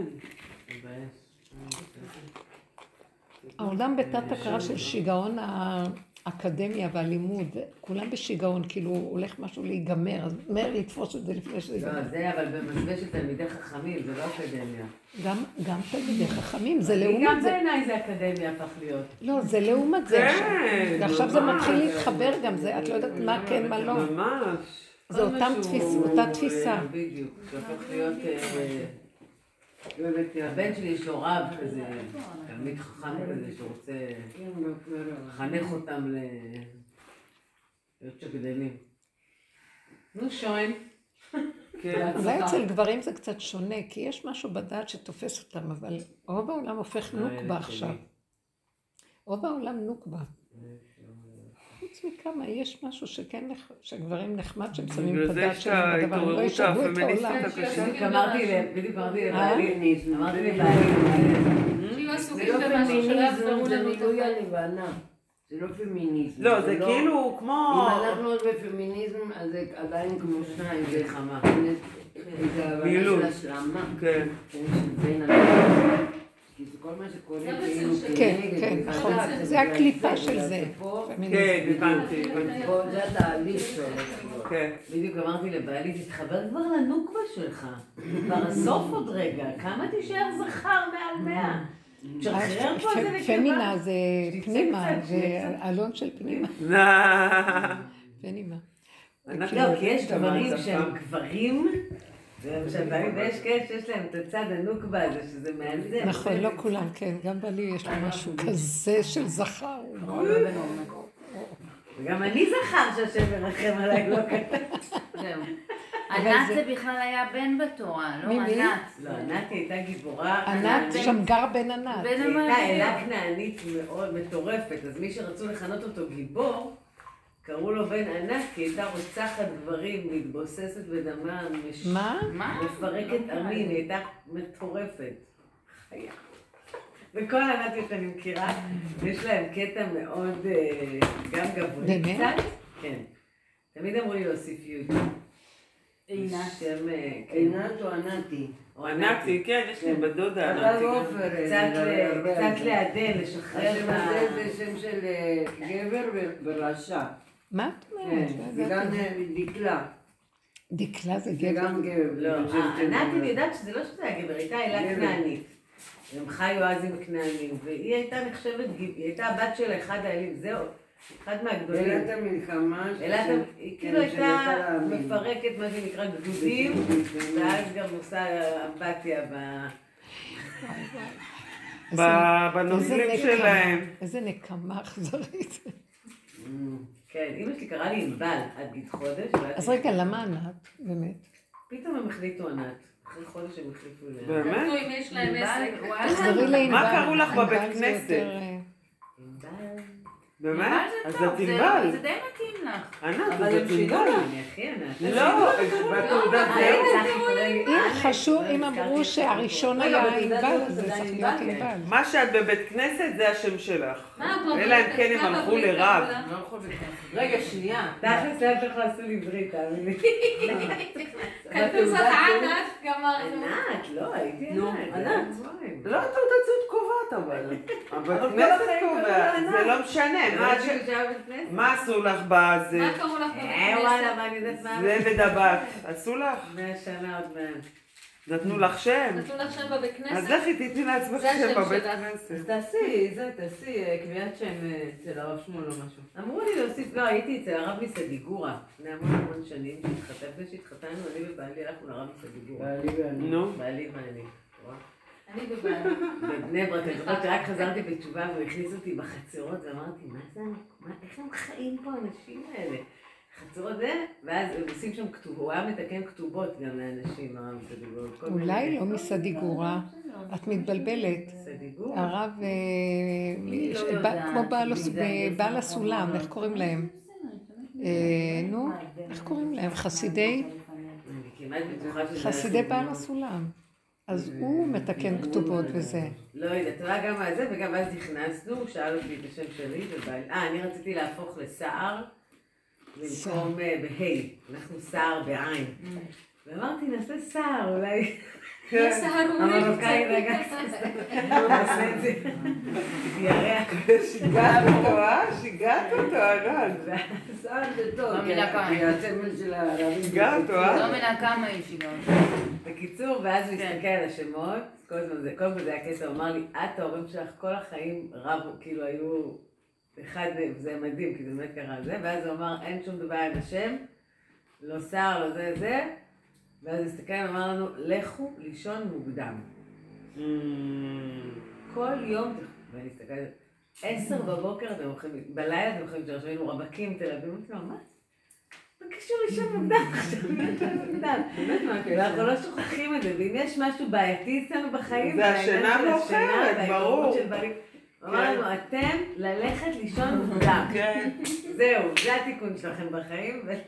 העולם בתת הכרה של שיגעון האקדמיה והלימוד, כולם בשיגעון, כאילו הולך משהו להיגמר, אז מהר לתפוס את זה לפני שזה ייגמר. לא, זה אבל במסווה של תלמידי חכמים, זה לא אקדמיה. גם, גם תלמידי חכמים, זה גם לעומת זה. בעיניי זה אקדמיה הפך להיות. לא, זה לעומת זה עכשיו. כן, ועכשיו זה ממש. מתחיל להתחבר גם, זה, את לא יודעת מה כן, מה לא. ממש. זה אותם תפיס, אותה תפיסה. בדיוק, זה הופך להיות... אה, הבן שלי יש לו רב כזה, תלמיד חכם כזה שרוצה לחנך אותם ל... להיות שקדנים. נו שוין. כן. אולי אצל גברים זה קצת שונה, כי יש משהו בדעת שתופס אותם, אבל רוב העולם הופך נוקבה עכשיו. רוב העולם נוקבה. חוץ מכמה, יש משהו שכן, נח- שגברים נחמד שהם שמים את בגלל זה הדעת יש שלהם את בדבר, הם לא ההתעוררות ישגעו את הפמיניסטית העולם. הקשה. בדיוק אמרתי ל- בדיוק אמרתי אה? לבעלי, אמרתי לבעלי, שיהיו זה עסוקים לא במשהו שלא פמיניזם, יחזרו זה לנו את מילוי החיים. הלבנה. זה לא פמיניזם. לא, זה כאילו כמו... אם אנחנו עוד בפמיניזם, אז זה עדיין כמו שניים, זה מלחמה. זה הבנה מילוי. של השלמה. כן. כן, של בין הלבנה. כי זה כל כל מה שקורה זה כאילו בעצם כן, כנגד, כן, בגלל נכון. זה, זה בגלל הקליפה זה, של בגלל זה. שפה- כן, הבנתי, הבנתי. פה זה התהליך שהולך להיות. כן. בדיוק אמרתי לבעלי, תתחבר כבר לנוקבה שלך. כבר הסוף עוד רגע, כמה תישאר זכר מעל מאה? תשחרר פה איזה נקבה. פמינה זה שתצא פנימה, קצת, זה שתצא. אלון של פנימה. פנימה. לא, כי יש גברים שפה. שהם גברים, ולמשל בעלי ויש כאלה שיש להם את הצד הנוקבה הזה, שזה מאזן. נכון, לא כולם, כן, גם בעלי יש לו משהו כזה של זכר. וגם אני זכר שהשם מרחם עליי, לא קטן. זהו. ענת זה בכלל היה בן בתורה, לא מי, מי? ענת. לא, ענת הייתה גיבורה. ענת, בן- שמגר בן ענת. בן היא הייתה המלאכים. אלה כנענית מאוד מטורפת, אז מי שרצו לכנות אותו גיבור, קראו לו בן ענת, כי הייתה רוצחת גברים, מתבוססת בדמם, מש- מה? מה? מפרקת עמים, היא הייתה מטורפת. חיה. וכל ענתיות שאני מכירה, יש להם קטע מאוד אה, גם גברי באמת? קצת. כן. תמיד אמרו לי להוסיף יהודי. עינת. שם, אה, כן. עינת או ענתי? או ענתי, כן, יש לי בת דודה אבל ענתי. עופר, קצת אה, ל- הרבה קצת על זה. לעדן, לשחרר השם את ה... הזה זה שם של אה, גבר ו- ורשע. מה את כן, אומרת? לא זה גם ידעתי. אה, דקלה. דקלה זה זה גבר. גם גבר. לא, זה שם של ענת, גבר. אני יודעת שזה לא שזה היה גבר, הייתה אלה גבר. כנענית. הם חיו אז עם כנענים, והיא הייתה נחשבת, גיב- היא הייתה הבת של אחד האלים, זהו, אחד מהגדולים. אלת המלחמה. אלת, של- היא כן, כאילו של הייתה יתר העמים. מפרקת מה שנקרא גדודים, ואז גם עושה אמפתיה ב... איזה- ב- בנוזלים איזה נקמה. שלהם. איזה נקמה אכזרית. כן, אמא שלי קראה לי ענבל עד גיל חודש, ואז אז רגע, למה ענת? באמת. פתאום הם החליטו ענת. אחרי חודש הם החליפו אליה. באמת? תחליטו אם יש להם עסק. תחזרי לענבל. מה קראו לך ענבל בבית זה כנסת? יותר, אה, ענבל. באמת? זה אז טוב, את זה- ענבל. זה די מתאים לך. ענת, אבל אז הם את שינו ענבל. לה. אני הכי ענת. לא, בתעודת היית זהות. צחי קורא לי אם ענת, חשוב, לא אם הזכרתי אמרו את שהראשון רגע, היה בתעודת ענבל, זהות אז זה זה צריך ענבל, להיות כן. ענבל. מה שאת בבית כנסת זה השם שלך. מה את אומרת? אלא אם כן הם הלכו לרב. לא הלכו בכנסת. רגע, שנייה. תכלס לא צריך לעשו לי ברית, תאמין לי. כתוב זאת ענת, גמרנו. ענת, לא, הייתי נו, ענת. ענת. לא תעודת זהות קובעת אבל. הבית כל כנסת החיים קובע, קוראים זה לא משנה. מה מה ש- ש... מה עשו לך בזה? מה קראו לך אה, וואלה, מה אני יודעת מה? זה ודבק. עשו לך? מאה שנה עוד מעט. נתנו לך שם? נתנו לך שם בבית אז כנסת? לכי תתני לעצמך זה השם שם בבית שלך. אז כנסת. תעשי, זה, תעשי אה, קביעת שם אה, אצל הרב שמואל או משהו. אמרו לי להוסיף, לא, הייתי אצל הרב מסדיגורה, לפני המון המון שנים, שהתחתן ושהתחתנו, אני ובעלי הלכנו לרב מסדיגורה. בעלי ואני. נו. בעלי ואני. רואה? אני בבעיה. בבני ברק, אני זוכרת שרק חזרתי בתשובה והוא הכניס אותי בחצרות ואמרתי, מה זה, מה, איך הם חיים פה האנשים האלה? חצרות זה, ואז הם עושים שם כתובות, הוא היה מתקן כתובות גם לאנשים, הרב מסדיגורה. כל מיני- אולי לא מסדיגורה, את מתבלבלת. מסדיגורה? הרב, אה, אני לא ב- יודעת. כמו בעל הס- בגלל זה בעל זה הסולם, נכון. איך קוראים להם? אה, נו, איך קוראים להם? חסידי? אני כמעט בטוחה שזה... חסידי בעל הסולם. אז הוא מתקן כתובות וזה. לא יודעת, אתה יודע גם מה זה, וגם אז נכנסנו, הוא שאל אותי את השם שלי, ובעלי... אה, אני רציתי להפוך לסער, במקום אה, בהי, אנחנו סער בעין. ואמרתי, נעשה סער, אולי... המרוקאי רגע, נעשה את זה. ירח. שיגעת אותו, אה? שיגעת אותו, ענת. סער זה טוב, לא כי מילה כמה. כי הסמל של הערבים. שיגעת, אה? לא מבינה כמה היא שיגעה. בקיצור, ואז הוא הסתכל על השמות, כל הזמן זה, כל הזמן זה היה קטע, הוא אמר לי, את ההורים שלך כל החיים רב, כאילו היו אחד, זה מדהים, כי זה באמת קרה זה, ואז הוא אמר, אין שום דבר עם השם, לא שר, לא זה זה, ואז הוא הסתכל ואמר לנו, לכו לישון מוקדם. כל יום, ואני הסתכלת, עשר בבוקר אתם הולכים, בלילה אתם הולכים, כשהיינו רווקים, תל אביב, אמרתי לו, מה? מה קשור לישון מוקדם עכשיו, לישון מוקדם. באמת מה הקשר? ואנחנו לא שוכחים את זה, ואם יש משהו בעייתי אצלנו בחיים, זה השינה העניין של מאוחרת, השינה ברור. וההתעוררות של בעלי. הוא אמר לנו, אתם ללכת לישון מוקדם. כן. זהו, זה התיקון שלכם בחיים. ו-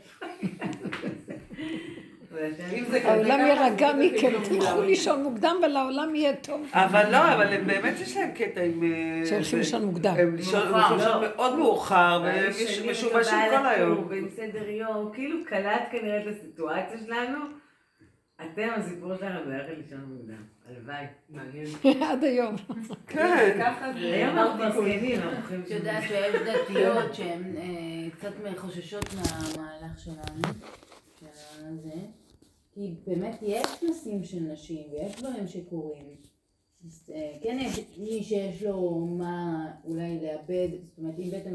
אם זה כזה העולם ככה, יירגע זה מכם, כאילו תלכו מוקדם. לישון מוקדם ולעולם יהיה טוב. אבל לא, אבל הם באמת יש להם קטע עם... אה, שהולכים זה- לישון מוקדם. הם לישון מאוחר, לישון לא. מאוד מאוחר, והיו והם שנים משובשים ובעל כל היום. הטור, ועם סדר יום, כאילו קלט כנראה את הסיטואציה שלנו, אתם, הסיפור שלכם זה ללכת לישון מוקדם. הלוואי. מעניין. עד היום. כן. ככה זה. היום אנחנו כבר זקנים, אנחנו הולכים את יודעת שיש דתיות שהן קצת חוששות מהמהלך שלנו, של זה, כי באמת יש נושאים של נשים ויש דברים שקורים. אז כן יש מי שיש לו מה אולי לאבד, זאת אומרת אם בית